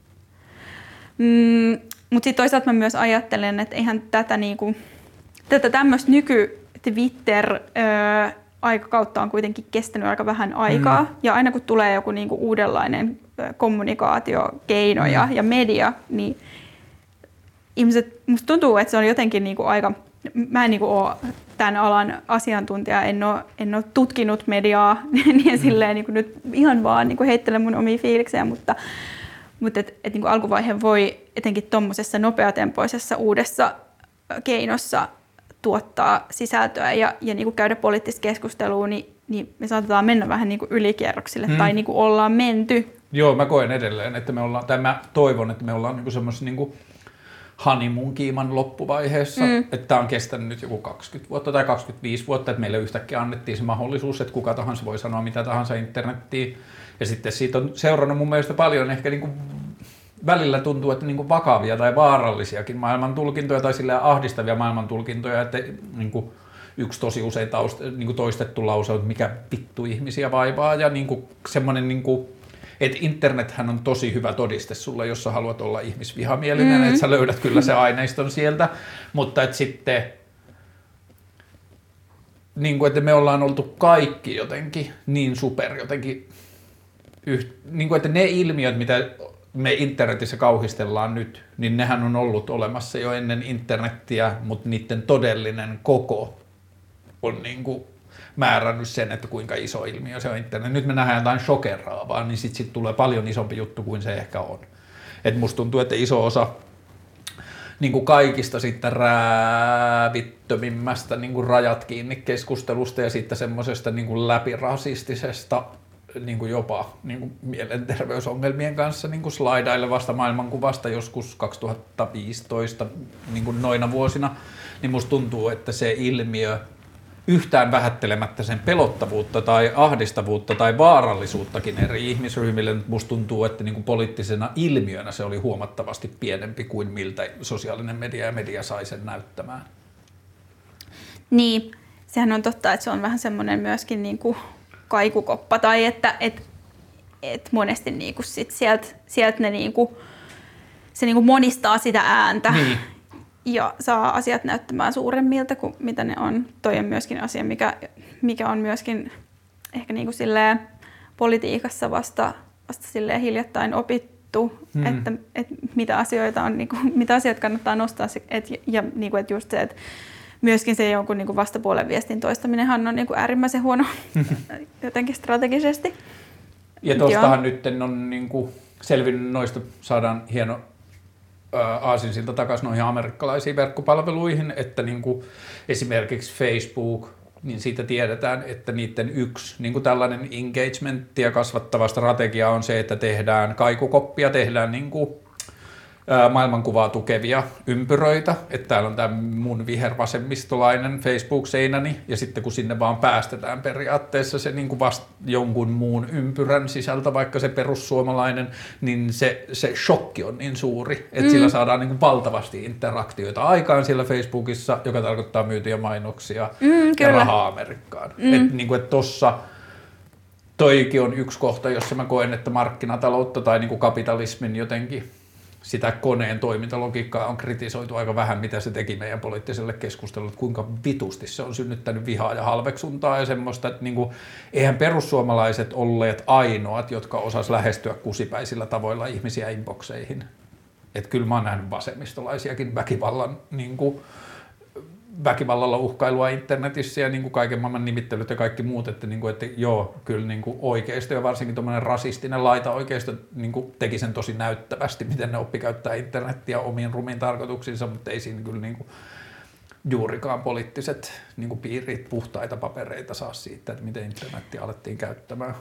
Mutta sitten toisaalta mä myös ajattelen, että eihän tätä tämmöistä nyky-Twitter-aikakautta on kuitenkin kestänyt aika vähän aikaa. Ja aina kun tulee joku niinku uudenlainen kommunikaatiokeino ja media, niin ihmiset, musta tuntuu, että se on jotenkin niinku aika, mä en niinku ole tämän alan asiantuntija, en ole tutkinut mediaa, niin silleen niinku nyt ihan vaan niinku heittelen mun omia fiiliksejä, mutta et niin kuin alkuvaihe voi etenkin tuommoisessa nopeatempoisessa uudessa keinossa tuottaa sisältöä ja niin kuin käydä poliittista keskustelua, niin me saatetaan mennä vähän niin kuin ylikierroksille tai niin kuin ollaan menty. Joo, mä koen edelleen, että mä toivon, että me ollaan niin semmoisessa niin honeymoon-kiiman loppuvaiheessa, että tämä on kestänyt nyt joku 20 vuotta tai 25 vuotta, että meille yhtäkkiä annettiin se mahdollisuus, että kuka tahansa voi sanoa mitä tahansa internettiin. Ja sitten siitä on seurannut mun mielestä paljon ehkä niin kuin välillä tuntuu, että niin kuin vakavia tai vaarallisiakin maailmantulkintoja tai sillä ahdistavia maailmantulkintoja, että niin kuin yksi tosi usein niin kuin toistettu lause on, mikä vittu ihmisiä vaivaa ja niin kuin semmoinen, niin kuin, että internethän on tosi hyvä todiste sulle, jos sä haluat olla ihmisvihamielinen, että sä löydät kyllä se aineiston sieltä, mutta että sitten niin kuin, että me ollaan oltu kaikki jotenkin niin super jotenkin niin kuin, että ne ilmiöt, mitä me internetissä kauhistellaan nyt, niin nehän on ollut olemassa jo ennen internettiä, mutta niiden todellinen koko on niin kuin määrännyt sen, että kuinka iso ilmiö se on internet. Nyt me nähdään jotain shokeraavaa, niin sitten tulee paljon isompi juttu kuin se ehkä on. Et musta tuntuu, että iso osa niin kuin kaikista sitten räävittömimmästä niin kuin rajat kiinni keskustelusta ja sitten semmoisesta niin kuin läpirasistisesta niin kuin jopa niin kuin mielenterveysongelmien kanssa niin kuin slaidailevasta maailmankuvasta joskus 2015 niin kuin noina vuosina, niin musta tuntuu, että se ilmiö yhtään vähättelemättä sen pelottavuutta tai ahdistavuutta tai vaarallisuuttakin eri ihmisryhmille, musta tuntuu, että niin kuin poliittisena ilmiönä se oli huomattavasti pienempi kuin miltä sosiaalinen media ja media sai sen näyttämään. Niin, sehän on totta, että se on vähän semmoinen myöskin niin kuin kaikukoppa tai että et monesti niinku sieltä ne niinku, se niinku monistaa sitä ääntä ja saa asiat näyttämään suuremmilta kuin mitä ne on. Toi on myöskin asia, mikä on myöskin ehkä niinku silleen politiikassa vasta silleen hiljattain opittu, että mitä asioita on niinku, mitä asiat kannattaa nostaa ja niinku, että just se, että myöskin se jonkun niinku vastapuolen viestin toistaminenhan on niinku äärimmäisen huono jotenkin strategisesti. Ja tuostahan nyt on niinku selvinnyt noista, saadaan hieno aasinsilta takaisin noihin amerikkalaisiin verkkopalveluihin, että niinku esimerkiksi Facebook, niin siitä tiedetään, että niiden yksi niin kuin tällainen engagementia kasvattava strategia on se, että tehdään kaikukoppia, tehdään niin kuin maailmankuvaa tukevia ympyröitä, että täällä on tämä mun vihervasemmistolainen Facebook-seinäni, ja sitten kun sinne vaan päästetään periaatteessa se niin kuin vasta jonkun muun ympyrän sisältä, vaikka se perussuomalainen, niin se shokki on niin suuri, että sillä saadaan niin kuin valtavasti interaktioita aikaan siellä Facebookissa, joka tarkoittaa myytyjä mainoksia ja rahaa Amerikkaan. Että niin kuin, että tossa toikin on yksi kohta, jossa mä koen, että markkinataloutta tai niin kuin kapitalismin jotenkin sitä koneen toimintalogiikkaa on kritisoitu aika vähän, mitä se teki meidän poliittiselle keskustelulle, kuinka vitusti se on synnyttänyt vihaa ja halveksuntaa ja semmoista, että niinku, eihän perussuomalaiset olleet ainoat, jotka osas lähestyä kusipäisillä tavoilla ihmisiä inboxeihin. Että kyllä mä oon nähnyt vasemmistolaisiakin väkivallalla uhkailua internetissä ja niin kuin kaiken maailman nimittelyt ja kaikki muut, että joo, kyllä niin kuin oikeisto ja varsinkin tuommoinen rasistinen laitaoikeisto niin kuin teki sen tosi näyttävästi, miten ne oppi käyttää internettiä omiin rumiin tarkoituksiinsa, mutta ei siinä kyllä niin kuin juurikaan poliittiset niin kuin piirit puhtaita papereita saa siitä, että miten internettiä alettiin käyttämään.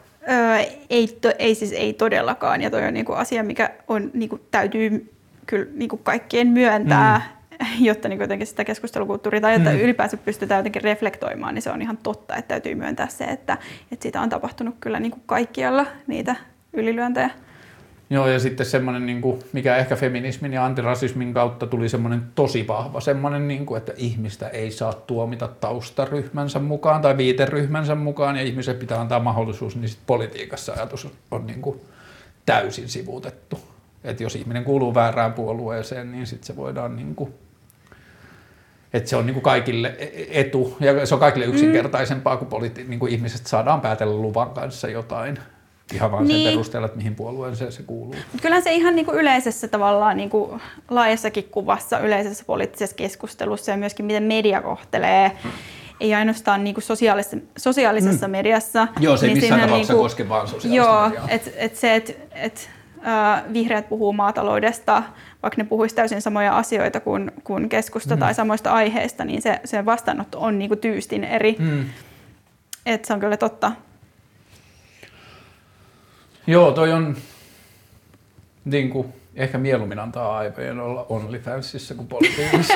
Ei todellakaan, ja toi on niin kuin asia, mikä on, niin kuin täytyy kyllä niin kuin kaikkien myöntää, jotta niin jotenkin sitä keskustelukulttuuria tai että ylipäänsä pystytään jotenkin reflektoimaan, niin se on ihan totta, että täytyy myöntää se, että siitä on tapahtunut kyllä niin kuin kaikkialla niitä ylilyöntejä. Joo, ja sitten semmoinen, niin kuin, mikä ehkä feminismin ja antirasismin kautta tuli semmoinen tosi vahva, semmoinen, niin kuin, että ihmistä ei saa tuomita taustaryhmänsä mukaan tai viiteryhmänsä mukaan, ja ihmisen pitää antaa mahdollisuus, niin sitten politiikassa ajatus on niin kuin täysin sivuutettu. Että jos ihminen kuuluu väärään puolueeseen, niin sitten se voidaan niin kuin, että se on niin kuin kaikille etu ja se on kaikille yksinkertaisempaa, kun niin kuin ihmiset saadaan päätellä luvan kanssa jotain ihan vaan sen perusteella, että mihin puolueeseen se kuuluu. Kyllähän se ihan niin kuin yleisessä tavallaan niin kuin laajassakin kuvassa, yleisessä poliittisessa keskustelussa ja myöskin miten media kohtelee, ei ainoastaan niin kuin sosiaalisessa mediassa. Joo, se ei niin missään tapauksessa niin koske vaan sosiaalista mediaa. Että vihreät puhuu maataloudesta, vaikka ne puhuisi täysin samoja asioita kuin keskusta tai samoista aiheista, niin se vastaanotto on niinku tyystin eri. Et se on kyllä totta. Joo, toi on niinku, ehkä mieluummin antaa aivojen olla OnlyFansissa kuin politiikassa.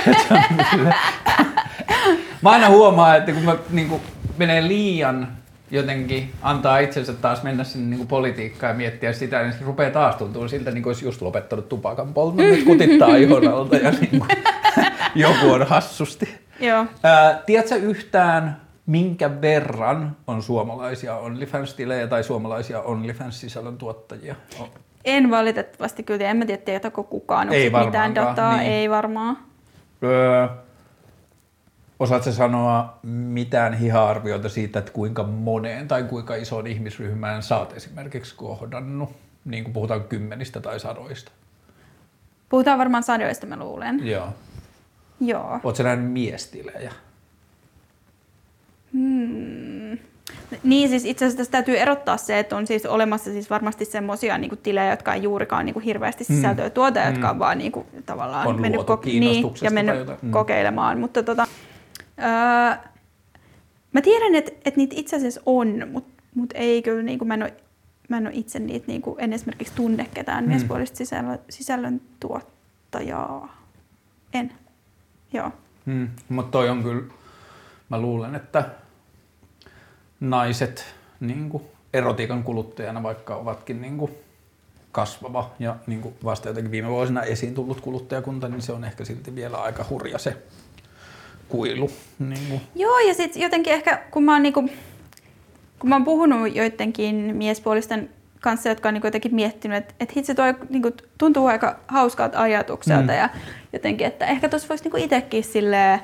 Mä aina huomaan, että kun mä niinku, menee liian jotenkin antaa itsensä taas mennä sinne niin kuin politiikkaan ja miettiä sitä, niin se rupeaa taas tuntua siltä, niin kuin olisi just lopettanut tupakan polton, nyt kutittaa ihon alta ja niin kuin, joku on hassusti. Joo. Tiedätkö yhtään, minkä verran on suomalaisia OnlyFans-tilejä tai suomalaisia OnlyFans-sisällön tuottajia? En valitettavasti kyllä, en mä tiedä, tietääkö kukaan, onko mitään dataa, niin. Ei varmaan. Osaatko sanoa mitään hiha-arvioita siitä, että kuinka moneen tai kuinka isoon ihmisryhmään sä oot esimerkiksi kohdannut? Niin kuin puhutaan kymmenistä tai sadoista. Puhutaan varmaan sadoista, mä luulen. Joo. Ootko sä nähnyt miestilejä? Niin, siis itse asiassa tässä täytyy erottaa se, että on siis olemassa siis varmasti semmoisia niin kuin tilejä, jotka ei juurikaan niin kuin hirveästi sisältöä tuota, jotka on vaan niin kuin, tavallaan on mennyt, ja mennyt kokeilemaan. Mutta mä tiedän, että niitä itse asiassa on, mutta ei kyllä, niin kuin, mä en ole itse niitä, niin kuin, en esimerkiksi tunne ketään miespuolista sisällön tuottajaa. En. Joo. Mutta toi on kyllä, mä luulen, että naiset niin kuin erotiikan kuluttajana, vaikka ovatkin niin kuin kasvava ja niin kuin vasta jotenkin viime vuosina esiin tullut kuluttajakunta, niin se on ehkä silti vielä aika hurja se kuilu. Niin kuin. Joo, ja sitten jotenkin ehkä, kun mä oon puhunut joidenkin miespuolisten kanssa, jotka on niin jotenkin miettinyt, että hitse toi niin tuntuu aika hauskalta ajatukselta ja jotenkin, että ehkä tuossa voisi niin itsekin silleen,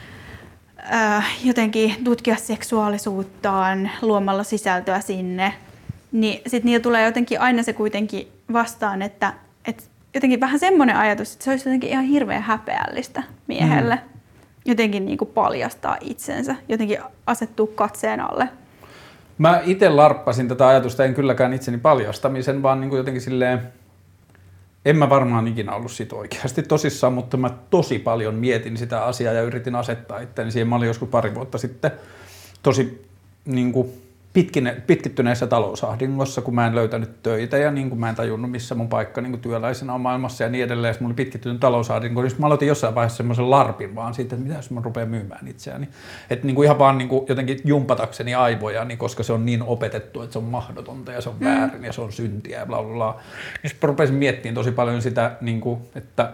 jotenkin tutkia seksuaalisuuttaan luomalla sisältöä sinne, niin sitten niillä tulee jotenkin aina se kuitenkin vastaan, että jotenkin vähän semmoinen ajatus, että se olisi jotenkin ihan hirveän häpeällistä miehelle jotenkin niin kuin paljastaa itsensä, jotenkin asettua katseen alle. Mä itse larppasin tätä ajatusta, en kylläkään itseni paljastamisen, vaan niin kuin jotenkin silleen, en mä varmaan ikinä ollut sit oikeasti tosissaan, mutta mä tosi paljon mietin sitä asiaa ja yritin asettaa itteni siihen. Mä olin joskus pari vuotta sitten tosi niin kuin pitkittyneessä talousahdingossa, kun mä en löytänyt töitä ja niin kuin mä en tajunnut, missä mun paikka niin kuin työläisenä on maailmassa ja niin edelleen. Mulla oli pitkittynyt talousahdingo, niin mä aloitin jossain vaiheessa semmoisen larpin vaan siitä, että mitä jos mä rupean myymään itseäni. Että niin kuin ihan vaan niin kuin jotenkin jumpatakseni aivoja, niin koska se on niin opetettu, että se on mahdotonta ja se on väärin ja se on syntiä ja bla bla bla. Niin sitten rupesin miettimään tosi paljon sitä, niin kuin, että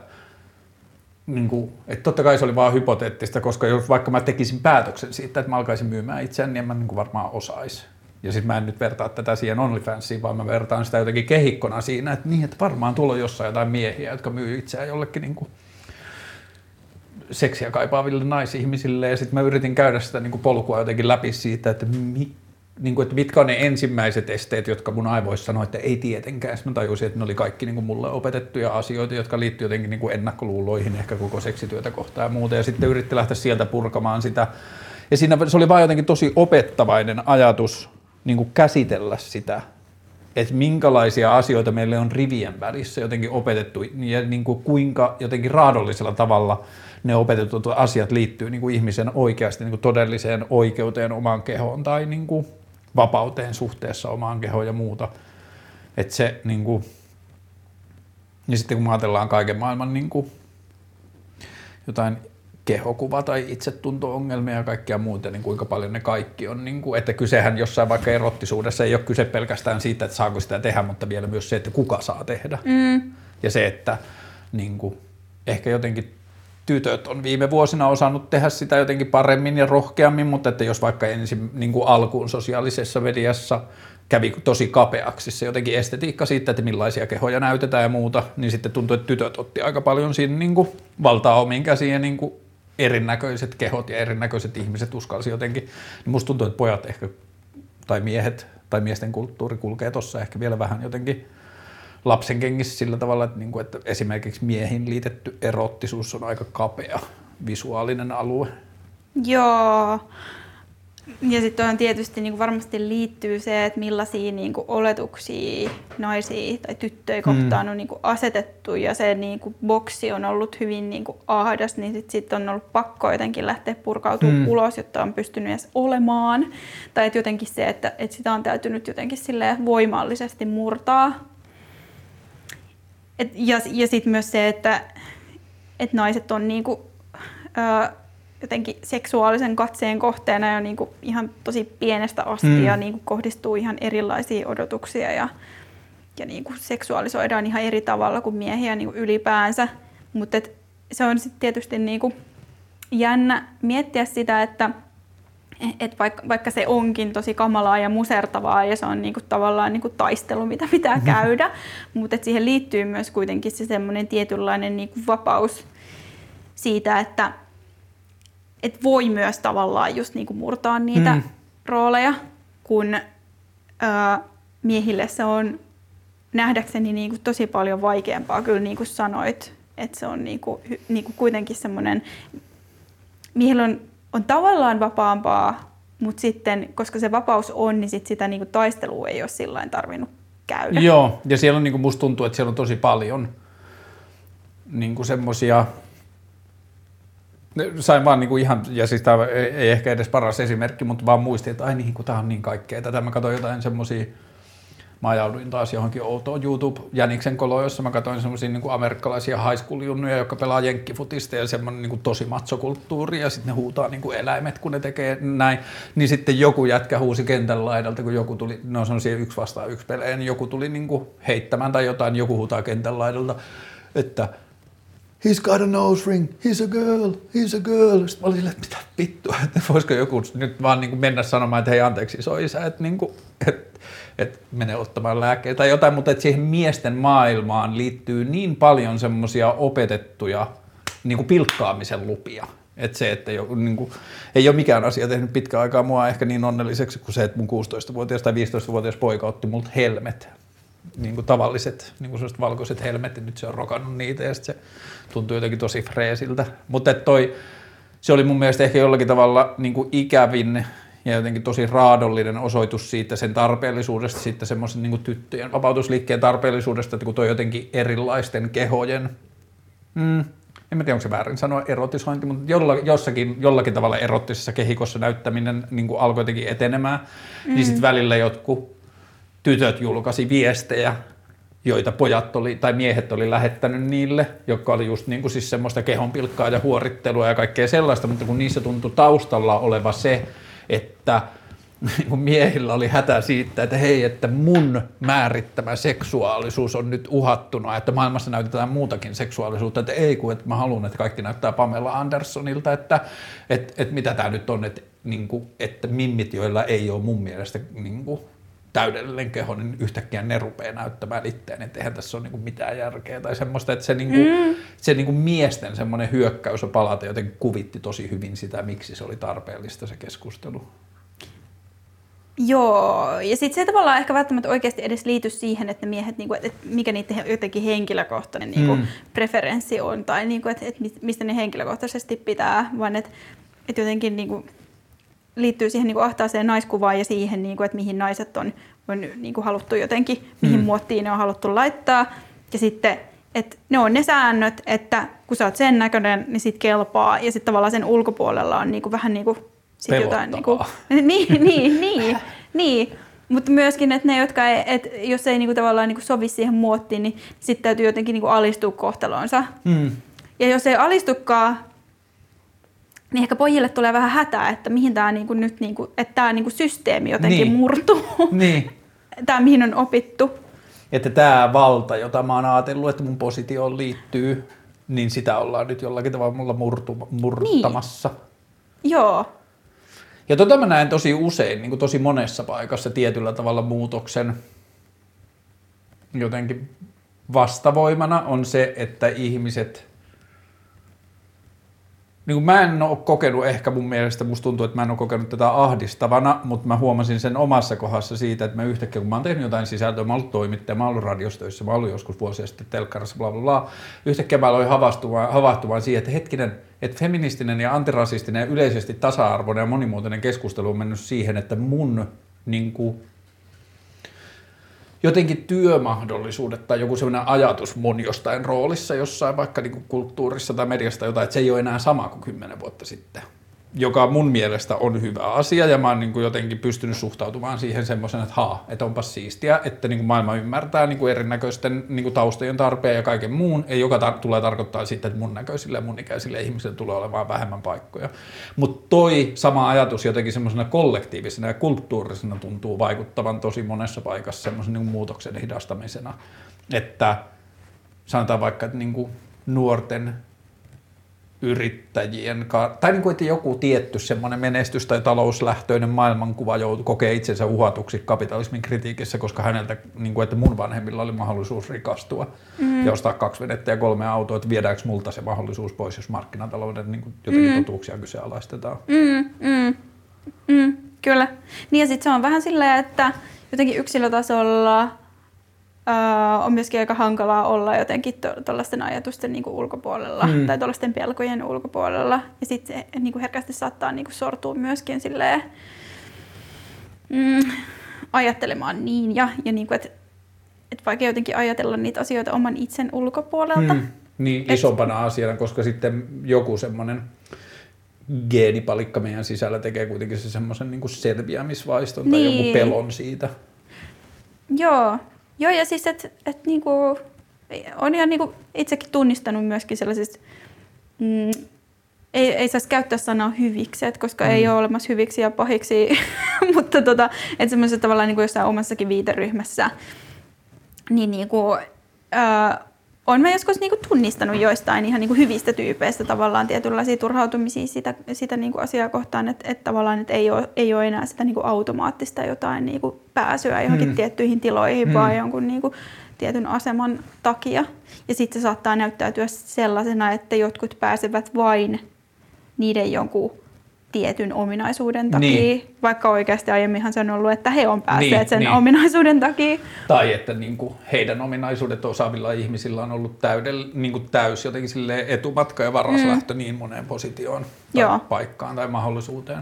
totta kai se oli vaan hypoteettista, koska jos vaikka mä tekisin päätöksen siitä, että mä alkaisin myymään itseäni, niin en mä niin kuin varmaan osaisi. Ja sitten mä en nyt vertaa tätä siihen OnlyFansiin, vaan mä vertaan sitä jotenkin kehikkona siinä, että niin, että varmaan tuolla on jossain jotain miehiä, jotka myy itseään jollekin niin kuin seksiä kaipaaville naisihmisille. Ja sitten mä yritin käydä sitä niin kuin polkua jotenkin läpi siitä, että mitkä on ne ensimmäiset esteet, jotka mun aivoissa sanoi, että ei tietenkään. Sitten mä tajusin, että ne oli kaikki niin kuin mulle opetettuja asioita, jotka liittyy jotenkin niin kuin ennakkoluuloihin, ehkä koko seksityötä kohtaan ja muuta. Ja sitten yritti lähteä sieltä purkamaan sitä. Ja siinä se oli vaan jotenkin tosi opettavainen ajatus niin kuin käsitellä sitä, että minkälaisia asioita meille on rivien välissä jotenkin opetettu ja niin kuin kuinka jotenkin raadollisella tavalla ne opetetut asiat liittyy niin kuin ihmisen oikeasti niin kuin todelliseen oikeuteen omaan kehoon tai niin kuin vapauteen suhteessa omaan kehoon ja muuta. Että se niin kuin, ja sitten kun ajatellaan kaiken maailman niin kuin jotain kehokuva- tai itsetunto-ongelmia ja kaikkia muuta, niin kuinka paljon ne kaikki on. Niin kuin, että kysehän jossain vaikka erottisuudessa ei ole kyse pelkästään siitä, että saako sitä tehdä, mutta vielä myös se, että kuka saa tehdä. Ja se, että niin kuin, ehkä jotenkin tytöt on viime vuosina osannut tehdä sitä jotenkin paremmin ja rohkeammin, mutta että jos vaikka ensin niin kuin alkuun sosiaalisessa mediassa kävi tosi kapeaksi se jotenkin estetiikka siitä, että millaisia kehoja näytetään ja muuta, niin sitten tuntui, että tytöt otti aika paljon siinä niin kuin valtaa omiin käsiin ja niin kuin erinäköiset kehot ja erinäköiset ihmiset uskalsi jotenkin. Niin musta tuntuu, että pojat ehkä, tai miehet, tai miesten kulttuuri kulkee tuossa ehkä vielä vähän jotenkin lapsen kengissä sillä tavalla, että, niin kuin, että esimerkiksi miehiin liitetty erottisuus on aika kapea visuaalinen alue. Joo. Ja sitten on tietysti niin kuin varmasti liittyy se, että millaisia niin kuin oletuksia naisia tai tyttöjä kohtaan on niin kuin asetettu ja se niin kuin boksi on ollut hyvin niin kuin ahdas, niin sitten on ollut pakko jotenkin lähteä purkautumaan ulos, jotta on pystynyt edes olemaan. Tai että jotenkin se, että sitä on täytynyt jotenkin silleen voimallisesti murtaa. Ja sitten myös se, että naiset on niin kuin, jotenkin seksuaalisen katseen kohteena ja niin kuin ihan tosi pienestä asti ja niin kuin kohdistuu ihan erilaisia odotuksia ja niin kuin seksuaalisoidaan ihan eri tavalla kuin miehiä niin kuin ylipäänsä. Mutta se on sitten tietysti niin kuin jännä miettiä sitä, että vaikka se onkin tosi kamalaa ja musertavaa ja se on niinku tavallaan niinku taistelu, mitä pitää käydä, mutta siihen liittyy myös kuitenkin se semmoinen tietynlainen niinku vapaus siitä, että voi myös tavallaan just niinku murtaa niitä rooleja, kun miehille se on nähdäkseni niinku tosi paljon vaikeampaa, kyllä niin kuin sanoit, että se on niinku kuitenkin semmoinen, miehillä on tavallaan vapaampaa, mutta sitten, koska se vapaus on, niin sitä niinku taistelua ei ole sillain tarvinnut käydä. Joo, ja siellä on, niinku, musta tuntuu, että siellä on tosi paljon niinku semmosia, sain vaan niinku ihan, ja siis tämä ei ehkä edes paras esimerkki, mutta vaan muistin, että ai niin, kun tää on niin kaikkea. Tätä mä katsoin jotain semmosia, mä ajauduin taas johonkin outoon YouTube-jäniksen koloon, jossa mä katsoin semmosia niin kuin amerikkalaisia high school-junnuja, jotka pelaa jenkkifutista ja semmoinen niin kuin tosi matsokulttuuri ja sitten ne huutaa niin kuin eläimet, kun ne tekee näin. Niin sitten joku jätkä huusi kentän laidalta, kun joku tuli, ne on semmosia 1-1 pelejä, niin joku tuli niin kuin heittämään tai jotain, joku huutaa kentän laidalta, että he's got a nose ring, he's a girl. Sitten mä olin silleen, että mitä vittua, että voisiko joku nyt vaan niin kuin mennä sanomaan, että hei anteeksi iso isä, että niin kuin, et mene ottamaan lääkkeitä tai jotain, mutta että siihen miesten maailmaan liittyy niin paljon semmoisia opetettuja niin kuin pilkkaamisen lupia. Että se, että niin kuin, ei ole mikään asia tehnyt pitkään aikaa mua ehkä niin onnelliseksi kuin se, että mun 16-vuotias tai 15-vuotias poika otti multa helmet. Niin kuin tavalliset, niin kuin sellaiset valkoiset helmet, ja nyt se on rokannut niitä ja sitten se tuntuu jotenkin tosi freesiltä. Mutta se oli mun mielestä ehkä jollakin tavalla niin kuin ikävin ja jotenkin tosi raadollinen osoitus siitä sen tarpeellisuudesta, sitten semmoisen niin kuin tyttöjen vapautusliikkeen tarpeellisuudesta, että kun toi jotenkin erilaisten kehojen, en mä tiedä onko se väärin sanoa erotisointi, mutta jollakin tavalla erottisessa kehikossa näyttäminen niin kuin alkoi jotenkin etenemään, niin sitten välillä jotkut tytöt julkaisi viestejä, joita pojat tai miehet oli lähettänyt niille, jotka oli just niin kuin siis semmoista kehonpilkkaa ja huorittelua ja kaikkea sellaista, mutta kun niissä tuntui taustalla oleva se, että kun miehillä oli hätä siitä, että hei, että mun määrittämä seksuaalisuus on nyt uhattuna, että maailmassa näytetään muutakin seksuaalisuutta, että ei kun, että mä haluan, että kaikki näyttää Pamela Andersonilta, että mitä tää nyt on, että, niin kuin, että mimmit, joilla ei ole mun mielestä niin kuin täydellinen keho, niin yhtäkkiä ne rupeaa näyttämään itseään, että eihän tässä ole niin kuin mitään järkeä tai semmoista, että se niin kuin miesten semmoinen hyökkäys ja palata jotenkin kuvitti tosi hyvin sitä, miksi se oli tarpeellista se keskustelu. Joo, ja sitten se ei tavallaan ehkä välttämättä oikeasti edes liity siihen, että miehet, niinku, että mikä niiden jotenkin henkilökohtainen niinku, preferenssi on, tai niinku, että mistä ne henkilökohtaisesti pitää, vaan että jotenkin niinku, liittyy siihen niinku, ahtaaseen naiskuvaan ja siihen, niinku, että mihin naiset on niinku, haluttu jotenkin, mihin muottiin ne on haluttu laittaa, ja sitten että ne on ne säännöt, että kun sä oot sen näköinen, niin sit kelpaa, ja sitten tavallaan sen ulkopuolella on niinku, vähän niinku, sitten jotain niinku, niin. Mutta myöskin, että ne, jotka jos ei niinku tavallaan niinku sovi siihen muottiin, niin sitten täytyy jotenkin niinku alistua kohtaloonsa. Ja jos ei alistukaan, niin ehkä pojille tulee vähän hätää, että mihin tämä niinku nyt niinku, että tämä niinku systeemi jotenkin murtuu. Niin. Tämä mihin on opittu. Että tämä valta, jota mä oon ajatellut, että mun positioon liittyy, niin sitä ollaan nyt jollakin tavalla mulla murtamassa. Niin. Joo. Ja mä näen tosi usein, niin kuin tosi monessa paikassa tietyllä tavalla muutoksen jotenkin vastavoimana on se, että ihmiset, niin kuin mä en ole kokenut ehkä mun mielestä, musta tuntuu, että mä en ole kokenut tätä ahdistavana, mutta mä huomasin sen omassa kohdassa siitä, että mä yhtäkkiä, kun mä oon tehnyt jotain sisältöä, mä oon ollut toimittaja, mä oon ollut radiostöissä, mä oon ollut joskus vuosia sitten telkkarissa, bla bla bla, yhtäkkiä mä aloin havahtumaan siihen, että hetkinen, että feministinen ja antirasistinen ja yleisesti tasa-arvoinen ja monimuotoinen keskustelu on mennyt siihen, että mun niin kuin, jotenkin työmahdollisuudet tai joku sellainen ajatus mun jostain roolissa jossain vaikka niin kuin kulttuurissa tai mediasta jotain, että se ei ole enää sama kuin 10 vuotta sitten, joka mun mielestä on hyvä asia ja mä oon niin kuin jotenkin pystynyt suhtautumaan siihen semmoisen, että onpas siistiä, että niin kuin maailma ymmärtää niin kuin erinäköisten niin kuin taustojen tarpeen ja kaiken muun, joka tulee tarkoittaa sitten, että mun näköisille ja mun ikäisille ihmisille tulee olemaan vähemmän paikkoja. Mutta toi sama ajatus jotenkin semmoisena kollektiivisena ja kulttuurisena tuntuu vaikuttavan tosi monessa paikassa semmoisen niin kuin muutoksen hidastamisena, että sanotaan vaikka, että niin kuin nuorten yrittäjien, tai niin kuin, että joku tietty semmoinen menestys- tai talouslähtöinen maailmankuva kokee itsensä uhatuksi kapitalismin kritiikissä, koska häneltä, niin kuin, että mun vanhemmilla oli mahdollisuus rikastua ja ostaa 2 venettä ja 3 autoa, että viedäänkö multa se mahdollisuus pois, jos markkinatalouden niin kuin jotenkin totuuksia kyseenalaistetaan. Kyllä. Niin ja sitten se on vähän silleen, että jotenkin yksilötasolla on myöskin aika hankalaa olla jotenkin tuollaisten ajatusten niinku ulkopuolella tai tuollaisten pelkojen ulkopuolella. Ja sitten se niinku herkästi saattaa niinku sortua myöskin silleen, ajattelemaan niin ja niinku, että vaikea jotenkin ajatella niitä asioita oman itsen ulkopuolelta. Niin isompana asiana, koska sitten joku semmoinen geenipalikka meidän sisällä tekee kuitenkin se semmoisen niinku selviämisvaiston tai joku pelon siitä. Joo, ja siis, että niinku, on ihan niinku itsekin tunnistanut myöskin sellaisista, ei saisi käyttää sanaa hyvikset, koska ei ole olemassa hyviksi ja pahiksi, mutta että semmoisessa tavallaan niinku jossain omassakin viiteryhmässä, niin niinku, olen mä joskus niinku tunnistanut joistain ihan niinku hyvistä tyypeistä tavallaan tietynlaisia turhautumisia sitä niinku asiaa kohtaan, että tavallaan et ei ole enää sitä niinku automaattista jotain niinku pääsyä johonkin tiettyihin tiloihin, vaan jonkun niinku tietyn aseman takia. Ja sitten se saattaa näyttäytyä sellaisena, että jotkut pääsevät vain niiden jonkun tietyn ominaisuuden takia, vaikka oikeasti aiemminhan se on ollut, että he on päässeet sen ominaisuuden takia. Tai että niinku heidän ominaisuudet osaavilla ihmisillä on ollut niinku täys jotenkin etumatka ja varaslähtö niin moneen positioon tai paikkaan tai mahdollisuuteen.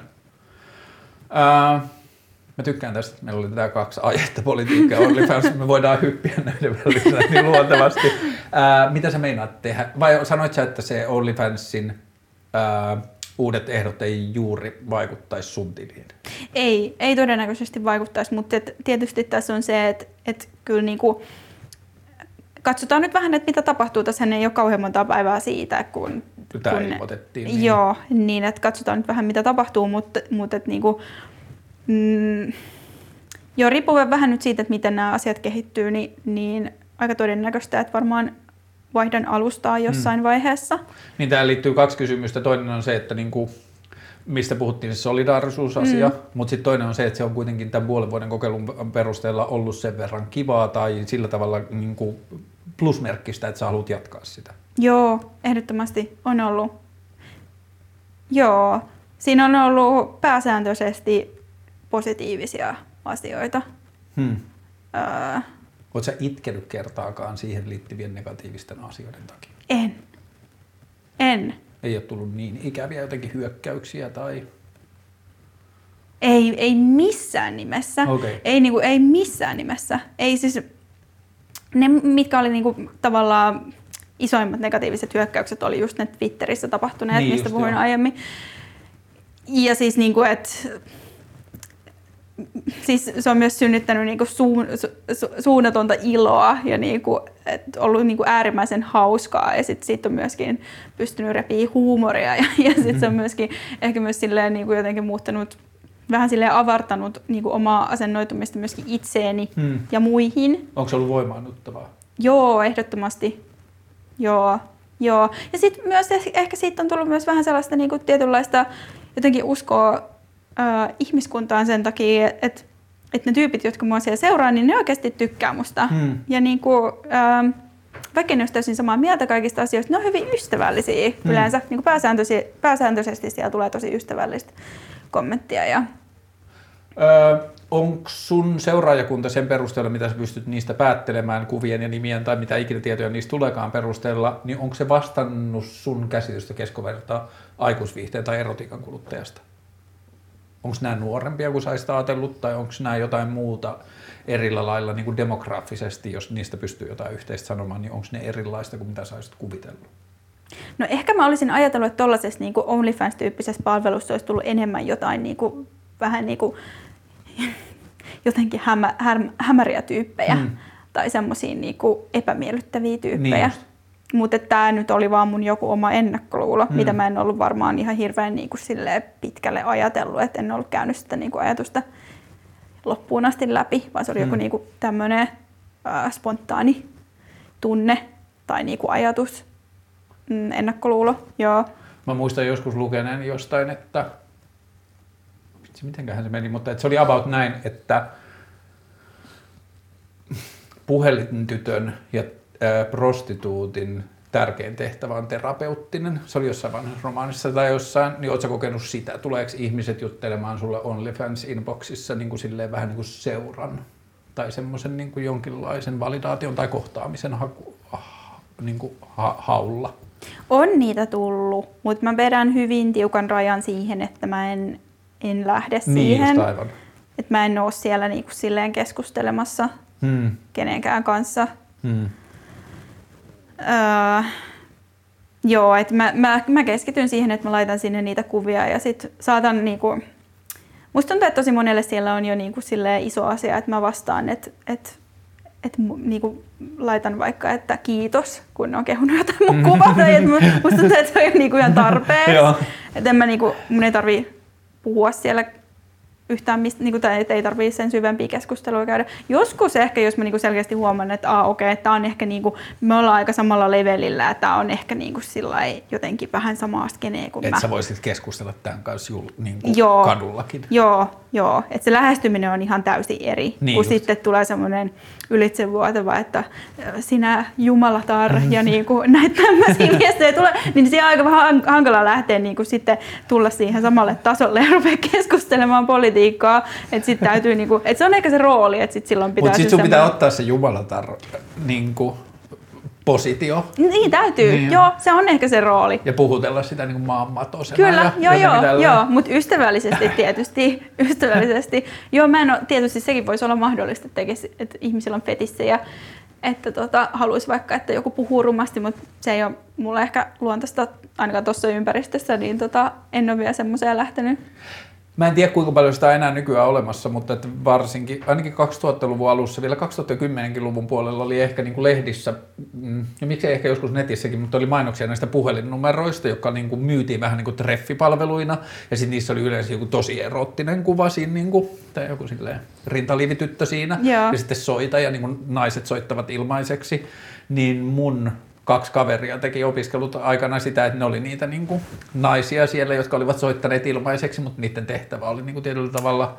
Mä tykkään tästä, että meillä oli tätä 2 aihetta, politiikka ja OnlyFans, me voidaan hyppiä näiden välissä niin luontevasti. Mitä sä meinaat tehdä? Vai sanoit sä, että se OnlyFansin uudet ehdot ei juuri vaikuttaisi sun tiliin? Ei todennäköisesti vaikuttaisi, mutta tietysti tässä on se, että kyllä niinku, katsotaan nyt vähän, että mitä tapahtuu. Tässä ei ole kauhean montaa päivää siitä, kun tämä ilmoitettiin. Niin. Joo, niin että katsotaan nyt vähän mitä tapahtuu, mutta että niinku, riippuen vähän nyt siitä, että miten nämä asiat kehittyy, niin aika todennäköistä, että varmaan vaihdan alustaa jossain vaiheessa. Niin tähän liittyy 2 kysymystä. Toinen on se, että niinku, mistä puhuttiin se solidaarisuusasia, mutta sitten toinen on se, että se on kuitenkin tämän puolen vuoden kokeilun perusteella ollut sen verran kivaa tai sillä tavalla niinku plusmerkkistä, että sä haluat jatkaa sitä. Joo, ehdottomasti on ollut. Joo, siinä on ollut pääsääntöisesti positiivisia asioita. Oletko sä itkenyt kertaakaan siihen liittyvien negatiivisten asioiden takia? En. Ei ole tullut niin ikäviä jotenkin hyökkäyksiä tai? Ei missään nimessä. Okay. Ei missään nimessä. Ei siis, ne, mitkä oli niinku tavallaan isoimmat negatiiviset hyökkäykset, oli just ne Twitterissä tapahtuneet, niin mistä puhuin aiemmin. Ja siis niinku, että siis se on myös synnyttänyt niinku suunnatonta iloa ja niinku, ollut niinku äärimmäisen hauskaa ja siitä on myöskin pystynyt repiä huumoria ja sitten se on myöskin ehkä myös silleen niinku jotenkin muuttanut, vähän silleen avartanut niinku omaa asennoitumista myöskin itseeni ja muihin. Onko se ollut voimaannuttavaa? Joo, ehdottomasti. Joo. Ja sitten myös ehkä siitä on tullut myös vähän sellaista niinku tietynlaista jotenkin uskoa ihmiskuntaan sen takia, että ne tyypit, jotka mua siellä seuraa, niin ne oikeasti tykkää musta. Ja niinku, vaikka ne olisi täysin samaa mieltä kaikista asioista, ne on hyvin ystävällisiä yleensä. Niinku pääsääntöisesti siellä tulee tosi ystävällistä kommenttia. Onko sun seuraajakunta sen perusteella, mitä sä pystyt niistä päättelemään, kuvien ja nimien tai mitä ikinä tietoja niistä tuleekaan perusteella, niin onko se vastannut sun käsitystä keskivertaa aikuisviihteen tai erotiikan kuluttajasta? Onko nämä nuorempia kuin sä olisit ajatellut, tai onko nämä jotain muuta erillä lailla niin kuin demograafisesti, jos niistä pystyy jotain yhteistä sanomaan, niin onko ne erilaista kuin mitä sä olisit kuvitellut? No ehkä mä olisin ajatellut, että tuollaisessa niin kuin OnlyFans-tyyppisessä palvelussa olisi tullut enemmän jotain niin kuin, vähän niin kuin, jotenkin hämäriä tyyppejä tai semmoisia niin kuin epämiellyttäviä tyyppejä. Niin mutta tämä nyt oli vaan mun joku oma ennakkoluulo, mitä mä en ollut varmaan ihan hirveän niin kuin pitkälle ajatellut, että en ollut käynyt sitä niin kuin ajatusta loppuun asti läpi, vaan se oli joku niin kuin tämmöinen spontaani tunne tai niin kuin ajatus, ennakkoluulo. Joo. Mä muistan joskus lukeneen jostain, että mitenköhän se meni, mutta että se oli about näin, että puhelintytön ja prostituutin tärkein tehtävä on terapeuttinen. Se oli jossain vanhassa romaanissa tai jossain, niin ootko sä kokenut sitä? Tuleeko ihmiset juttelemaan sulle OnlyFans inboxissa niin kuin silleen vähän niin kuin seuran tai semmoisen niin kuin jonkinlaisen validaation tai kohtaamisen niin kuin haulla? On niitä tullut, mutta mä vedän hyvin tiukan rajan siihen, että mä en lähde siihen. Niin, aivan. Että mä en ole siellä niin kuin silleen keskustelemassa kenenkään kanssa. Joo, että mä keskityn siihen, että mä laitan sinne niitä kuvia ja sit saatan niinku, musta tuntuu, että tosi monelle siellä on jo niinku iso asia, että mä vastaan, että niinku laitan vaikka, että kiitos, kun on kehunut jotain mun kuvaa, tai että musta tuntuu, että se on jo niinku ihan tarpeeksi. Että mun ei tarvii puhua siellä yhtään tai ei tarvitse sen syvempiä keskustelua käydä. Joskus ehkä, jos mä selkeästi huomaan, että okei, tämä on ehkä me ollaan aika samalla levelillä, ja tämä on ehkä jotenkin vähän samaa skeneä kuin mä. Että sä voisit keskustella tämän kanssa kadullakin. Joo. Että se lähestyminen on ihan täysin eri, niin kun sitten tulee semmoinen ylitsevuotava, että sinä jumalatar ja näitä tämmöisiä viestejä tulee, niin se on aika vähän hankala lähteä sitten tulla siihen samalle tasolle ja rupea keskustelemaan politiikkaa. Että sitten täytyy, että se on ehkä se rooli, että sitten silloin pitää... Mutta sitten sun pitää ottaa se jumalatar positio. Niin täytyy, niin. Joo, se on ehkä se rooli. Ja puhutella sitä maanmatosena. Kyllä, joo, mutta ystävällisesti tietysti, Joo, tietysti sekin voisi olla mahdollista, että ihmisillä on fetissejä, että haluaisi vaikka, että joku puhuu rumasti, mutta se ei ole mulle ehkä luontaista, ainakaan tuossa ympäristössä, niin en ole vielä semmoiseen lähtenyt. Mä en tiedä, kuinka paljon sitä on enää nykyään olemassa, mutta että varsinkin, ainakin 2000-luvun alussa, vielä 2010-luvun puolella oli ehkä lehdissä, ja miksei ehkä joskus netissäkin, mutta oli mainoksia näistä puhelinnumeroista, jotka myytiin vähän treffipalveluina, ja sitten niissä oli yleensä joku tosi erottinen kuva siinä, tai joku rintaliivityttö siinä, ja sitten soita, ja naiset soittavat ilmaiseksi, niin mun 2 kaveria teki opiskelut aikana sitä, että ne oli niitä naisia siellä, jotka olivat soittaneet ilmaiseksi, mutta niiden tehtävä oli tietyllä tavalla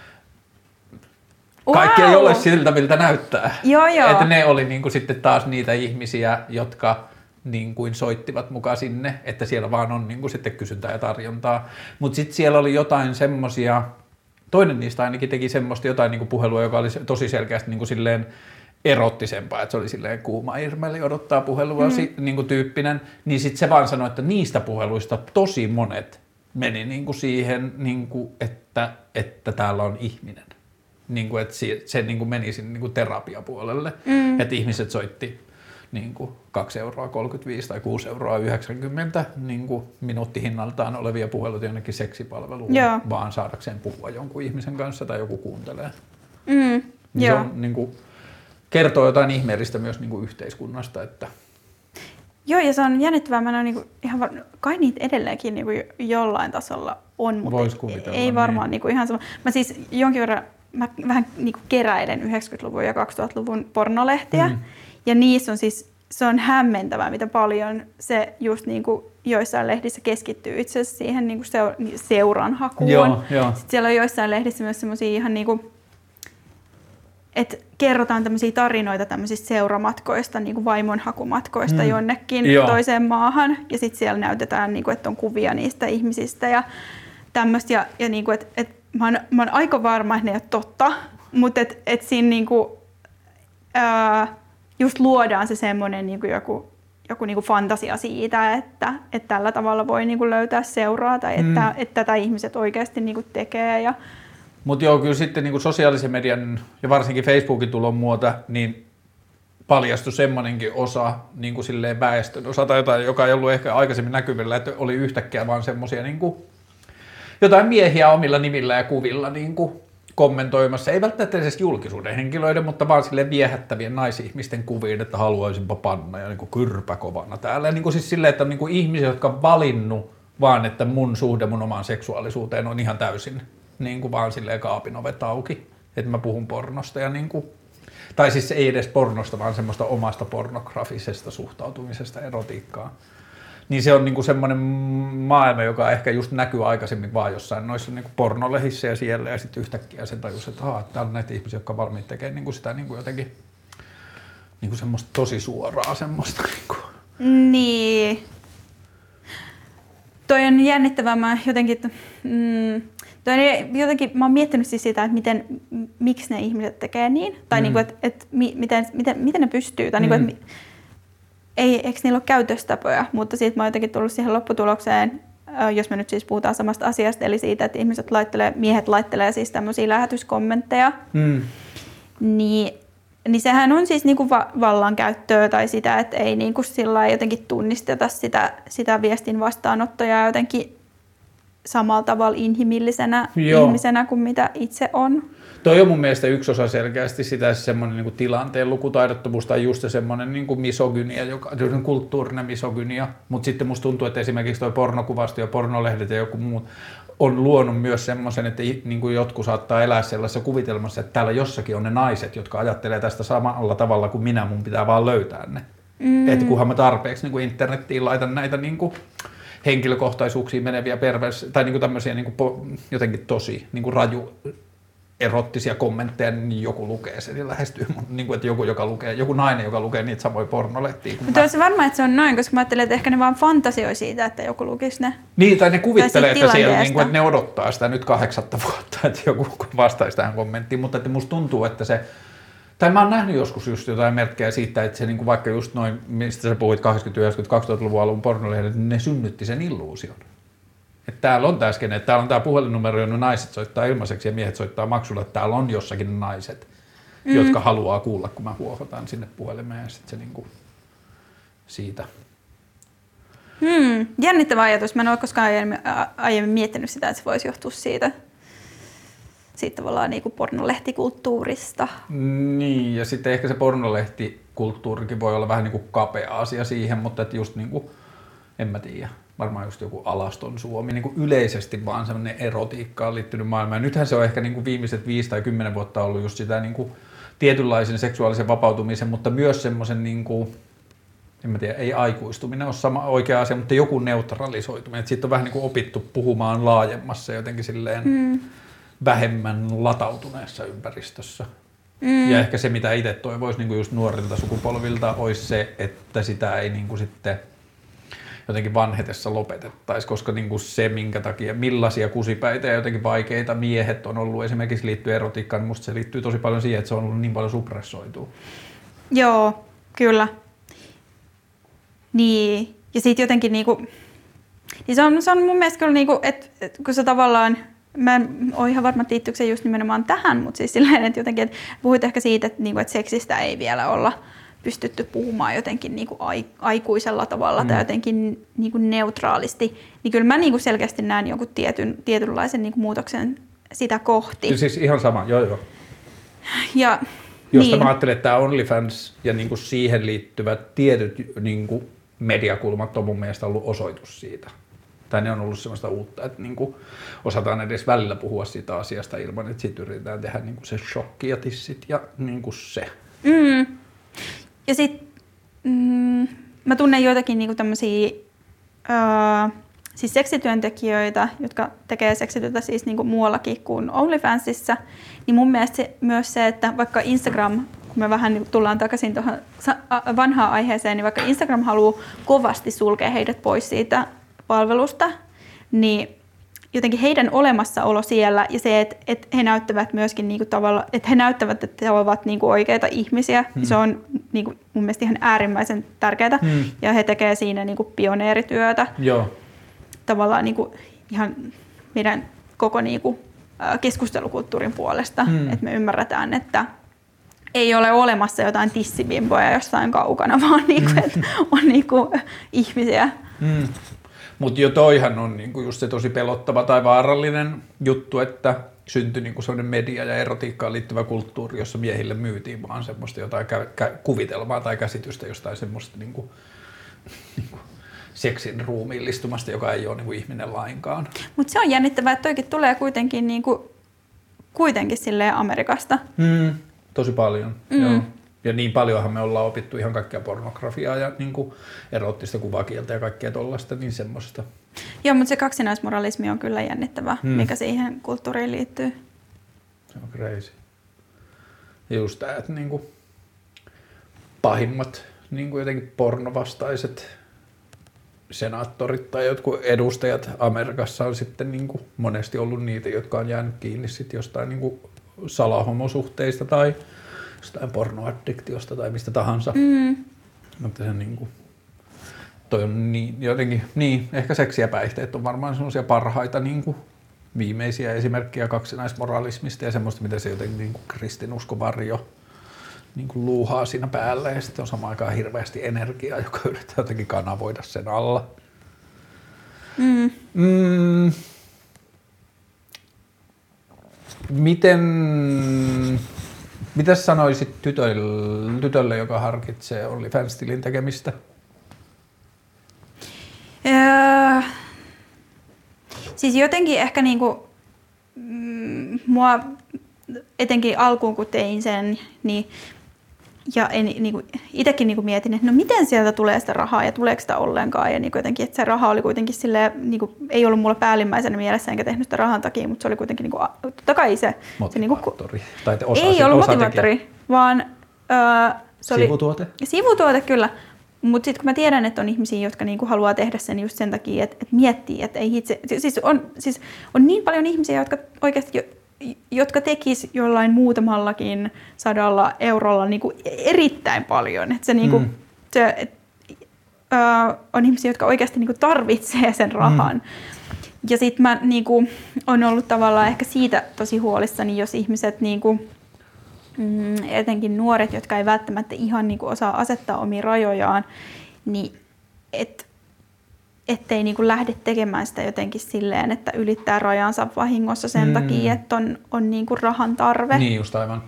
kaikki ei ole siltä, miltä näyttää. Joo. Että ne oli sitten taas niitä ihmisiä, jotka soittivat mukaan sinne, että siellä vaan on sitten kysyntää ja tarjontaa. Mutta sitten siellä oli jotain semmosia, toinen niistä ainakin teki semmoista jotain puhelua, joka oli tosi selkeästi silleen erottisempaa, että se oli silleen kuuma irmeli odottaa puhelua tyyppinen, niin sitten se vaan sanoi, että niistä puheluista tosi monet meni siihen, että täällä on ihminen. Että se meni sinne terapiapuolelle, että ihmiset soitti 2,35 € tai 6,90 € minuuttihinnaltaan olevia puheluita jonnekin seksipalveluun, vaan saadakseen puhua jonkun ihmisen kanssa tai joku kuuntelee. Se on kertoo jotain ihmeellistä myös yhteiskunnasta. Että... Joo, ja se on jännittävää. Mä en ihan kai niitä edelleenkin jollain tasolla on, mutta ei varmaan ihan sama. Mä siis jonkin verran vähän keräilen 90-luvun ja 2000-luvun pornolehtiä, ja niissä on siis, se on hämmentävää, mitä paljon se just joissain lehdissä keskittyy itse asiassa siihen seuranhakuun. Joo. Sitten siellä on joissain lehdissä myös semmosia ihan että kerrotaan tämmöisiä tarinoita tämmöisistä seuramatkoista, vaimonhakumatkoista jonnekin toiseen maahan. Ja sitten siellä näytetään, että on kuvia niistä ihmisistä ja tämmöistä. Ja että mä oon aika varma, että ne ei ole totta, mutta että siinä just luodaan se semmoinen joku fantasia siitä, että tällä tavalla voi löytää seuraa tai että tätä ihmiset oikeasti tekee. Ja mutta joo, kyllä sitten sosiaalisen median ja varsinkin Facebookin tulon muuta, niin paljastui semmoinenkin osa, silleen väestön osa tai jotain, joka ei ollut ehkä aikaisemmin näkyvillä, että oli yhtäkkiä vaan semmoisia jotain miehiä omilla nimillä ja kuvilla kommentoimassa, ei välttämättä edes julkisuuden henkilöiden, mutta vaan silleen viehättävien naisihmisten kuviin, että haluaisinpa panna ja kyrpä kovana täällä. Ja siis silleen, että on ihmisiä, jotka on valinnut vaan, että mun suhde mun omaan seksuaalisuuteen on ihan täysin vaan silleen kaapin ovet auki, että mä puhun pornosta ja tai siis ei edes pornosta, vaan semmoista omasta pornografisesta suhtautumisesta erotiikkaan. Niin se on semmoinen maailma, joka ehkä just näkyy aikaisemmin vaan jossain noissa pornolehissä ja siellä, ja sitten yhtäkkiä sen tajus, että täällä on näitä ihmisiä, jotka on valmiit tekemään sitä jotenkin semmoista tosi suoraa semmoista. Niin. Toi on jännittävää, mä oon miettinyt siis sitä, että miksi ne ihmiset tekee niin, tai miten ne pystyy, tai eikö niillä ole käytöstapoja, mutta siitä mä oon jotenkin tullut siihen lopputulokseen, jos me nyt siis puhutaan samasta asiasta, eli siitä, että miehet laittelee siis tämmöisiä lähetyskommentteja, niin sehän on siis vallankäyttöä tai sitä, että ei sillä jotenkin tunnisteta sitä viestin vastaanottoja jotenkin samalla tavalla inhimillisenä ihmisenä kuin mitä itse on. Toi on mun mielestä yksi osa selkeästi sitä semmoinen niin tilanteen lukutaidottomuus tai just semmoinen niin misogynia, kulttuurinen misogynia, mutta sitten musta tuntuu, että esimerkiksi toi pornokuvasto ja pornolehdet ja joku muut on luonut myös semmoisen, että niin kuin jotkut saattaa elää sellaisessa kuvitelmassa, että täällä jossakin on ne naiset, jotka ajattelee tästä samalla tavalla kuin minä, mun pitää vaan löytää ne. Että kunhan mä tarpeeksi niin kuin internettiin laitan näitä niin kuin henkilökohtaisuuksiin meneviä tai niin kuin tämmöisiä niin kuin jotenkin tosi niin kuin raju erottisia kommentteja, niin joku lukee sen ja lähestyy niin kuin, että joku nainen, joka lukee niitä samoja pornolehtiä. Mutta olisi varma, että se on noin, koska mä ajattelen, että ehkä ne vaan fantasioi siitä, että joku lukisi ne. Niin, tai ne kuvittelee, että siellä, niin kuin, että ne odottaa sitä nyt 8 vuotta, että joku vastaisi tähän kommenttiin, mutta että musta tuntuu, että se, tai mä oon nähnyt joskus just jotain merkkejä siitä, että se niin kuin vaikka just noin, mistä sä puhuit 80-90-2000-luvun alun pornolehdet, niin ne synnytti sen illuusion. Että täällä on tämä skene, että täällä on tämä puhelinnumero, jonne naiset soittaa ilmaiseksi ja miehet soittaa maksulla, että täällä on jossakin naiset, jotka haluaa kuulla, kun mä huohotan sinne puhelimeen ja sitten se niinku siitä. Jännittävä ajatus. Mä en ole koskaan aiemmin miettinyt sitä, että se voisi johtua siitä tavallaan niinku pornolehtikulttuurista. Niin, ja sitten ehkä se pornolehtikulttuurikin voi olla vähän niinku kapea asia siihen, mutta että just niinku, en mä tiedä. Varmaan just joku alaston Suomi, niin kuin yleisesti vaan semmoinen erotiikkaan liittynyt maailma. Ja nythän se on ehkä niin kuin viimeiset 5 tai 10 vuotta ollut just sitä niin kuin tietynlaisen seksuaalisen vapautumisen, mutta myös semmoisen, niin kuin, en mä tiedä, ei aikuistuminen ole sama oikea asia, mutta joku neutralisoituminen. Siitä on vähän niin kuin opittu puhumaan laajemmassa jotenkin silleen vähemmän latautuneessa ympäristössä. Ja ehkä se, mitä itse toivoisi niin kuin just nuorilta sukupolvilta, olisi se, että sitä ei niin kuin sitten jotenkin vanhetessa lopetettaisiin, koska niin kuin se, minkä takia, millaisia kusipäitä ja jotenkin vaikeita miehet on ollut esimerkiksi liittyen erotiikkaan, niin musta se liittyy tosi paljon siihen, että se on ollut niin paljon suppressoitua. Joo, kyllä. Niin, ja sitten jotenkin niinku, niin se on mun mielestä kyllä niinku, että kun se tavallaan, mä en ole ihan varma, liittyykö se just nimenomaan tähän, mutta siis silleen, että jotenkin, että puhuit ehkä siitä, että, niinku, että seksistä ei vielä olla pystytty puhumaan jotenkin niinku aikuisella tavalla tai jotenkin niinku neutraalisti, niin kyllä mä niinku selkeästi näen jonkun tietynlaisen niinku muutoksen sitä kohti. Ja siis ihan sama, joo. Ja, josta mä ajattelen, että tämä OnlyFans ja niinku siihen liittyvät tietyt niinku mediakulmat on mun mielestä ollut osoitus siitä. Tai ne on ollut sellaista uutta, että niinku osataan edes välillä puhua siitä asiasta ilman, että siitä yritetään tehdä niinku se shokki ja tissit ja niinku se. Ja sitten mä tunnen joitakin niinku tämmöisiä siis seksityöntekijöitä, jotka tekee seksityötä siis niinku muuallakin kuin OnlyFansissa. Niin mun mielestä myös se, että vaikka Instagram, kun me vähän tullaan takaisin tuohon vanhaan aiheeseen, niin vaikka Instagram haluaa kovasti sulkea heidät pois siitä palvelusta, niin jotenkin heidän olemassaolo siellä ja se, että he näyttävät myöskin niinku tavalla, että he näyttävät, että he ovat niinku oikeita ihmisiä, se on niinku mun mielestä ihan äärimmäisen tärkeää ja he tekevät siinä niinku pioneerityötä. Joo. Tavallaan niinku ihan meidän koko niinku keskustelukulttuurin puolesta, että me ymmärretään, että ei ole olemassa jotain tissibimboja jossain kaukana, vaan niinku, että on niinku ihmisiä. Mutta jo toihan on niinku just se tosi pelottava tai vaarallinen juttu, että syntyi niinku sellainen media- ja erotiikkaan liittyvä kulttuuri, jossa miehille myytiin vaan semmoista jotain kuvitelmaa tai käsitystä jostain semmoista niinku seksin ruumiillistumasta, joka ei ole niinku ihminen lainkaan. Mutta se on jännittävää, että toikin tulee kuitenkin silleen Amerikasta. Tosi paljon, joo. Ja niin paljonhan me ollaan opittu ihan kaikkea pornografiaa ja niin kuin erottista kuvakieltä ja kaikkea tollaista, niin semmoista. Joo, mutta se kaksinaismoralismi on kyllä jännittävä, mikä siihen kulttuuriin liittyy. Se on crazy. Ja just tämä, että niin kuin pahimmat niin kuin jotenkin pornovastaiset senaattorit tai jotkut edustajat Amerikassa on sitten niin kuin monesti ollut niitä, jotka on jäänyt kiinni sitten jostain niin kuin salahomosuhteista tai jostain pornoaddiktiosta tai mistä tahansa. Mutta se niinku, toi on niin, jotenkin, niin, ehkä seksi ja päihteet on varmaan semmoisia parhaita niinku, viimeisiä esimerkkejä kaksinaismoralismista ja semmoista, miten se jotenkin niinku kristinuskovarjo niinku luuhaa siinä päällä ja sitten on samaan aikaan hirveästi energiaa, joka yrittää jotenkin kanavoida sen alla. Mitäs sanoisit tytölle, joka harkitsee OnlyFans-tilin tekemistä? Siis jotenkin ehkä niinku, mua etenkin alkuun kun tein sen, niin ja niinku, itsekin niinku mietin, että no miten sieltä tulee sitä rahaa ja tuleeko sitä ollenkaan. Ja niinku jotenkin, että se raha oli kuitenkin silleen, niinku, ei ollut mulla päällimmäisenä mielessä enkä tehnyt sitä rahan takia, mutta se oli kuitenkin niinku, totta kai se motivaattori. Ei ollut motivaattori, vaan se oli sivutuote? Sivutuote kyllä. Mutta sitten kun mä tiedän, että on ihmisiä, jotka niinku haluaa tehdä sen just sen takia, että miettii, että ei itse... Siis on niin paljon ihmisiä, jotka oikeasti jotka tekis jollain muutamallakin 100 eurolla niinku erittäin paljon. Et se niinku, on ihmisiä, jotka oikeasti niinku tarvitsee sen rahan. Ja sitten mä niinku, on ollut tavallaan ehkä siitä tosi huolissani, jos ihmiset... Niinku, etenkin nuoret, jotka ei välttämättä ihan niinku osaa asettaa omia rajojaan, niin ettei niinku lähde tekemään sitä jotenkin silleen, että ylittää rajansa vahingossa sen takia, että on niinku rahan tarve. Niin just aivan.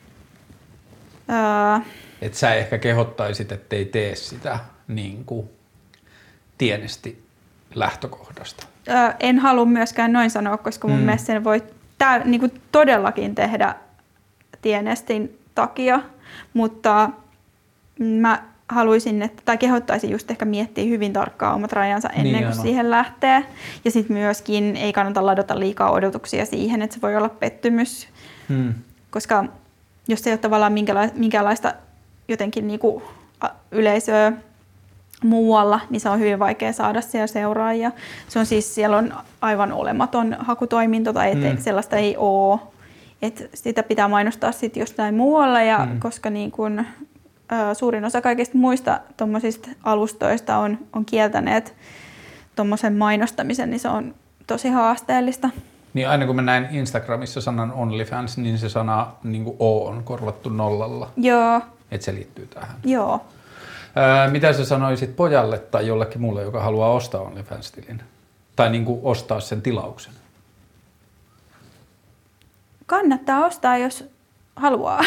Että sä ehkä kehottaisit, ettei tee sitä niinku tienesti lähtökohdasta. En halua myöskään noin sanoa, koska mun mielestä sen voi niinku todellakin tehdä tienestin takia, mutta mä haluaisin, tai kehottaisin just ehkä miettiä hyvin tarkkaan omat rajansa ennen kuin siihen lähtee. Ja sitten myöskin ei kannata ladata liikaa odotuksia siihen, että se voi olla pettymys, koska jos ei ole tavallaan minkäänlaista jotenkin niinku yleisöä muualla, niin se on hyvin vaikea saada siellä seuraajia. Se on siis, siellä on aivan olematon hakutoiminto tai sellaista ei ole. Että sitä pitää mainostaa sitten jostain muualla, ja koska niin kun, suurin osa kaikista muista tommosista alustoista on kieltäneet tommosen mainostamisen, niin se on tosi haasteellista. Niin aina kun mä näin Instagramissa sanan OnlyFans, niin se sana niin kuin O on korvattu 0. Joo. Että se liittyy tähän. Joo. Mitä sä sanoisit pojalle tai jollekin muulle, joka haluaa ostaa OnlyFans-tilin? Tai niin kuin ostaa sen tilauksen? Kannattaa ostaa, jos haluaa.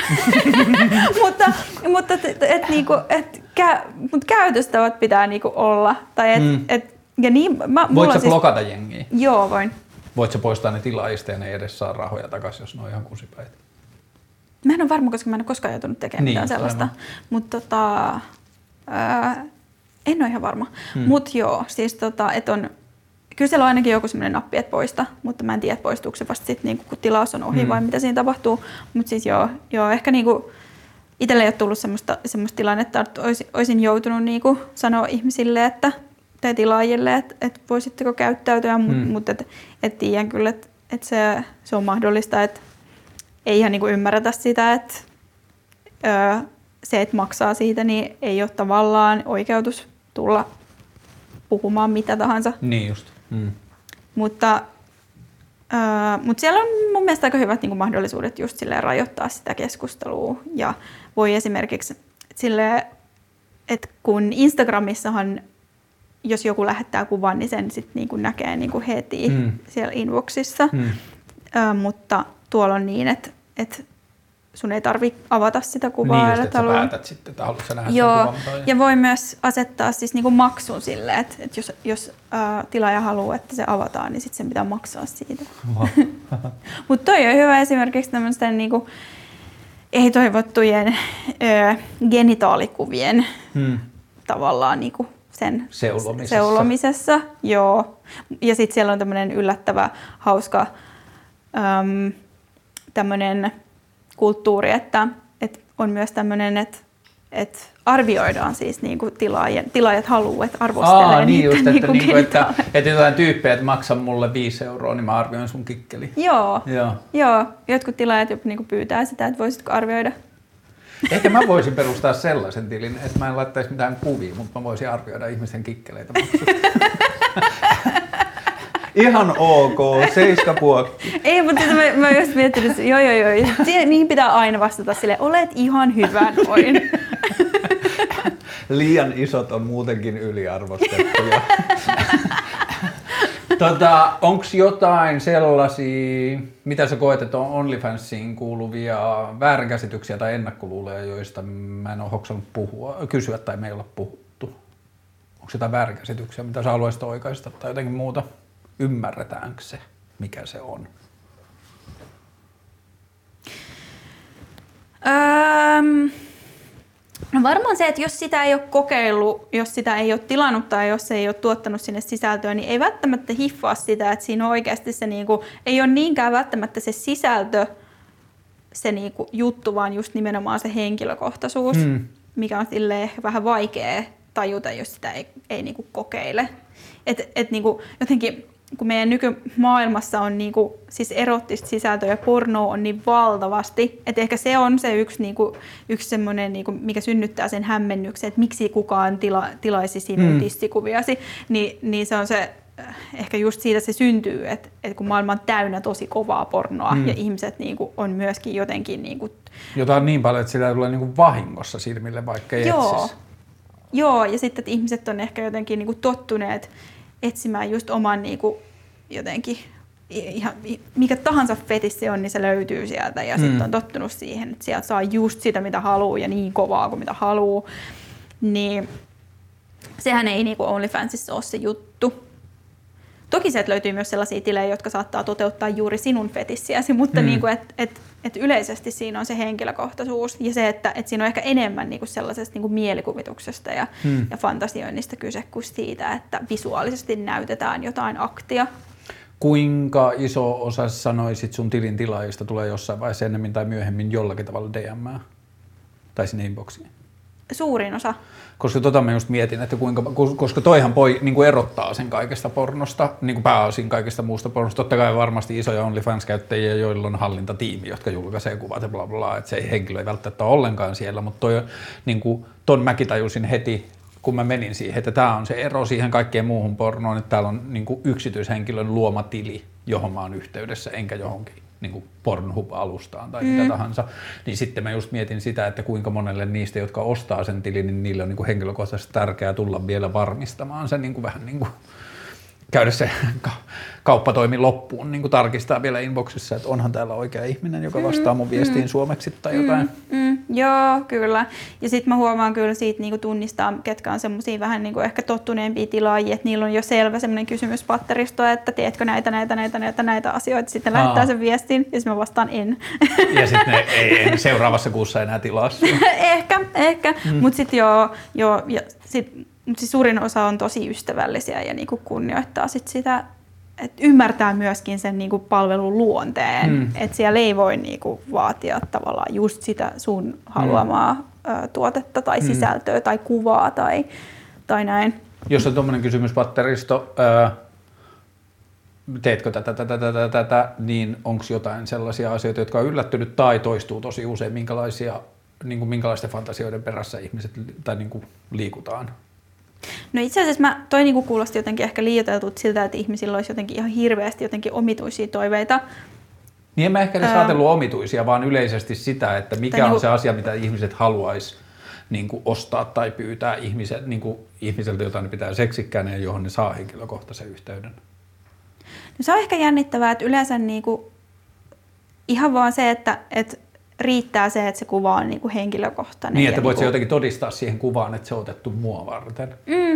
mutta käytöstavat pitää niinku olla. Tai Voit sä blokata jengiä? Joo, voin. Voit sä poistaa ne tilaajista ja ne ei edes saa rahoja takaisin, jos ne on ihan kusipäitä? Mä en ole varma, koska mä en ole koskaan joutunut tekemään mitään sellaista. Mutta en ole ihan varma. Mut joo, siis että on... Kyllä siellä on ainakin joku sellainen nappi, että poista, mutta mä en tiedä, poistuuko se vasta sitten, niin kun tilaus on ohi vai mitä siinä tapahtuu. Mutta siis joo, ehkä niin itselle ei ole tullut semmoista tilannetta, että olisin joutunut niin sanoa ihmisille tai tilaajille, että voisitteko käyttäytyä, mutta et tiedän kyllä, että se on mahdollista, että ei ihan niin ymmärretä sitä, että se, että maksaa siitä, niin ei ole tavallaan oikeutus tulla puhumaan mitä tahansa. Niin just. Mutta siellä on mun mielestä aika hyvät niin kuin mahdollisuudet just silleen rajoittaa sitä keskustelua. Ja voi esimerkiksi silleen, että kun Instagramissahan, jos joku lähettää kuvan, niin sen sitten niin kuin näkee niin kuin heti siellä inboxissa. Mutta tuolla on niin, että sun ei tarvitse avata sitä kuvaa. Niin just, että sä päätät sitten, että haluatko sä nähdä sen kuvan. Ja voi myös asettaa siis niinku maksun sille, että jos tilaaja haluaa, että se avataan, niin sitten sen pitää maksaa siitä. Mutta toi on hyvä esimerkiksi tämmöisten niinku ei-toivottujen genitaalikuvien tavallaan niinku sen seulomisessa. Joo. Ja sitten siellä on tämmöinen yllättävä, hauska tämmöinen kulttuuri, että on myös tämmöinen, että arvioidaan siis niinku tilaajat haluaa, että arvostelee niin niitä. Just, että jotain tyyppejä, että maksa mulle 5 euroa, niin mä arvioin sun kikkeli. Joo. Jotkut tilaajat jopa niinku pyytää sitä, että voisitko arvioida. Ehkä mä voisin perustaa sellaisen tilin, että mä en laittaisi mitään kuvia, mutta mä voisin arvioida ihmisten kikkeleitä maksusta. Ihan ok, 7 puokki. Ei, mutta mä oon just miettinyt, että joo. Niihin pitää aina vastata silleen, olet ihan hyvä noin. Liian isot on muutenkin yliarvostettuja. Onko jotain sellaisia, mitä sä koet, että on OnlyFansiin kuuluvia väärinkäsityksiä tai ennakkoluuloja, joista mä en ole hoksannut kysyä tai me ei olla puhuttu? Onko jotain väärinkäsityksiä, mitä sä haluaisit oikaista tai jotenkin muuta? Ymmärretäänkö se, mikä se on? No varmaan se, että jos sitä ei ole kokeillut, jos sitä ei ole tilannut tai jos se ei ole tuottanut sinne sisältöä, niin ei välttämättä hiffaa sitä, että siinä oikeasti se niinku, ei ole niinkään välttämättä se sisältö, se niinku juttu, vaan just nimenomaan se henkilökohtaisuus, mikä on silleen vähän vaikea tajuta, jos sitä ei niinku kokeile. Et niinku, jotenkin kun meidän nykymaailmassa on niinku, siis erottista sisältöä ja pornoa on niin valtavasti, että ehkä se on se yksi semmoinen, niinku, mikä synnyttää sen hämmennyksen, että miksi kukaan tilaisi sinun tissikuviasi, niin se on se, ehkä just siitä se syntyy, että kun maailma on täynnä tosi kovaa pornoa ja ihmiset niinku, on myöskin jotenkin... Niinku, jota on niin paljon, että sitä tulee niinku vahingossa silmille, vaikka ei etsisi. Joo, ja sitten että ihmiset on ehkä jotenkin niinku, tottuneet etsimään just oman niinku, jotenkin, ihan, mikä tahansa fetissi on, niin se löytyy sieltä ja sitten on tottunut siihen, että sieltä saa just sitä, mitä haluaa ja niin kovaa kuin mitä haluaa. Niin sehän ei niinku OnlyFansissa ole se juttu. Toki sieltä löytyy myös sellaisia tilejä, jotka saattaa toteuttaa juuri sinun fetissiäsi, mutta niinku, et yleisesti siinä on se henkilökohtaisuus ja se, että siinä on ehkä enemmän niinku sellaisesta niinku mielikuvituksesta ja fantasioinnista kyse kuin siitä, että visuaalisesti näytetään jotain aktia. Kuinka iso osa sanoisit sun tilin tilaajista tulee jossain vaiheessa ennemmin tai myöhemmin jollakin tavalla DM:ää tai sinne inboxiin? Suurin osa. Koska mä just mietin, että koska toihan niin erottaa sen kaikesta pornosta, niin kuin pääosin kaikesta muusta pornosta. Totta kai varmasti isoja OnlyFans-käyttäjiä, joilla on hallintatiimi, jotka julkaisee kuvat ja bla bla, että se henkilö ei välttämättä ole ollenkaan siellä, mutta niin kuin, ton mäkin tajusin heti, kun mä menin siihen, että tämä on se ero siihen kaikkeen muuhun pornoon, että täällä on niin kuin yksityishenkilön luoma tili, johon mä oon yhteydessä, enkä johonkin niin kuin Pornhub-alustaan tai mitä tahansa, niin sitten mä just mietin sitä, että kuinka monelle niistä, jotka ostaa sen tilin, niin niille on niin kuin henkilökohtaisesti tärkeää tulla vielä varmistamaan se niin kuin vähän niin kuin käydä se kauppatoimi loppuun, niin kuin tarkistaa vielä inboxissa, että onhan täällä oikea ihminen, joka vastaa mun viestiin suomeksi tai jotain. Joo, kyllä. Ja sitten mä huomaan kyllä siitä niin kuin tunnistaa, ketkä on semmoisia vähän niin kuin ehkä tottuneempia tilaajia, että niillä on jo selvä semmoinen kysymyspatteristo, että teetkö näitä asioita, sitten lähettää sen viestin ja sitten mä vastaan en. Ja sitten ne ei seuraavassa kuussa enää tilaa. Ehkä. Mutta sitten joo, ja mutta siis suurin osa on tosi ystävällisiä ja niinku kunnioittaa sit sitä, että ymmärtää myöskin sen niinku palvelun luonteen. Että siellä ei voi niinku vaatia tavallaan just sitä sun haluamaa tuotetta tai sisältöä tai kuvaa tai näin. Jos on tuommoinen kysymyspatteristo, teetkö tätä, niin onko jotain sellaisia asioita, jotka on yllättynyt tai toistuu tosi usein, minkälaisten fantasioiden perässä ihmiset tai niinku liikutaan? No itse asiassa toi niinku kuulosti jotenkin ehkä liioiteltut siltä, että ihmisillä olisi jotenkin ihan hirveästi jotenkin omituisia toiveita. Niin en mä ehkä edes ajatellut omituisia, vaan yleisesti sitä, että mikä on se asia, mitä ihmiset haluaisi niinku ostaa tai pyytää ihmiseltä, jota ne pitää seksikkäänä ja johon ne saa henkilökohtaisen yhteyden. No se on ehkä jännittävää, että yleensä niinku ihan vaan se, että riittää se, että se kuva on niinku henkilökohtainen. Niin, että voit se jotenkin todistaa siihen kuvaan, että se on otettu mua varten.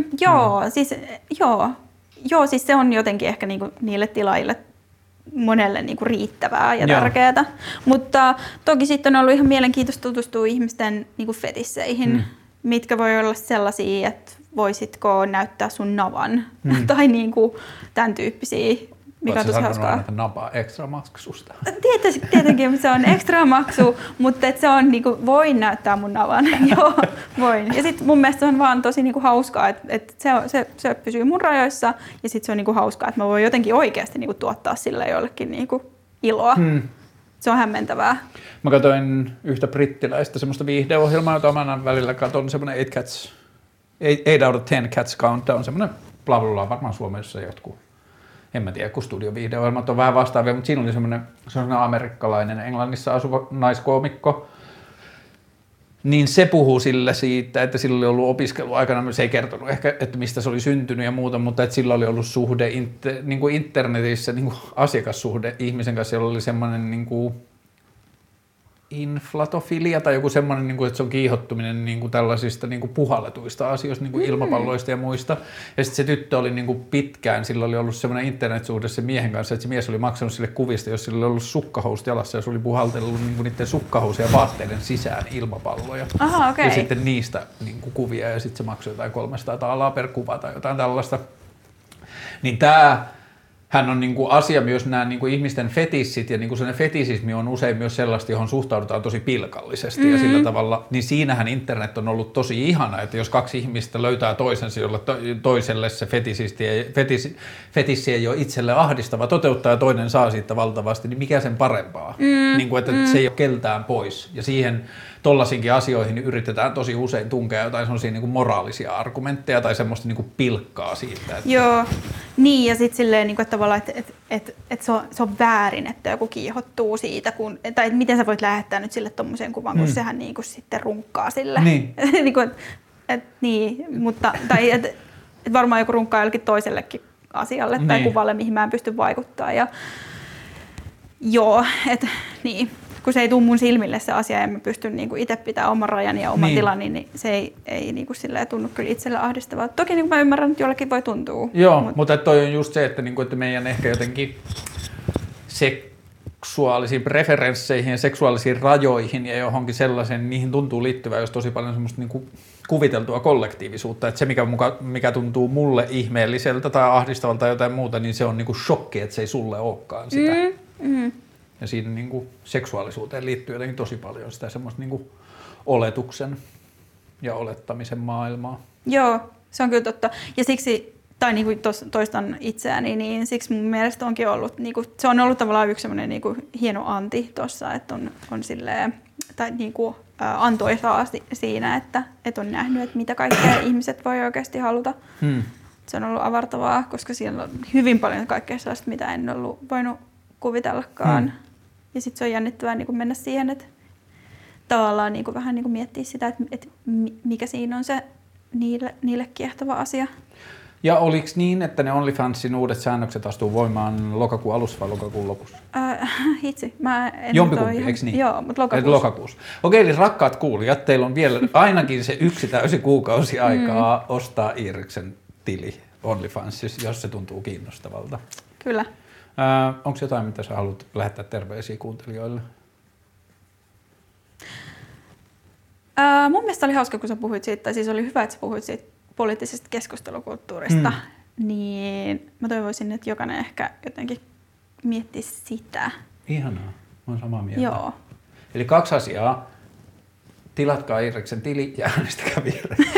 Siis se on jotenkin ehkä niinku niille tilaajille monelle niinku riittävää ja tärkeää. Mutta toki sitten on ollut ihan mielenkiintoista tutustua ihmisten niinku fetisseihin, mitkä voi olla sellaisia, että voisitko näyttää sun navan tai niinku tämän tyyppisiä. Mikä on tosi hauskaa. Että napaa ekstra maksusta. Tietenkin se on ekstra maksu, mutta se on niinku, voin näyttää mun navan. Joo, voin. Ja sitten mun mielestä se on vaan tosi niinku hauskaa, että se pysyy mun rajoissa ja sitten se on niinku hauskaa, että mä voin jotenkin oikeasti niinku tuottaa sille jollekin niinku iloa. Se on hämmentävää. Mä katsoin yhtä brittiläistä semmoista viihdeohjelmaa, jota mä välillä katson, semmoinen 8 out of 10 Cats Countdown, semmoinen bla bla bla, varmaan Suomessa jotkut. En mä tiedä, kun studioviihdeohjelmat on vähän vastaavia, mutta siinä oli semmoinen amerikkalainen Englannissa asuva naiskoomikko, niin se puhuu sillä siitä, että sillä oli ollut opiskeluaikana, se ei kertonut ehkä, että mistä se oli syntynyt ja muuta, mutta että sillä oli ollut suhde niin kuin internetissä, niin kuin asiakassuhde ihmisen kanssa, jolla oli semmoinen niin kuin inflatofilia tai joku semmoinen, niin kuin, että se on kiihottuminen niin kuin tällaisista niin kuin puhalletuista asioista, niin kuin ilmapalloista ja muista. Ja sitten se tyttö oli niin kuin pitkään, sillä oli ollut semmoinen internetsuhde sen miehen kanssa, että se mies oli maksanut sille kuvista, jos sillä oli ollut sukkahousut jalassa ja se oli puhaltellut niin kuin niiden sukkahousien vaatteiden sisään ilmapalloja. Aha, okay. Ja sitten niistä niin kuin kuvia ja sitten se maksoi jotain 300 taalaa per kuva tai jotain tällaista. Niin hän on niinku asia myös nämä niinku ihmisten fetissit ja niinku sellainen fetisismi on usein myös sellaista, johon suhtaudutaan tosi pilkallisesti ja sillä tavalla, niin siinähän internet on ollut tosi ihana, että jos kaksi ihmistä löytää toisensa, jolla toiselle se fetissi ei ole itselle ahdistava toteuttaa ja toinen saa siitä valtavasti, niin mikä sen parempaa, niinku, että se ei ole keltään pois ja siihen tollaisinkin asioihin yritetään tosi usein tunkea jotain sellaisia niinku moraalisia argumentteja tai semmoista niinku pilkkaa siitä. Että joo, niin ja sitten silleen, niinku, että tavallaan, että se on väärin, että joku kiihottuu siitä, tai että miten sä voit lähettää nyt sille tommoseen kuvan, kun sehän niinku sitten runkkaa sille. Niin. Niinku, niin, mutta, tai että varmaan joku runkkaa jollekin toisellekin asialle tai kuvalle, mihin mä en pysty vaikuttamaan. Ja, joo, että niin. Kun se ei tule mun silmille se asia ja mä pystyn niinku itse pitämään oman rajani ja oman tilani, niin se ei niinku silleen tunnu kyllä itselle ahdistavaa. Toki niin mä ymmärrän, että jollekin voi tuntua. Joo, mutta toi on just se, että, niinku, että meidän ehkä jotenkin seksuaalisiin preferensseihin ja seksuaalisiin rajoihin ja johonkin sellaisen, niihin tuntuu liittyvää jos tosi paljon semmoista niinku kuviteltua kollektiivisuutta. Että se, mikä tuntuu mulle ihmeelliseltä tai ahdistavalta tai jotain muuta, niin se on niinku shokki, että se ei sulle olekaan sitä. Ja siinä niin kuin seksuaalisuuteen liittyy jotenkin tosi paljon sitä semmoista niin kuin oletuksen ja olettamisen maailmaa. Joo, se on kyllä totta. Ja siksi, tai niin kuin toistan itseäni, niin siksi mun mielestä onkin ollut, niin kuin, se on ollut tavallaan yksi semmoinen niin kuin hieno anti tuossa, että on silleen, tai niin kuin antoisaa siinä, että on nähnyt, että mitä kaikkea ihmiset voi oikeasti haluta. Se on ollut avartavaa, koska siellä on hyvin paljon kaikkea sellaista, mitä en ollut voinut kuvitellakaan. Ja sitten se on jännittävää niin mennä siihen, että tavallaan niin vähän niin miettiä sitä, että mikä siinä on se niille kiehtova asia. Ja oliko niin, että ne OnlyFansin uudet säännökset astuu voimaan lokakuun alussa vai lokakuun lopussa? Hitsi, mä en jompikumpi, eikö niin? Joo, mutta lokakuussa. Okei, eli rakkaat kuulijat, teillä on vielä ainakin se 1 täysi kuukausi aikaa ostaa Iiriksen tili OnlyFansissa, jos se tuntuu kiinnostavalta. Kyllä. Onko jotain, mitä sä haluat lähettää terveisiä kuuntelijoille? Mun mielestä oli hauska, kun sä puhuit siitä, tai siis oli hyvä, että sä puhuit siitä poliittisesta keskustelukulttuurista, niin mä toivoisin, että jokainen ehkä jotenkin miettisi sitä. Ihanaa, mä oon samaa mieltä. Joo. Eli 2 asiaa. Tilatkaa Iiriksen tili ja äänestäkää vihreää.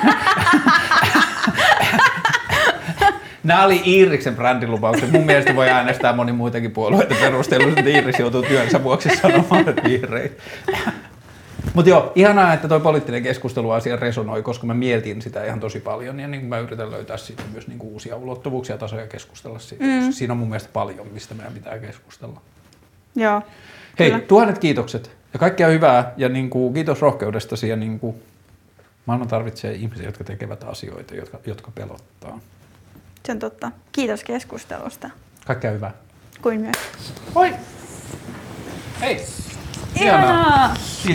Nämä oli Iiriksen brändilupaukset. Mun mielestä voi äänestää moni muitakin puolueita perustelussa, että Iiris joutuu työnsä vuoksi sanomaan, että vihreitä. Mutta joo, ihanaa, että toi poliittinen keskusteluasia resonoi, koska mä mietin sitä ihan tosi paljon ja niin mä yritän löytää siitä myös niin uusia ulottuvuuksia ja tasoja keskustella siitä. Siinä on mun mielestä paljon, mistä meidän pitää keskustella. Joo. Hei, kyllä. 1000 kiitokset ja kaikkea hyvää ja niin kuin, kiitos rohkeudestasi ja niin kuin, maailma tarvitsee ihmisiä, jotka tekevät asioita, jotka pelottaa. Se on totta. Kiitos keskustelusta. Kaikkea hyvää. Kuin myös. Moi! Hei! Ihanaa! Kiitos.